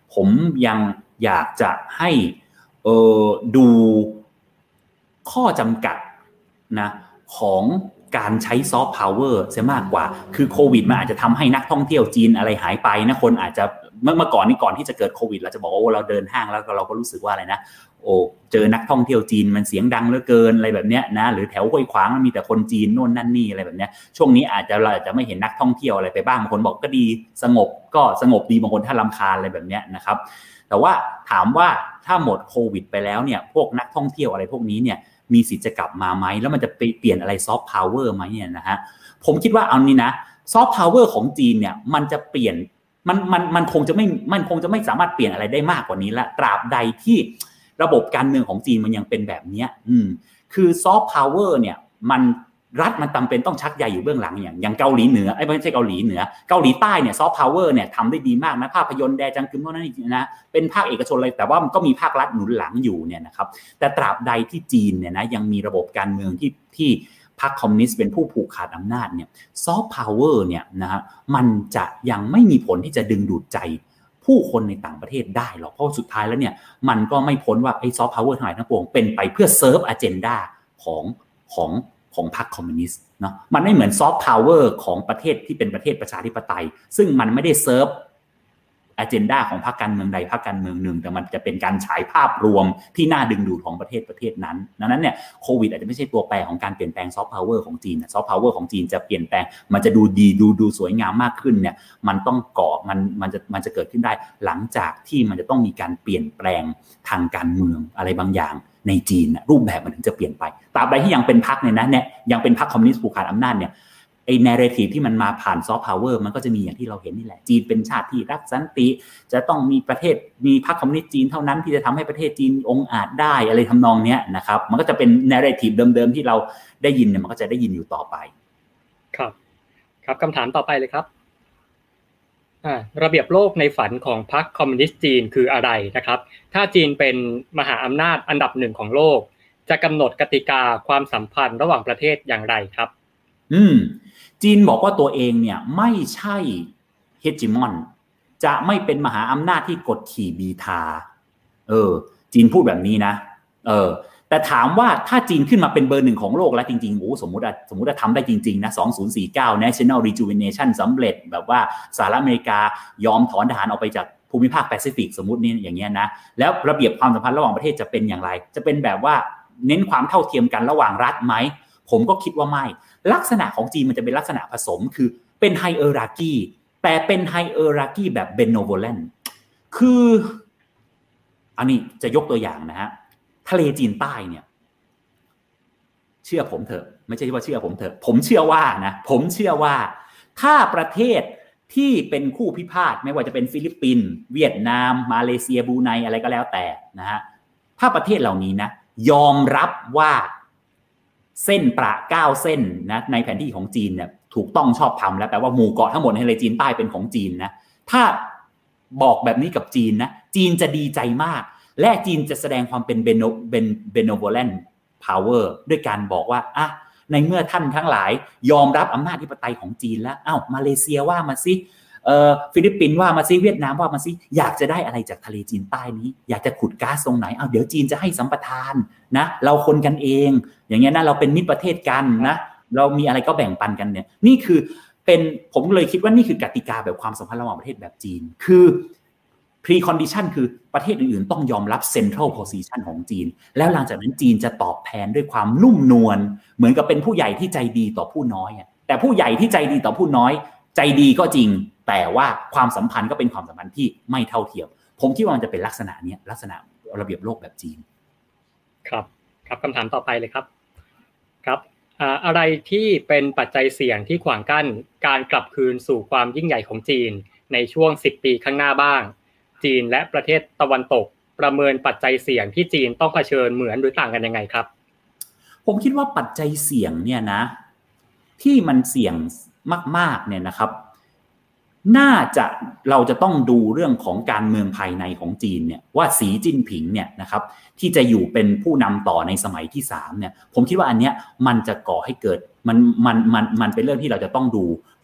ผมยังอยากจะให้ดูข้อจำกัดนะของการใช้ซอฟต์พาวเวอร์เสียมากกว่าคือโควิดมันอาจจะทำให้นักท่องเที่ยวจีนอะไรหายไปนะคนอาจจะเมื่อก่อนที่จะเกิดโควิดเราจะบอกว่าเราเดินห้างแล้วเราก็รู้สึกว่าอะไรนะเจอนักท่องเที่ยวจีนมันเสียงดังเหลือเกินอะไรแบบเนี้ยนะหรือแถวห้วยขวางมันมีแต่คนจีนโน่นนั่นนี่อะไรแบบเนี้ยช่วงนี้เราอาจจะไม่เห็นนักท่องเที่ยวอะไรไปบ้างบางคนบอกก็ดีสงบดีบางคนถ้ารำคาญอะไรแบบเนี้ยนะครับแต่ว่าถามว่าถ้าหมดโควิดไปแล้วเนี่ยพวกนักท่องเที่ยวอะไรพวกนี้เนี่ยมีสิทธิ์จะกลับมาไหมแล้วมันจะไปเปลี่ยนอะไรซอฟต์พาวเวอร์ไหมเนี่ยนะฮะผมคิดว่าเอานี้นะซอฟต์พาวเวอร์ของจีนเนี่ยมันจะเปลี่ยนมันคงจะไม่สามารถเปลี่ยนอะไรได้มากกว่านี้ละตราบใดที่ระบบการเมืองของจีนมันยังเป็นแบบนี้คือซอฟต์พาวเวอร์เนี่ยรัฐมันจำเป็นต้องชักใยอยู่เบื้องหลังอย่างเกาหลีเหนือไม่ใช่เกาหลีเหนือเกาหลีใต้เนี่ยซอฟต์พาวเวอร์เนี่ยทำได้ดีมากนะภาพยนตร์แดจังกึมโน่นนั่นนะเป็นภาคเอกชนเลยแต่ว่ามันก็มีภาครัฐหนุนหลังอยู่เนี่ยนะครับแต่ตราบใดที่จีนเนี่ยนะยังมีระบบการเมืองที่พรรคคอมมิวนิสต์เป็นผู้ผูกขาดอำนาจเนี่ยซอฟต์พาวเวอร์เนี่ยนะฮะมันจะยังไม่มีผลที่จะดึงดูดใจผู้คนในต่างประเทศได้หรอกเพราะสุดท้ายแล้วเนี่ยมันก็ไม่พ้นว่าไอ้ซอฟต์พาวเวอร์ทั้งหลายทั้งปวงเป็นไปเพื่อเซิร์ฟอเจนดาของพรรคคอมมิวนิสต์เนาะมันไม่เหมือนซอฟต์พาวเวอร์ของประเทศที่เป็นประเทศประชาธิปไตยซึ่งมันไม่ได้เซิร์ฟอเจนดาของพรรคการเมืองใดพรรคการเมืองหนึ่งแต่มันจะเป็นการฉายภาพรวมที่น่าดึงดูดของประเทศนั้นดังนั้นเนี่ยโควิดอาจจะไม่ใช่ตัวแปรของการเปลี่ยนแปลงซอฟต์พาวเวอร์ของจีนซอฟต์พาวเวอร์ของจีนจะเปลี่ยนแปลงมันจะดูดีดูสวยงามมากขึ้นเนี่ยมันต้องก่อมันจะเกิดขึ้นได้หลังจากที่มันจะต้องมีการเปลี่ยนแปลงทางการเมืองอะไรบางอย่างในจีนรูปแบบมันถึงจะเปลี่ยนไปตราบใดที่ยังเป็นพรรคเนี่ยยังเป็นพรรคคอมมิวนิสต์ผูกขาดอำนาจเนี่ยไอ้ narrative ที่มันมาผ่านซอฟต์พาวเวอร์มันก็จะมีอย่างที่เราเห็นนี่แหละจีนเป็นชาติที่รักสันติจะต้องมีพรรคคอมมิวนิสต์จีนเท่านั้นที่จะทำให้ประเทศจีนองอาจได้อะไรทำนองเนี้ยนะครับมันก็จะเป็น narrative เดิมๆที่เราได้ยินเนี่ยมันก็จะได้ยินอยู่ต่อไปครับคำถามต่อไปเลยครับระเบียบโลกในฝันของพรรคคอมมิวนิสต์จีนคืออะไรนะครับถ้าจีนเป็นมหาอำนาจอันดับหนึ่งของโลกจะกำหนดกติกาความสัมพันธ์ระหว่างประเทศอย่างไรครับจีนบอกว่าตัวเองเนี่ยไม่ใช่เฮจิมอนจะไม่เป็นมหาอำนาจที่กดขี่บีทาจีนพูดแบบนี้นะแต่ถามว่าถ้าจีนขึ้นมาเป็นเบอร์หนึ่งของโลกแล้วจริงๆสมมุติทำได้จริงๆนะ2049 National Rejuvenation สำเร็จแบบว่าสหรัฐอเมริกายอมถอนทหารออกไปจากภูมิภาคแปซิฟิกสมมุตินี่อย่างเงี้ยนะแล้วระเบียบความสัมพันธ์ระหว่างประเทศจะเป็นอย่างไรจะเป็นแบบว่าเน้นความเท่าเทียมกันระหว่างรัฐไหมผมก็คิดว่าไม่ลักษณะของจีนมันจะเป็นลักษณะผสมคือเป็นไฮเออราคีแต่เป็นไฮเออราคีแบบเบโนโวเลนต์คืออันนี้จะยกตัวอย่างนะฮะทะเลจีนใต้เนี่ยเชื่อผมเถอะไม่ใช่ว่าเชื่อผมเถอะผมเชื่อว่าถ้าประเทศที่เป็นคู่พิพาทไม่ว่าจะเป็นฟิลิปปินส์เวียดนามมาเลเซียบรูไนอะไรก็แล้วแต่นะฮะถ้าประเทศเหล่านี้นะยอมรับว่าเส้นประ9เส้นนะในแผนที่ของจีนเนี่ยถูกต้องชอบธรรมแล้วแปลว่าหมู่เกาะทั้งหมดในทะเลจีนใต้เป็นของจีนนะถ้าบอกแบบนี้กับจีนนะจีนจะดีใจมากและจีนจะแสดงความเป็นbenevolent power ด้วยการบอกว่าในเมื่อท่านทั้งหลายยอมรับอำนาจอธิปไตยของจีนแล้วมาเลเซียว่ามาสิฟิลิปปินส์ว่ามาสิเวียดนามว่ามาสิอยากจะได้อะไรจากทะเลจีนใต้นี้อยากจะขุดก๊าซตรงไหนเดี๋ยวจีนจะให้สัมปทานนะเราคนกันเองอย่างเงี้ยนะเราเป็นมิตรประเทศกันนะเรามีอะไรก็แบ่งปันกันเนี่ยนี่คือผมเลยคิดว่านี่คือกติกาแบบความสัมพันธ์ระหว่างประเทศแบบจีนคือ precondition คือประเทศอื่นๆต้องยอมรับ central position ของจีนแล้วหลังจากนั้นจีนจะตอบแทนด้วยความนุ่มนวลเหมือนกับเป็นผู้ใหญ่ที่ใจดีต่อผู้น้อยแต่ผู้ใหญ่ที่ใจดีต่อผู้น้อยใจดีก็จริงแต่ว่าความสัมพันธ์ก็เป็นความสัมพันธ์ที่ไม่เท่าเทียมผมคิดว่ามันจะเป็นลักษณะนี้ลักษณะระเบียบโลกแบบจีนครับคำถามต่อไปเลยครับอะไรที่เป็นปัจจัยเสี่ยงที่ขวางกั้นการกลับคืนสู่ความยิ่งใหญ่ของจีนในช่วง10ปีข้างหน้าบ้างจีนและประเทศตะวันตกประเมินปัจจัยเสี่ยงที่จีนต้องเผชิญเหมือนหรือต่างกันยังไงครับผมคิดว่าปัจจัยเสี่ยงเนี่ยนะที่มันเสี่ยงมากๆเนี่ยนะครับน่าจะเราจะต้องดูเรื่องของการเมืองภายในของจีนเนี่ยว่าสีจิ้นผิงเนี่ยนะครับที่จะอยู่เป็นผู้นำต่อในสมัยที่3เนี่ยผมคิดว่าอันเนี้ยมันจะก่อให้เกิดมันเป็นเรื่องที่เราจะต้องดู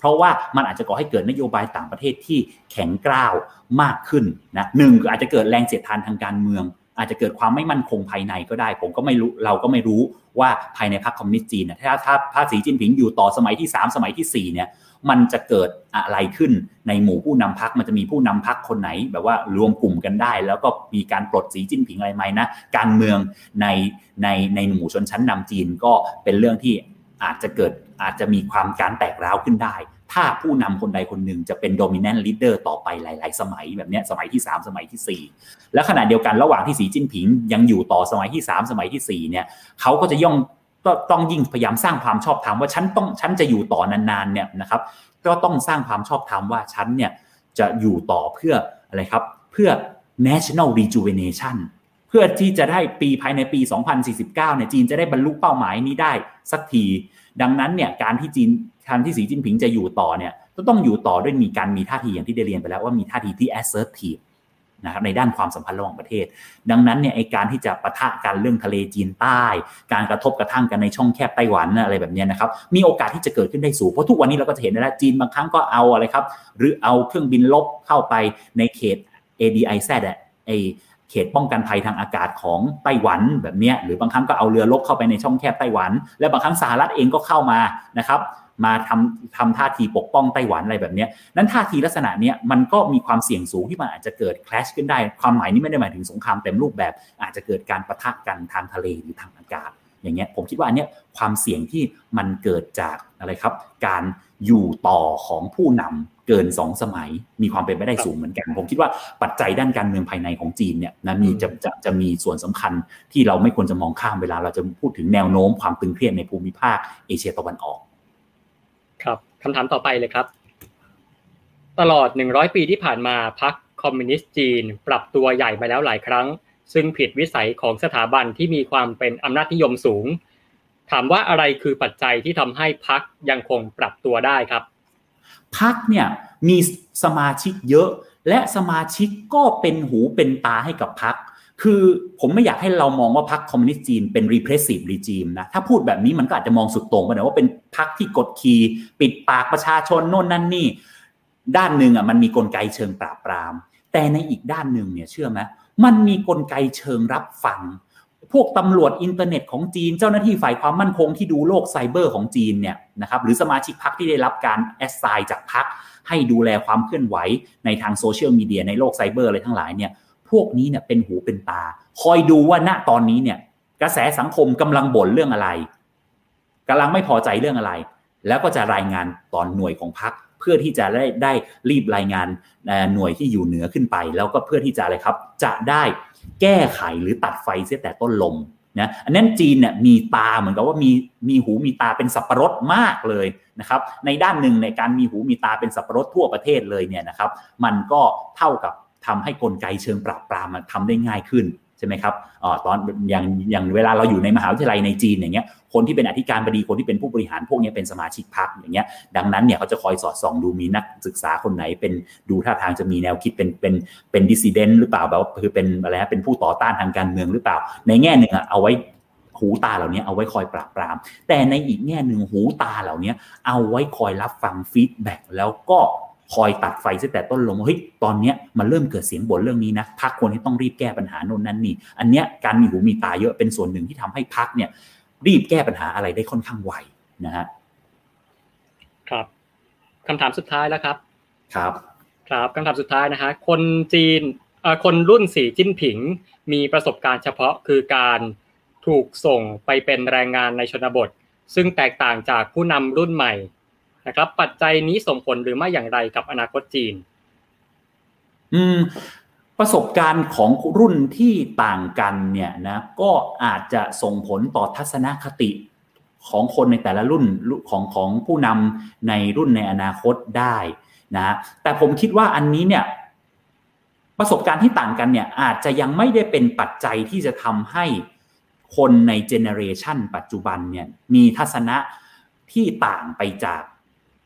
เพราะว่ามันอาจจะก่อให้เกิดนโยบายต่างประเทศที่แข็งกร้าวมากขึ้นนะหนึ่งคืออาจจะเกิดแรงเสียดทานทางการเมืองอาจจะเกิดความไม่มั่นคงภายในก็ได้ผมก็ไม่รู้เราก็ไม่รู้ว่าภายในพรรคคอมมิวนิสต์จีนถ้าสีจิ้นผิงอยู่ต่อสมัยที่3สมัยที่4เนี่ยมันจะเกิดอะไรขึ้นในหมู่ผู้นำพรรคมันจะมีผู้นำพรรคคนไหนแบบว่ารวมกลุ่มกันได้แล้วก็มีการปลดสีจิ้นผิงอะไรไหมนะการเมืองในหมู่ชนชั้นนำจีนก็เป็นเรื่องที่อาจจะมีความการแตกร้าวขึ้นได้ถ้าผู้นำคนใดคนหนึ่งจะเป็น dominant leader ต่อไปหลายๆสมัยแบบนี้สมัยที่3สมัยที่4และขณะเดียวกันระหว่างที่สีจิ้นผิงยังอยู่ต่อสมัยที่3สมัยที่4เนี่ยเขาก็จะต้องยิ่งพยายามสร้างความชอบธรรมว่าฉันจะอยู่ต่อนานๆเนี่ยนะครับก็ต้องสร้างความชอบธรรมว่าฉันเนี่ยจะอยู่ต่อเพื่ออะไรครับเพื่อ national rejuvenation เพื่อที่จะได้ภายในปี2049เนี่ยจีนจะได้บรรลุเป้าหมายนี้ได้สักทีดังนั้นเนี่ยการที่สีจิ้นผิงจะอยู่ต่อเนี่ยต้องอยู่ต่อด้วยมีท่าทีอย่างที่ได้เรียนไปแล้วว่ามีท่าทีที่ assertive นะครับในด้านความสัมพันธ์ระหว่างประเทศดังนั้นเนี่ยไอ้การที่จะปะทะกันเรื่องทะเลจีนใต้การกระทบกระทั่งกันในช่องแคบไต้หวันอะไรแบบนี้นะครับมีโอกาสที่จะเกิดขึ้นได้สูงเพราะทุกวันนี้เราก็จะเห็นนะจีนบางครั้งก็เอาอะไรครับหรือเอาเครื่องบินรบเข้าไปในเขต ADIZ ไอ้เขตป้องกันภัยทางอากาศของไต้หวันแบบนี้หรือบางครั้งก็เอาเรือรบเข้าไปในช่องแคบไต้หวันและบางครั้งสหรัฐเองก็เข้ามานะครับมาทำท่าทีปกป้องไต้หวันอะไรแบบนี้นั้นท่าทีลักษณะนี้มันก็มีความเสี่ยงสูงที่มันอาจจะเกิดแคลชขึ้นได้ความหมายนี้ไม่ได้หมายถึงสงครามเต็มรูปแบบอาจจะเกิดการปะทะกันทางทะเลหรือทางอากาศอย่างเงี้ยผมคิดว่าอันเนี้ยความเสี่ยงที่มันเกิดจากอะไรครับการอยู่ต่อของผู้นำเกิน2สมัยมีความเป็นไปได้สูงเหมือนกันผมคิดว่าปัจจัยด้านการเมืองภายในของจีนเนี่ยนะจะมีส่วนสำคัญที่เราไม่ควรจะมองข้ามเวลาเราจะพูดถึงแนวโน้มความตึงเครียดในภูมิภาคเอเชียตะวันออกครับคำถามต่อไปเลยครับตลอด100ปีที่ผ่านมาพรรคคอมมิวนิสต์จีนปรับตัวใหญ่มาแล้วหลายครั้งซึ่งผิดวิสัยของสถาบันที่มีความเป็นอำนาจนิยมสูงถามว่าอะไรคือปัจจัยที่ทำให้พรรคยังคงปรับตัวได้ครับพรรคเนี่ยมีสมาชิกเยอะและสมาชิกก็เป็นหูเป็นตาให้กับพรรคคือผมไม่อยากให้เรามองว่าพรรคคอมมิวนิสต์จีนเป็น repressive regime นะถ้าพูดแบบนี้มันก็อาจจะมองสุดโต่งไปหน่อยว่าเป็นพรรคที่กดขี่ปิดปากประชาชนโน่นนั่นนี่ด้านหนึ่งมันมีกลไกเชิงปราบปรามแต่ในอีกด้านหนึ่งเนี่ยเชื่อไหมมันมีกลไกเชิงรับฟังพวกตำรวจอินเทอร์เน็ตของจีนเจ้าหน้าที่ฝ่ายความมั่นคงที่ดูโลกไซเบอร์ของจีนเนี่ยนะครับหรือสมาชิกพรรคที่ได้รับการแอสไซน์จากพรรคให้ดูแลความเคลื่อนไหวในทางโซเชียลมีเดียในโลกไซเบอร์อะไรทั้งหลายเนี่ยพวกนี้เนี่ยเป็นหูเป็นตาคอยดูว่าณตอนนี้เนี่ยกระแสสังคมกำลังบ่นเรื่องอะไรกำลังไม่พอใจเรื่องอะไรแล้วก็จะรายงานตอนหน่วยของพรรคเพื่อที่จะได้รีบรายงานหน่วยที่อยู่เหนือขึ้นไปแล้วก็เพื่อที่จะอะไรครับจะได้แก้ไขหรือตัดไฟเสียแต่ต้นลมนะอันนั้นจีนเนี่ยมีตาเหมือนกับว่ามีหูมีตาเป็นสับปะรดมากเลยนะครับในด้านหนึ่งในการมีหูมีตาเป็นสับปะรดทั่วประเทศเลยเนี่ยนะครับมันก็เท่ากับทำให้กลไกเชิงปราบปรามมันทำได้ง่ายขึ้นใช่ไหมครับตอนอย่างเวลาเราอยู่ในมหาวิทยาลัยในจีนอย่างเงี้ยคนที่เป็นอธิการบดีคนที่เป็นผู้บริหารพวกนี้เป็นสมาชิกพรรคอย่างเงี้ยดังนั้นเนี่ยเขาจะคอยสอดส่องดูมีนักศึกษาคนไหนเป็นดูท่าทางจะมีแนวคิดเป็นดิสซิเดนต์หรือเปล่าแบบคือเป็นอะไรนะเป็นผู้ต่อต้านทางการเมืองหรือเปล่าในแง่หนึ่งเอาไว้หูตาเหล่านี้เอาไว้คอยปราบปรามแต่ในอีกแง่หนึ่งหูตาเหล่านี้เอาไว้คอยรับฟังฟีดแบ็กแล้วก็คอยตัดไฟตั้งแต่ต้นลมเฮ้ยตอนนี้มันเริ่มเกิดเสียงบ่นเรื่องนี้นะพรรคควรที่ต้องรีบแก้ปัญหาโน่นนั่นนี่อันเนี้ยการมีหูมีตาเยอะเป็นส่วนหนึ่งที่ทำให้พรรคเนี่ยรีบแก้ปัญหาอะไรได้ค่อนข้างไวนะฮะครับคำถามสุดท้ายแล้วครับครับคำถามสุดท้ายนะฮะคนจีนคนรุ่นสีจิ้นผิงมีประสบการณ์เฉพาะคือการถูกส่งไปเป็นแรงงานในชนบทซึ่งแตกต่างจากผู้นำรุ่นใหม่นะครับปัจจัยนี้ส่งผลหรือไม่อย่างไรกับอนาคตจีนประสบการณ์ของรุ่นที่ต่างกันเนี่ยนะก็อาจจะส่งผลต่อทัศนคติของคนในแต่ละรุ่นของผู้นำในรุ่นในอนาคตได้นะแต่ผมคิดว่าอันนี้เนี่ยประสบการณ์ที่ต่างกันเนี่ยอาจจะยังไม่ได้เป็นปัจจัยที่จะทำให้คนในเจเนอเรชันปัจจุบันเนี่ยมีทัศนะที่ต่างไปจากเจ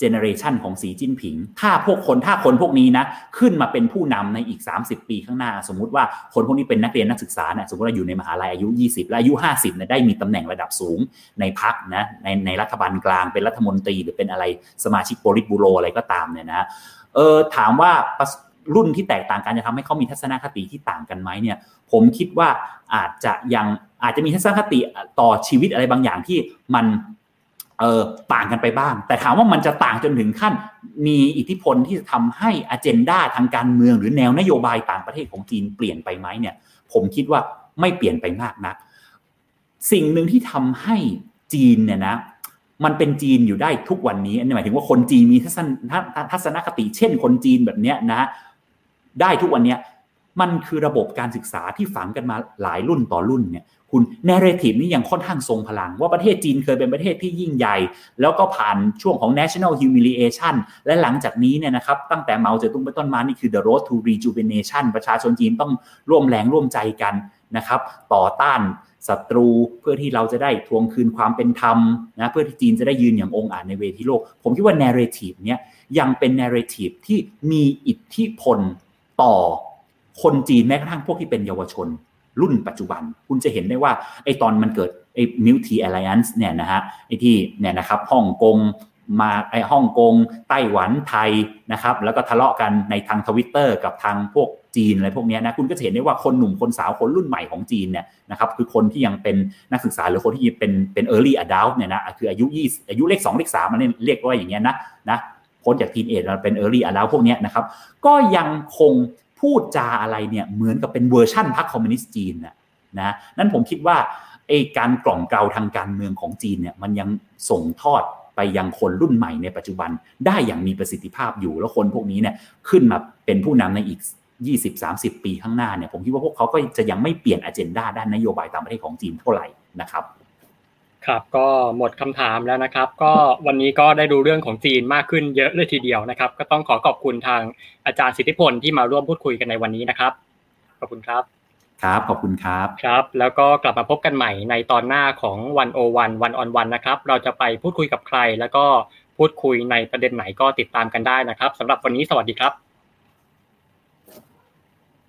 เจเนอเรชันของสีจิ้นผิงถ้าคนพวกนี้นะขึ้นมาเป็นผู้นำในอีก30ปีข้างหน้าสมมุติว่าคนพวกนี้เป็นนักเรียนนักศึกษาเนี่ยสมมติว่าอยู่ในมหาลัยอายุ20และอายุ50เนี่ยได้มีตำแหน่งระดับสูงในพรรคนะในรัฐบาลกลางเป็นรัฐมนตรีหรือเป็นอะไรสมาชิกโปลิตบูโรอะไรก็ตามเนี่ยนะถามว่ารุ่นที่แตกต่างกันจะทำให้เขามีทัศนคติที่ต่างกันไหมเนี่ยผมคิดว่าอาจจะมีทัศนคติต่อชีวิตอะไรบางอย่างที่มันต่างกันไปบ้างแต่ถามว่ามันจะต่างจนถึงขั้นมีอิทธิพลที่จะทำให้อเจนดาทางการเมืองหรือแนวนโยบายต่างประเทศของจีนเปลี่ยนไปไหมเนี่ยผมคิดว่าไม่เปลี่ยนไปมากนักสิ่งหนึ่งที่ทำให้จีนเนี่ยนะมันเป็นจีนอยู่ได้ทุกวันนี้หมายถึงว่าคนจีนมีทัศนคติเช่นคนจีนแบบเนี้ยนะได้ทุกวันนี้มันคือระบบการศึกษาที่ฝังกันมาหลายรุ่นต่อรุ่นเนี่ยคุณ narrative นี่ยังค่อนข้างทรงพลังว่าประเทศจีนเคยเป็นประเทศที่ยิ่งใหญ่แล้วก็ผ่านช่วงของ national humiliation และหลังจากนี้เนี่ยนะครับตั้งแต่เหมาเจ๋อตุงเป็นต้นมานี่คือ the road to rejuvenation ประชาชนจีนต้องร่วมแรงร่วมใจกันนะครับต่อต้านศัตรูเพื่อที่เราจะได้ทวงคืนความเป็นธรรมนะเพื่อที่จีนจะได้ยืนอย่างองอาจในเวทีโลกผมคิดว่า narrative เนี้ยยังเป็น narrative ที่มีอิทธิพลต่อคนจีนแม้กระทั่งพวกที่เป็นเยาวชนรุ่นปัจจุบันคุณจะเห็นได้ว่าไอ้ตอนมันเกิดไอ้ Multi Alliance เนี่ยนะฮะไอ้ที่เนี่ยนะครับฮ่องกงมาไอ้ฮ่องกงไต้หวันไทยนะครับแล้วก็ทะเลาะกันในทาง Twitter กับทางพวกจีนอะไรพวกนี้นะคุณก็จะเห็นได้ว่าคนหนุ่มคนสาวคนรุ่นใหม่ของจีนเนี่ยนะครับคือคนที่ยังเป็นนักศึกษาหรือคนที่เป็น early adult เนี่ยนะคืออายุเลข2เลข3มันเรียกว่าอย่างเงี้ยนะพ้นจาก teenage มาเป็น early adult พวกนี้นะครับก็ยังคงพูดจาอะไรเนี่ยเหมือนกับเป็นเวอร์ชั่นพรรคคอมมิวนิสต์จีนนะนั้นผมคิดว่าไอ้การกล่อมเกลาทางการเมืองของจีนเนี่ยมันยังส่งทอดไปยังคนรุ่นใหม่ในปัจจุบันได้อย่างมีประสิทธิภาพอยู่แล้วคนพวกนี้เนี่ยขึ้นมาเป็นผู้นำในอีก20-30 ปีข้างหน้าเนี่ยผมคิดว่าพวกเขาก็จะยังไม่เปลี่ยนอเจนดาด้านนโยบายต่างประเทศของจีนเท่าไหร่นะครับครับก็หมดคำถามแล้วนะครับก็วันนี้ก็ได้ดูเรื่องของจีนมากขึ้นเยอะเลยทีเดียวนะครับก็ต้องขอบคุณทางอาจารย์สิทธิพลที่มาร่วมพูดคุยกันในวันนี้นะครับขอบคุณครับครับขอบคุณครับครับแล้วก็กลับมาพบกันใหม่ในตอนหน้าของ101 One on One นะครับเราจะไปพูดคุยกับใครแล้วก็พูดคุยในประเด็นไหนก็ติดตามกันได้นะครับสำหรับวันนี้สวัสดีครับ